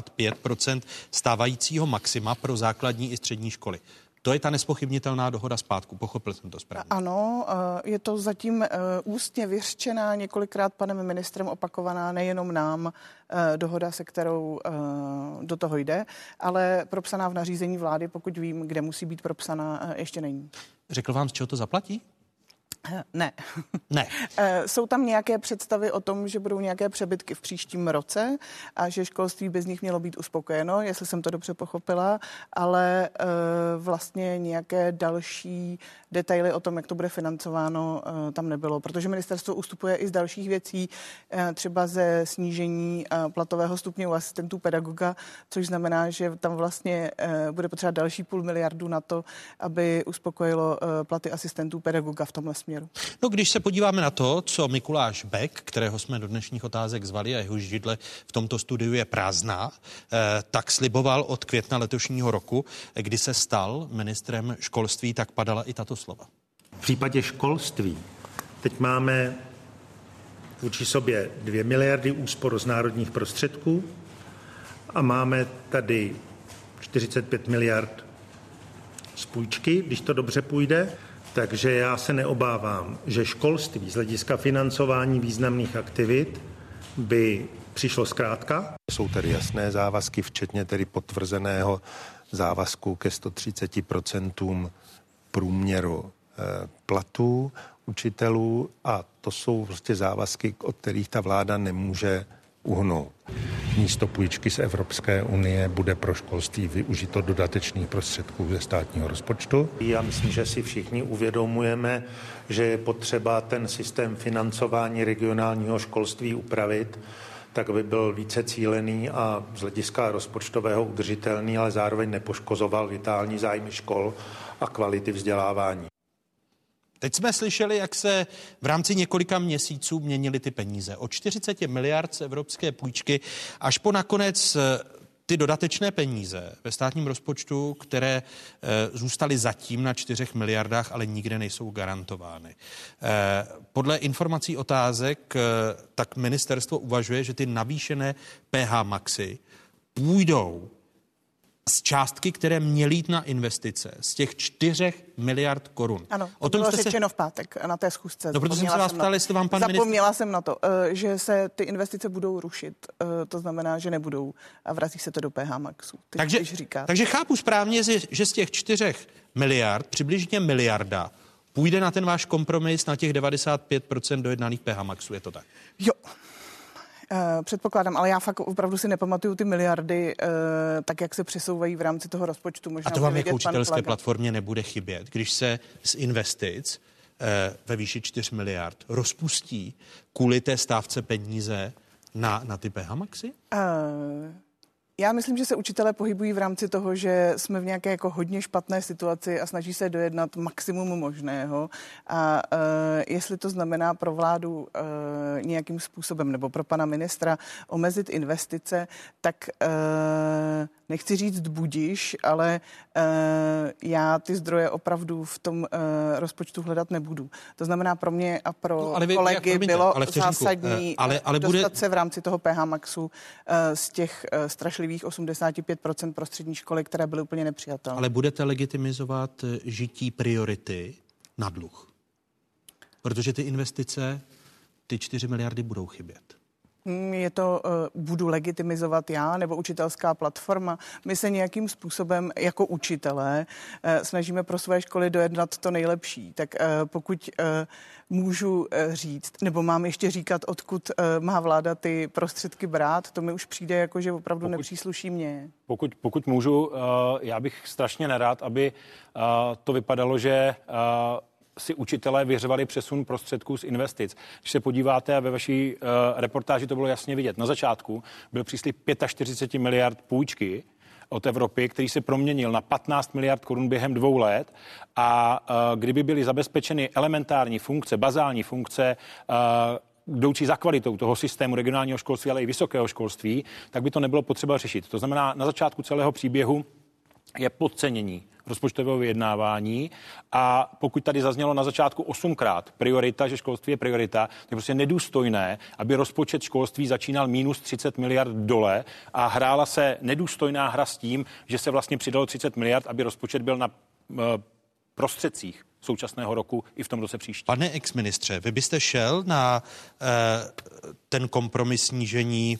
95% stávajícího maxima pro základní i střední školy. To je ta nespochybnitelná dohoda zpátku, pochopil jsem to správně. Ano, je to zatím ústně vyřčená, několikrát panem ministrem opakovaná, nejenom nám, dohoda, se kterou do toho jde, ale propsaná v nařízení vlády, pokud vím, kde musí být propsaná, ještě není. Řekl vám, z čeho to zaplatí? Ne. Ne. Jsou tam nějaké představy o tom, že budou nějaké přebytky v příštím roce a že školství bez nich mělo být uspokojeno, jestli jsem to dobře pochopila, ale vlastně nějaké další detaily o tom, jak to bude financováno, tam nebylo, protože ministerstvo ustupuje i z dalších věcí, třeba ze snížení platového stupně u asistentů pedagoga, což znamená, že tam vlastně bude potřeba další 500 miliardy na to, aby uspokojilo platy asistentů pedagoga v tomhle směru. No, když se podíváme na to, co Mikuláš Bek, kterého jsme do dnešních otázek zvali a jehož židle v tomto studiu je prázdná, tak sliboval od května letošního roku, kdy se stal ministrem školství, tak padala i tato slova. V případě školství teď máme vůči sobě 2 miliardy úspor z národních prostředků a máme tady 45 miliard z půjčky, když to dobře půjde. Takže já se neobávám, že školství z hlediska financování významných aktivit by přišlo zkrátka. Jsou tady jasné závazky, včetně tedy potvrzeného závazku ke 130% průměru platů učitelů a to jsou prostě závazky, od kterých ta vláda nemůže uhnout. Místo půjčky z Evropské unie bude pro školství využito dodatečných prostředků ze státního rozpočtu. Já myslím, že si všichni uvědomujeme, že je potřeba ten systém financování regionálního školství upravit, tak by byl více cílený a z hlediska rozpočtového udržitelný, ale zároveň nepoškozoval vitální zájmy škol a kvality vzdělávání. Teď jsme slyšeli, jak se v rámci několika měsíců měnily ty peníze. Od 40 miliard z evropské půjčky až po nakonec ty dodatečné peníze ve státním rozpočtu, které zůstaly zatím na 4 miliardách, ale nikde nejsou garantovány. Podle informací otázek, tak ministerstvo uvažuje, že ty navýšené PH Maxy půjdou z částky, které měly jít na investice, z těch 4 miliard korun. Ano, to bylo řečeno v pátek na té schůzce. No, proto jsem se vás ptal, jestli vám pan ministr... Zapomněla jsem na to, že se ty investice budou rušit. To znamená, že nebudou a vrací se to do PH Maxu. Takže chápu správně, že z těch 4 miliard, přibližně miliarda, půjde na ten váš kompromis na těch 95% dojednaných PH Maxu, je to tak? Jo. Předpokládám, ale já fakt opravdu si nepamatuju ty miliardy, tak jak se přesouvají v rámci toho rozpočtu. Možná a to vám jako učitelské platformě nebude chybět, když se z investic ve výši 4 miliard rozpustí kvůli té stávce peníze na ty PH Maxy? Já myslím, že se učitelé pohybují v rámci toho, že jsme v nějaké jako hodně špatné situaci a snaží se dojednat maximum možného. A jestli to znamená pro vládu nějakým způsobem nebo pro pana ministra omezit investice, tak nechci říct budiš, ale já ty zdroje opravdu v tom rozpočtu hledat nebudu. To znamená pro mě a pro kolegy bylo zásadní dostat se v rámci toho PH Maxu z těch strašlivých 85% pro střední školy, které byly úplně nepřijatelné. Ale budete legitimizovat žití priority na dluh? Protože ty investice, ty 4 miliardy budou chybět. Je to, budu legitimizovat já nebo učitelská platforma. My se nějakým způsobem jako učitelé snažíme pro své školy dojednat to nejlepší. Tak pokud můžu říct, nebo mám ještě říkat, odkud má vláda ty prostředky brát, to mi už přijde jako, že opravdu nepřísluší mně. Pokud můžu, já bych strašně nerád, aby to vypadalo, že si učitelé vyřvali přesun prostředků z investic. Když se podíváte a ve vaší reportáži to bylo jasně vidět. Na začátku byl příslib 45 miliard půjčky od Evropy, který se proměnil na 15 miliard korun během 2 let a kdyby byly zabezpečeny elementární funkce, bazální funkce, jdoucí za kvalitou toho systému regionálního školství, ale i vysokého školství, tak by to nebylo potřeba řešit. To znamená, na začátku celého příběhu je podcenění rozpočtového vyjednávání a pokud tady zaznělo na začátku 8krát priorita, že školství je priorita, to je prostě nedůstojné, aby rozpočet školství začínal minus 30 miliard dole a hrála se nedůstojná hra s tím, že se vlastně přidalo 30 miliard, aby rozpočet byl na prostředcích současného roku i v tom roce příští. Pane exministře, vy byste šel na ten kompromis snížení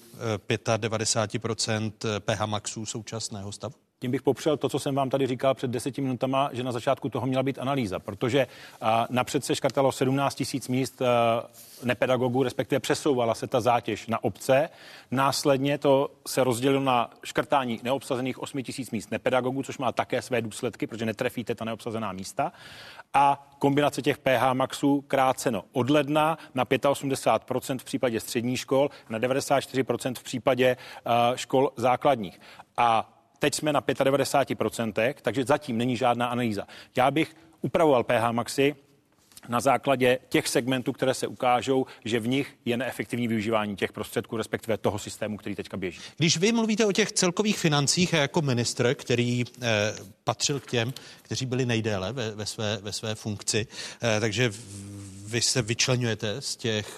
95% PH Maxů současného stavu? Tím bych popřel to, co jsem vám tady říkal před 10 minutama, že na začátku toho měla být analýza, protože napřed se škrtalo 17 000 míst nepedagogů, respektive přesouvala se ta zátěž na obce. Následně to se rozdělilo na škrtání neobsazených 8 000 míst nepedagogů, což má také své důsledky, protože netrefíte ta neobsazená místa. A kombinace těch PH Maxů kráceno od ledna na 85% v případě středních škol, na 94% v případě škol základních. A teď jsme na 95%, takže zatím není žádná analýza. Já bych upravoval PH Maxy na základě těch segmentů, které se ukážou, že v nich je neefektivní využívání těch prostředků, respektive toho systému, který teďka běží. Když vy mluvíte o těch celkových financích a jako ministr, který patřil k těm, kteří byli nejdéle ve své funkci, takže vy se vyčleňujete z těch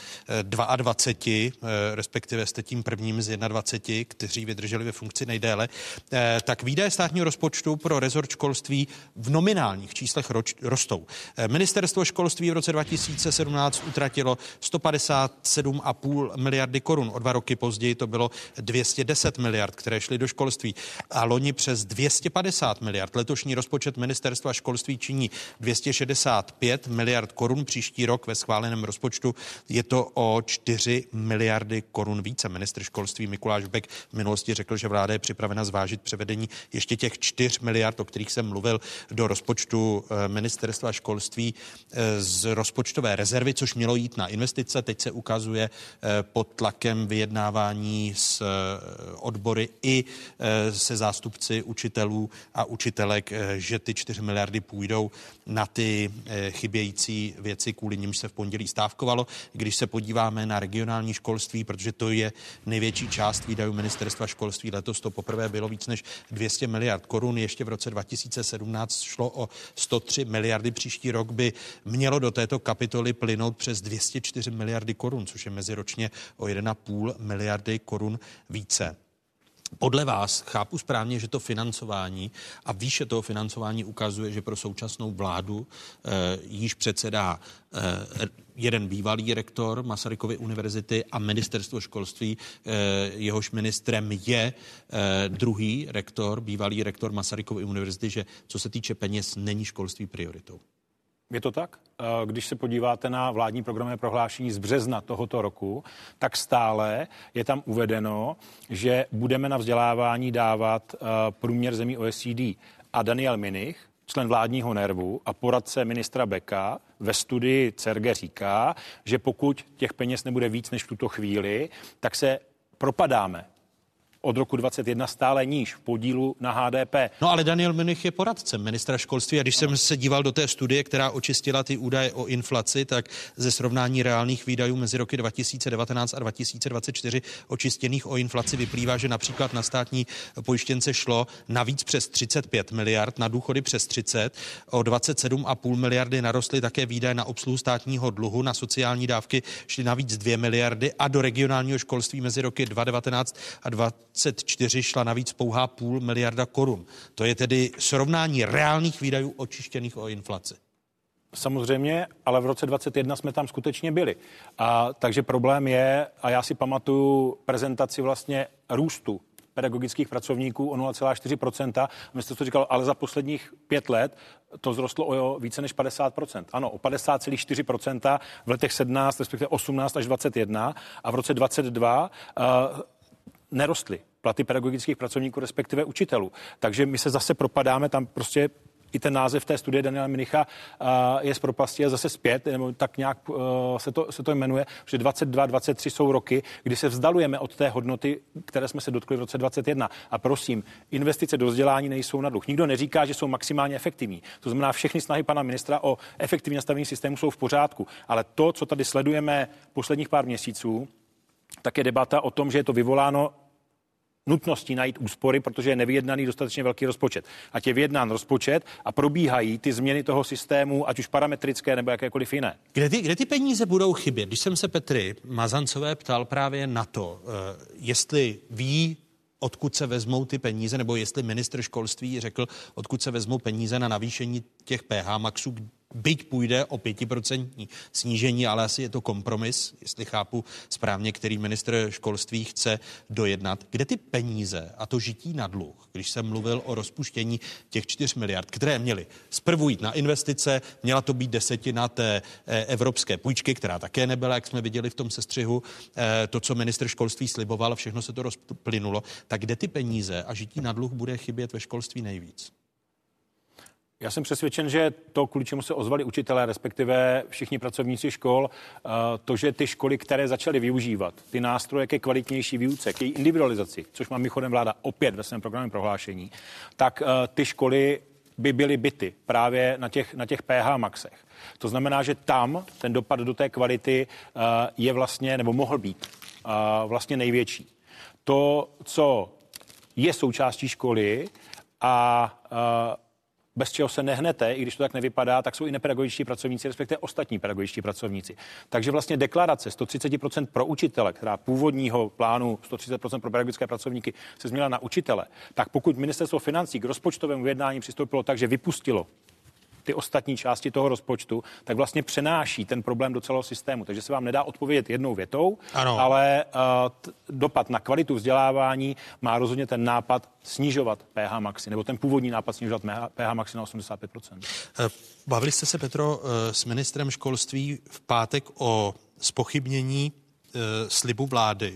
22, respektive jste tím prvním z 21, kteří vydrželi ve funkci nejdéle, tak výdaje státního rozpočtu pro rezort školství v nominálních číslech rostou. Ministerstvo školství v roce 2017 utratilo 157,5 miliardy korun. O 2 roky později to bylo 210 miliard, které šly do školství. A loni přes 250 miliard. Letošní rozpočet ministerstva školství činí 265 miliard korun. Příští rok ve schváleném rozpočtu je to o 4 miliardy korun více. Ministr školství Mikuláš Bek v minulosti řekl, že vláda je připravena zvážit převedení ještě těch 4 miliard, o kterých jsem mluvil, do rozpočtu ministerstva školství z rozpočtové rezervy, což mělo jít na investice. Teď se ukazuje pod tlakem vyjednávání s odbory i se zástupci učitelů a učitelek, že ty 4 miliardy půjdou na ty chybějící věci, kvůli nimž se v pondělí stávkovalo. Když se podíváme na regionální školství, protože to je největší část výdajů ministerstva školství, letos to poprvé bylo víc než 200 miliard korun, ještě v roce 2017 šlo o 103 miliardy, příští rok by mělo do této kapitoly plynout přes 204 miliardy korun, což je meziročně o 1,5 miliardy korun více. Podle vás chápu správně, že to financování a výše toho financování ukazuje, že pro současnou vládu již předsedá jeden bývalý rektor Masarykovy univerzity a ministerstvo školství, jehož ministrem je druhý rektor, bývalý rektor Masarykovy univerzity, že co se týče peněz, není školství prioritou. Je to tak? Když se podíváte na vládní programové prohlášení z března tohoto roku, tak stále je tam uvedeno, že budeme na vzdělávání dávat průměr zemí OECD. A Daniel Minich, člen vládního NERVu a poradce ministra Beka ve studii CERGE říká, že pokud těch peněz nebude víc než v tuto chvíli, tak se propadáme od roku 2021 stále níž v podílu na HDP. No ale Daniel Münych je poradcem ministra školství a když jsem se díval do té studie, která očistila ty údaje o inflaci, tak ze srovnání reálných výdajů mezi roky 2019 a 2024 očistěných o inflaci vyplývá, že například na státní pojištěnce šlo navíc přes 35 miliard, na důchody přes 30, o 27,5 miliardy narostly také výdaje na obsluhu státního dluhu, na sociální dávky šly navíc 2 miliardy a do regionálního školství mezi roky 2019 a 2024 šla navíc pouhá 0,5 miliarda korun. To je tedy srovnání reálných výdajů očištěných o inflaci. Samozřejmě, ale v roce 2021 jsme tam skutečně byli. Takže problém je, a já si pamatuju prezentaci vlastně růstu pedagogických pracovníků o 0,4%. My jste to říkal, ale za posledních 5 let to vzrostlo o více než 50%. Ano, o 50,4% v letech 17, respektive 18 až 21 a v roce 22 nerostly platy pedagogických pracovníků, respektive učitelů. Takže my se zase propadáme, tam prostě i ten název té studie Daniela Münicha je z propasti a zase zpět, nebo tak nějak se to jmenuje, že 22, 23 jsou roky, kdy se vzdalujeme od té hodnoty, které jsme se dotkli v roce 21. A prosím, investice do vzdělání nejsou na dluh. Nikdo neříká, že jsou maximálně efektivní. To znamená, všechny snahy pana ministra o efektivní nastavení systému jsou v pořádku. Ale to, co tady sledujeme posledních pár měsíců, tak je debata o tom, že je to vyvoláno nutností najít úspory, protože je nevyjednaný dostatečně velký rozpočet. Ať je vyjednán rozpočet a probíhají ty změny toho systému, ať už parametrické nebo jakékoliv jiné. Kde ty peníze budou chybět? Když jsem se Petry Mazancové ptal právě na to, jestli ví, odkud se vezmou ty peníze, nebo jestli ministr školství řekl, odkud se vezmou peníze na navýšení těch PH maxů, byť půjde o 5% snížení, ale asi je to kompromis, jestli chápu správně, který ministr školství chce dojednat. Kde ty peníze a to žití na dluh, když jsem mluvil o rozpuštění těch 4 miliard, které měly zprvu jít na investice, měla to být 10% té evropské půjčky, která také nebyla, jak jsme viděli v tom sestřihu, to, co ministr školství sliboval, všechno se to rozplynulo, tak kde ty peníze a žití na dluh bude chybět ve školství nejvíc? Já jsem přesvědčen, že to, kvůli čemu se ozvali učitelé, respektive všichni pracovníci škol, to, že ty školy, které začaly využívat ty nástroje ke kvalitnější výuce, k její individualizaci, což má mimochodem vláda opět ve svém programovém prohlášení, tak ty školy by byly bity právě na těch PH maxech. To znamená, že tam ten dopad do té kvality je vlastně, nebo mohl být vlastně největší. To, co je součástí školy a bez čeho se nehnete, i když to tak nevypadá, tak jsou i nepedagogičtí pracovníci, respektive ostatní pedagogičtí pracovníci. Takže vlastně deklarace 130% pro učitele, která původního plánu 130% pro pedagogické pracovníky se změnila na učitele, tak pokud ministerstvo financí k rozpočtovému vyjednání přistoupilo tak, že vypustilo ty ostatní části toho rozpočtu, tak vlastně přenáší ten problém do celého systému. Takže se vám nedá odpovědět jednou větou, ano. Ale dopad na kvalitu vzdělávání má rozhodně ten nápad snižovat PH maxi, nebo ten původní nápad snižovat PH maxi na 85%. Bavili jste se, Petro, s ministrem školství v pátek o zpochybnění slibu vlády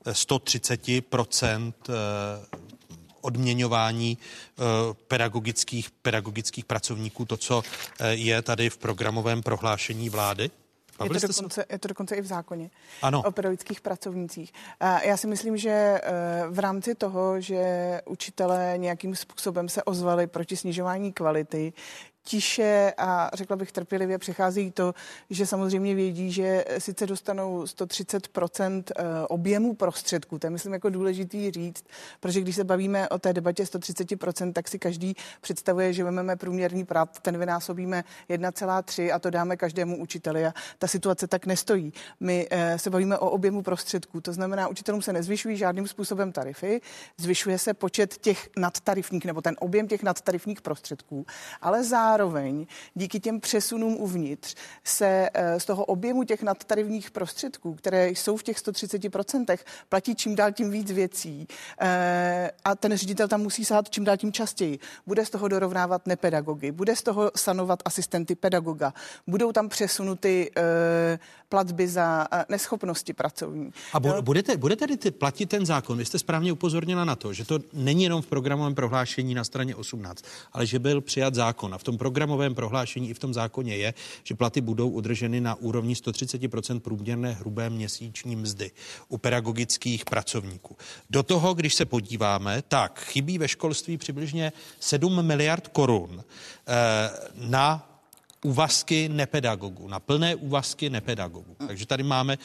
130% odměňování pedagogických pracovníků, to, co je tady v programovém prohlášení vlády? Je to dokonce i v zákoně ano. O pedagogických pracovnících. Já si myslím, že v rámci toho, že učitelé nějakým způsobem se ozvali proti snižování kvality, tiše a řekla bych trpělivě přechází to, že samozřejmě vědí, že sice dostanou 130% objemu prostředků, to je myslím jako důležitý říct, protože když se bavíme o té debatě 130%, tak si každý představuje, že vezmeme průměrný plat, ten vynásobíme 1,3 a to dáme každému učiteli a ta situace tak nestojí. My se bavíme o objemu prostředků, to znamená, učitelům se nezvyšují žádným způsobem tarify, zvyšuje se počet těch nadtarifních nebo ten objem těch nadtarifních prostředků, ale zároveň zároveň díky těm přesunům uvnitř se z toho objemu těch nadtarifních prostředků, které jsou v těch 130%, platí čím dál tím víc věcí a ten ředitel tam musí sahat čím dál tím častěji. Bude z toho dorovnávat nepedagogy, bude z toho sanovat asistenty pedagoga, budou tam přesunuty platby za neschopnosti pracovní. A bude tedy platit ten zákon? Vy jste správně upozornila na to, že to není jenom v programovém prohlášení na straně 18, ale že byl přijat zákon. A v tom programovém prohlášení i v tom zákoně je, že platy budou udrženy na úrovni 130% průměrné hrubé měsíční mzdy u pedagogických pracovníků. Do toho, když se podíváme, tak chybí ve školství přibližně 7 miliard korun na úvazky nepedagogů, na plné úvazky nepedagogů. Takže tady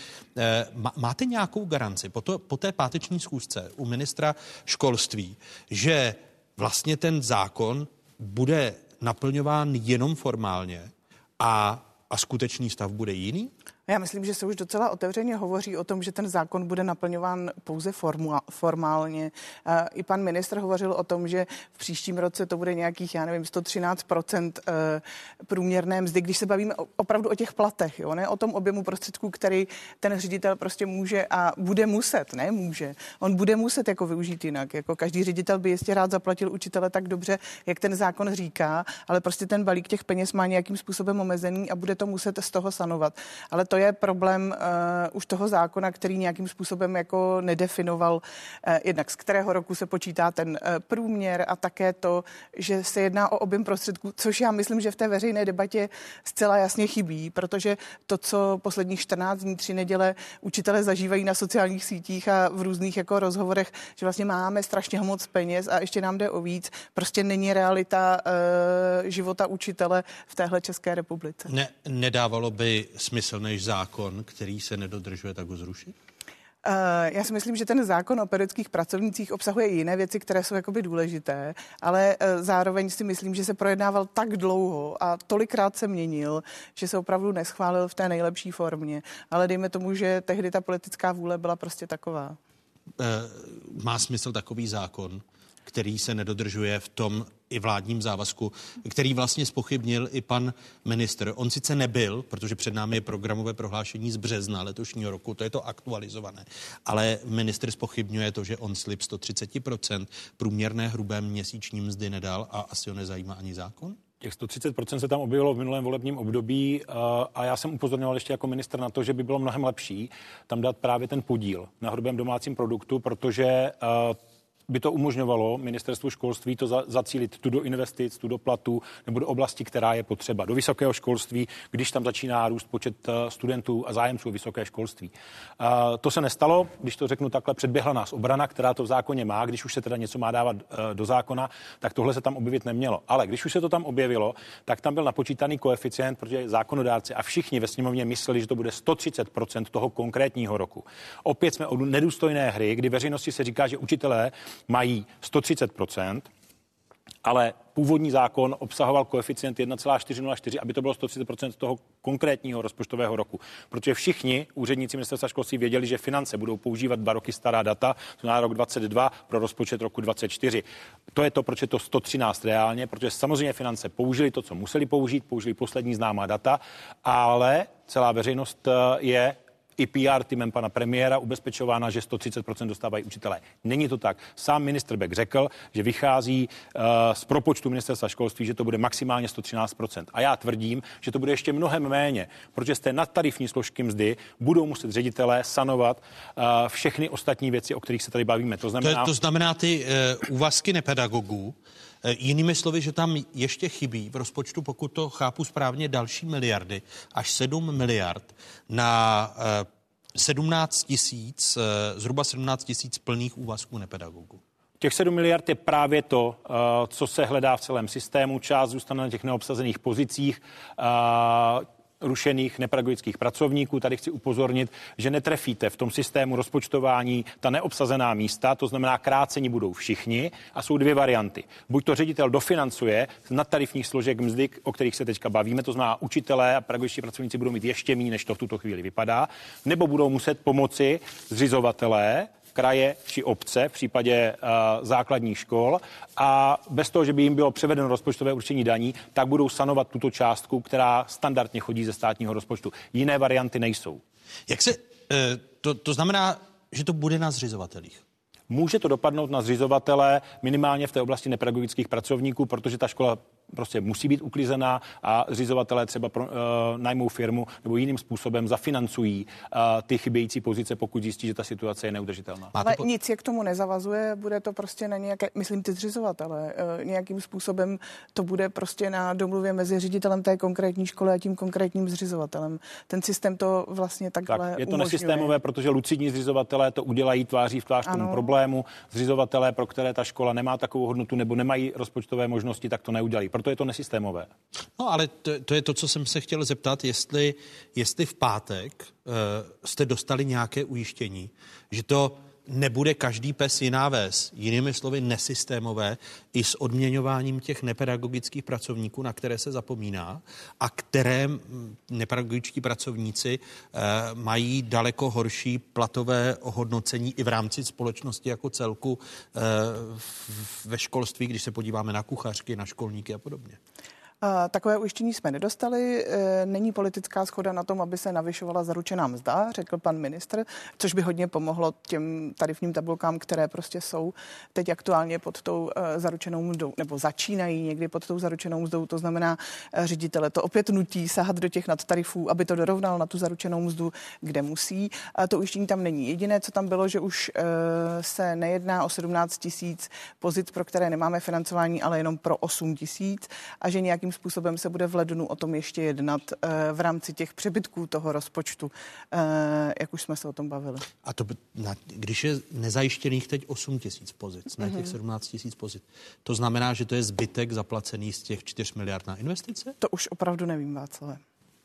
máte nějakou garanci po té páteční schůzce u ministra školství, že vlastně ten zákon bude naplňován jenom formálně a skutečný stav bude jiný? Já myslím, že se už docela otevřeně hovoří o tom, že ten zákon bude naplňován pouze formálně. I pan ministr hovořil o tom, že v příštím roce to bude nějakých, 113% průměrné mzdy, když se bavíme opravdu o těch platech, jo? Ne o tom objemu prostředků, který ten ředitel prostě může a bude muset, ne může. On bude muset jako využít jinak. Jako každý ředitel by jistě rád zaplatil učitele tak dobře, jak ten zákon říká, ale prostě ten balík těch peněz má nějakým způsobem omezený a bude to muset z toho sanovat. Ale to je problém už toho zákona, který nějakým způsobem jako nedefinoval jednak z kterého roku se počítá ten průměr a také to, že se jedná o objem prostředků, což já myslím, že v té veřejné debatě zcela jasně chybí, protože to, co posledních 14 dní, 3 neděle učitelé zažívají na sociálních sítích a v různých jako rozhovorech, že vlastně máme strašně moc peněz a ještě nám jde o víc, prostě není realita života učitele v téhle České republice. Nedávalo by smysl, než zákon, který se nedodržuje, tak ho zrušit? Já si myslím, že ten zákon o pedagogických pracovnících obsahuje jiné věci, které jsou jakoby důležité, ale zároveň si myslím, že se projednával tak dlouho a tolikrát se měnil, že se opravdu neschválil v té nejlepší formě. Ale dejme tomu, že tehdy ta politická vůle byla prostě taková. Má smysl takový zákon, který se nedodržuje v tom i vládním závazku, který vlastně zpochybnil i pan ministr. On sice nebyl, protože před námi je programové prohlášení z března letošního roku, to je to aktualizované, ale ministr zpochybňuje to, že on slib 130% průměrné hrubé měsíční mzdy nedal a asi ho nezajímá ani zákon? Těch 130% se tam objevilo v minulém volebním období a já jsem upozorňoval ještě jako ministr na to, že by bylo mnohem lepší tam dát právě ten podíl na hrubém domácím produktu, protože by to umožňovalo ministerstvu školství to zacílit tu do investic, tu do platu nebo do oblasti, která je potřeba. Do vysokého školství, když tam začíná růst počet studentů a zájemců o vysoké školství. To se nestalo, když to řeknu takhle, předběhla nás obrana, která to v zákoně má, když už se teda něco má dávat do zákona, tak tohle se tam objevit nemělo. Ale když už se to tam objevilo, tak tam byl napočítaný koeficient, protože zákonodárci a všichni ve sněmovně mysleli, že to bude 130% toho konkrétního roku. Opět jsme od nedůstojné hry, kdy veřejnosti se říká, že učitelé mají 130%, ale původní zákon obsahoval koeficient 1,404, aby to bylo 130% toho konkrétního rozpočtového roku. Protože všichni úředníci ministerstva školství věděli, že finance budou používat 2 roky stará data, to na rok 22 pro rozpočet roku 24. To je to, proč je to 113 reálně, protože samozřejmě finance použili to, co museli použít, použili poslední známá data, ale celá veřejnost je i PR týmem pana premiéra ubezpečována, že 130% dostávají učitelé. Není to tak. Sám ministr Bek řekl, že vychází z propočtu ministerstva školství, že to bude maximálně 113%. A já tvrdím, že to bude ještě mnohem méně, protože z té nadtarifní složky mzdy budou muset ředitelé sanovat všechny ostatní věci, o kterých se tady bavíme. To znamená ty úvazky nepedagogů. Jinými slovy, že tam ještě chybí v rozpočtu, pokud to chápu správně, další miliardy, až 7 miliard na 17 000, zhruba 17 000 plných úvazků nepedagogů. Těch 7 miliard je právě to, co se hledá v celém systému. Část zůstane na těch neobsazených pozicích, rušených nepedagogických pracovníků. Tady chci upozornit, že netrefíte v tom systému rozpočtování ta neobsazená místa, to znamená krácení budou všichni a jsou 2 varianty. Buď to ředitel dofinancuje z nadtarifních složek mzdy, o kterých se teďka bavíme, to znamená učitelé a pedagogičtí pracovníci budou mít ještě méně, než to v tuto chvíli vypadá, nebo budou muset pomoci zřizovatelé kraje či obce v případě základních škol a bez toho, že by jim bylo převedeno rozpočtové určení daní, tak budou sanovat tuto částku, která standardně chodí ze státního rozpočtu. Jiné varianty nejsou. Jak se to znamená, že to bude na zřizovatelích? Může to dopadnout na zřizovatele minimálně v té oblasti nepedagogických pracovníků, protože ta škola prostě musí být uklizená a zřizovatelé třeba najmou firmu nebo jiným způsobem zafinancují ty chybějící pozice, pokud zjistí, že ta situace je neudržitelná. Ale nic je k tomu nezavazuje, bude to prostě na nějaké, myslím ty zřizovatele, nějakým způsobem to bude prostě na domluvě mezi ředitelem té konkrétní školy a tím konkrétním zřizovatelem. Ten systém to vlastně takhle tak, je to umožňuje. nesystémové, protože lucidní zřizovatelé to udělají tváří v tvář tomu problému. Zřizovatelé, pro které ta škola nemá takovou hodnotu nebo nemají rozpočtové možnosti, tak to neudělají. Proto je to nesystémové. No ale to je to, co jsem se chtěl zeptat, jestli v pátek jste dostali nějaké ujištění, že to nebude každý pes jiná ves, jinými slovy nesystémové, i s odměňováním těch nepedagogických pracovníků, na které se zapomíná a které nepedagogičtí pracovníci mají daleko horší platové ohodnocení i v rámci společnosti jako celku ve školství, když se podíváme na kuchařky, na školníky a podobně. Takové ujištění jsme nedostali. Není politická shoda na tom, aby se navyšovala zaručená mzda, řekl pan ministr, což by hodně pomohlo těm tarifním tabulkám, které prostě jsou teď aktuálně pod tou zaručenou mzdou, nebo začínají někdy pod tou zaručenou mzdou. To znamená, ředitele to opět nutí sahat do těch nadtarifů, aby to dorovnal na tu zaručenou mzdu, kde musí. To ujištění tam není. Jediné, co tam bylo, že už se nejedná o 17 000 pozic, pro které nemáme financování, ale jenom pro 8 000 a že nějakým způsobem se bude v lednu o tom ještě jednat v rámci těch přebytků toho rozpočtu, jak už jsme se o tom bavili. A to, když je nezajištěných teď 8 000 pozic, ne těch 17 000 pozic, to znamená, že to je zbytek zaplacený z těch 4 miliard na investice? To už opravdu nevím, Václavé.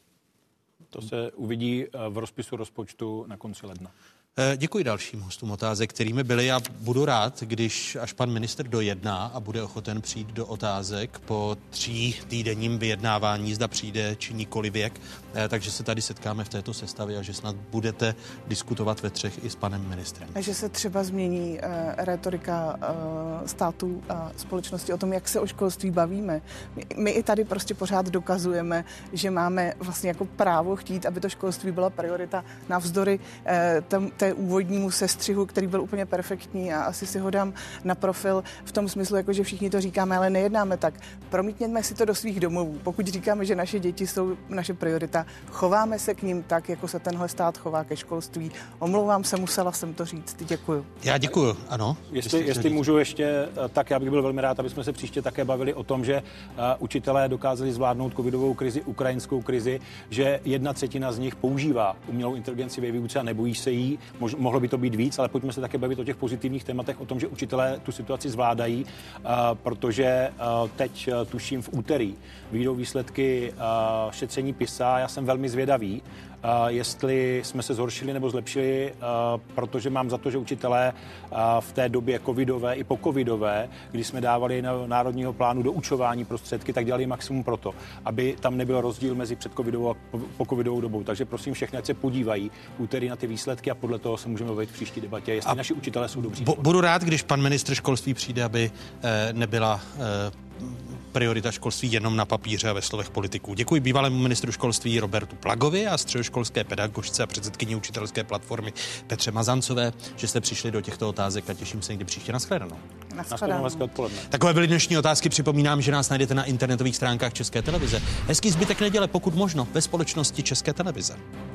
To se uvidí v rozpisu rozpočtu na konci ledna. Děkuji dalším hostům otázek, kterými byli. Já budu rád, když až pan ministr dojedná a bude ochoten přijít do otázek po 3týdenním vyjednávání, zda přijde či nikoli věk, takže se tady setkáme v této sestavě a že snad budete diskutovat ve třech i s panem ministrem. A že se třeba změní retorika státu a společnosti o tom, jak se o školství bavíme. My i tady prostě pořád dokazujeme, že máme vlastně jako právo chtít, aby to školství byla priorita navzdory té úvodnímu sestřihu, který byl úplně perfektní a asi si ho dám na profil v tom smyslu, jako že všichni to říkáme, ale nejednáme tak. Promítněme si to do svých domovů. Pokud říkáme, že naše děti jsou naše priorita, chováme se k nim tak, jako se tenhle stát chová ke školství. Omlouvám se, musela jsem to říct. Děkuju. Já děkuju, ano. Jestli můžu ještě, tak já bych byl velmi rád, aby jsme se příště také bavili o tom, že učitelé dokázali zvládnout covidovou krizi, ukrajinskou krizi, že 1/3 z nich používá umělou inteligenci ve výuce a nebojí se jí. Mohlo by to být víc, ale pojďme se také bavit o těch pozitivních tématech, o tom, že učitelé tu situaci zvládají, protože teď tuším v úterý vyjdou výsledky šetření PISA. Já jsem velmi zvědavý, jestli jsme se zhoršili nebo zlepšili, protože mám za to, že učitelé v té době covidové i po covidové, kdy jsme dávali na národního plánu doučování prostředky, tak dělali maximum pro to, aby tam nebyl rozdíl mezi předcovidovou a pocovidovou dobou. Takže prosím všechny, ať se podívají úterý na ty výsledky a podle toho se můžeme bavit v příští debatě, jestli naši učitelé jsou dobří. Budu rád, když pan ministr školství přijde, aby nebyla priorita školství jenom na papíře a ve slovech politiků. Děkuji bývalému ministru školství Robertu Plagovi a středoškolské pedagožce a předsedkyni učitelské platformy Petře Mazancové, že jste přišli do těchto otázek a těším se někdy příště. Nashledanou. Hezké odpoledne. Takové byly dnešní otázky. Připomínám, že nás najdete na internetových stránkách České televize. Hezký zbytek neděle, pokud možno, ve společnosti České televize.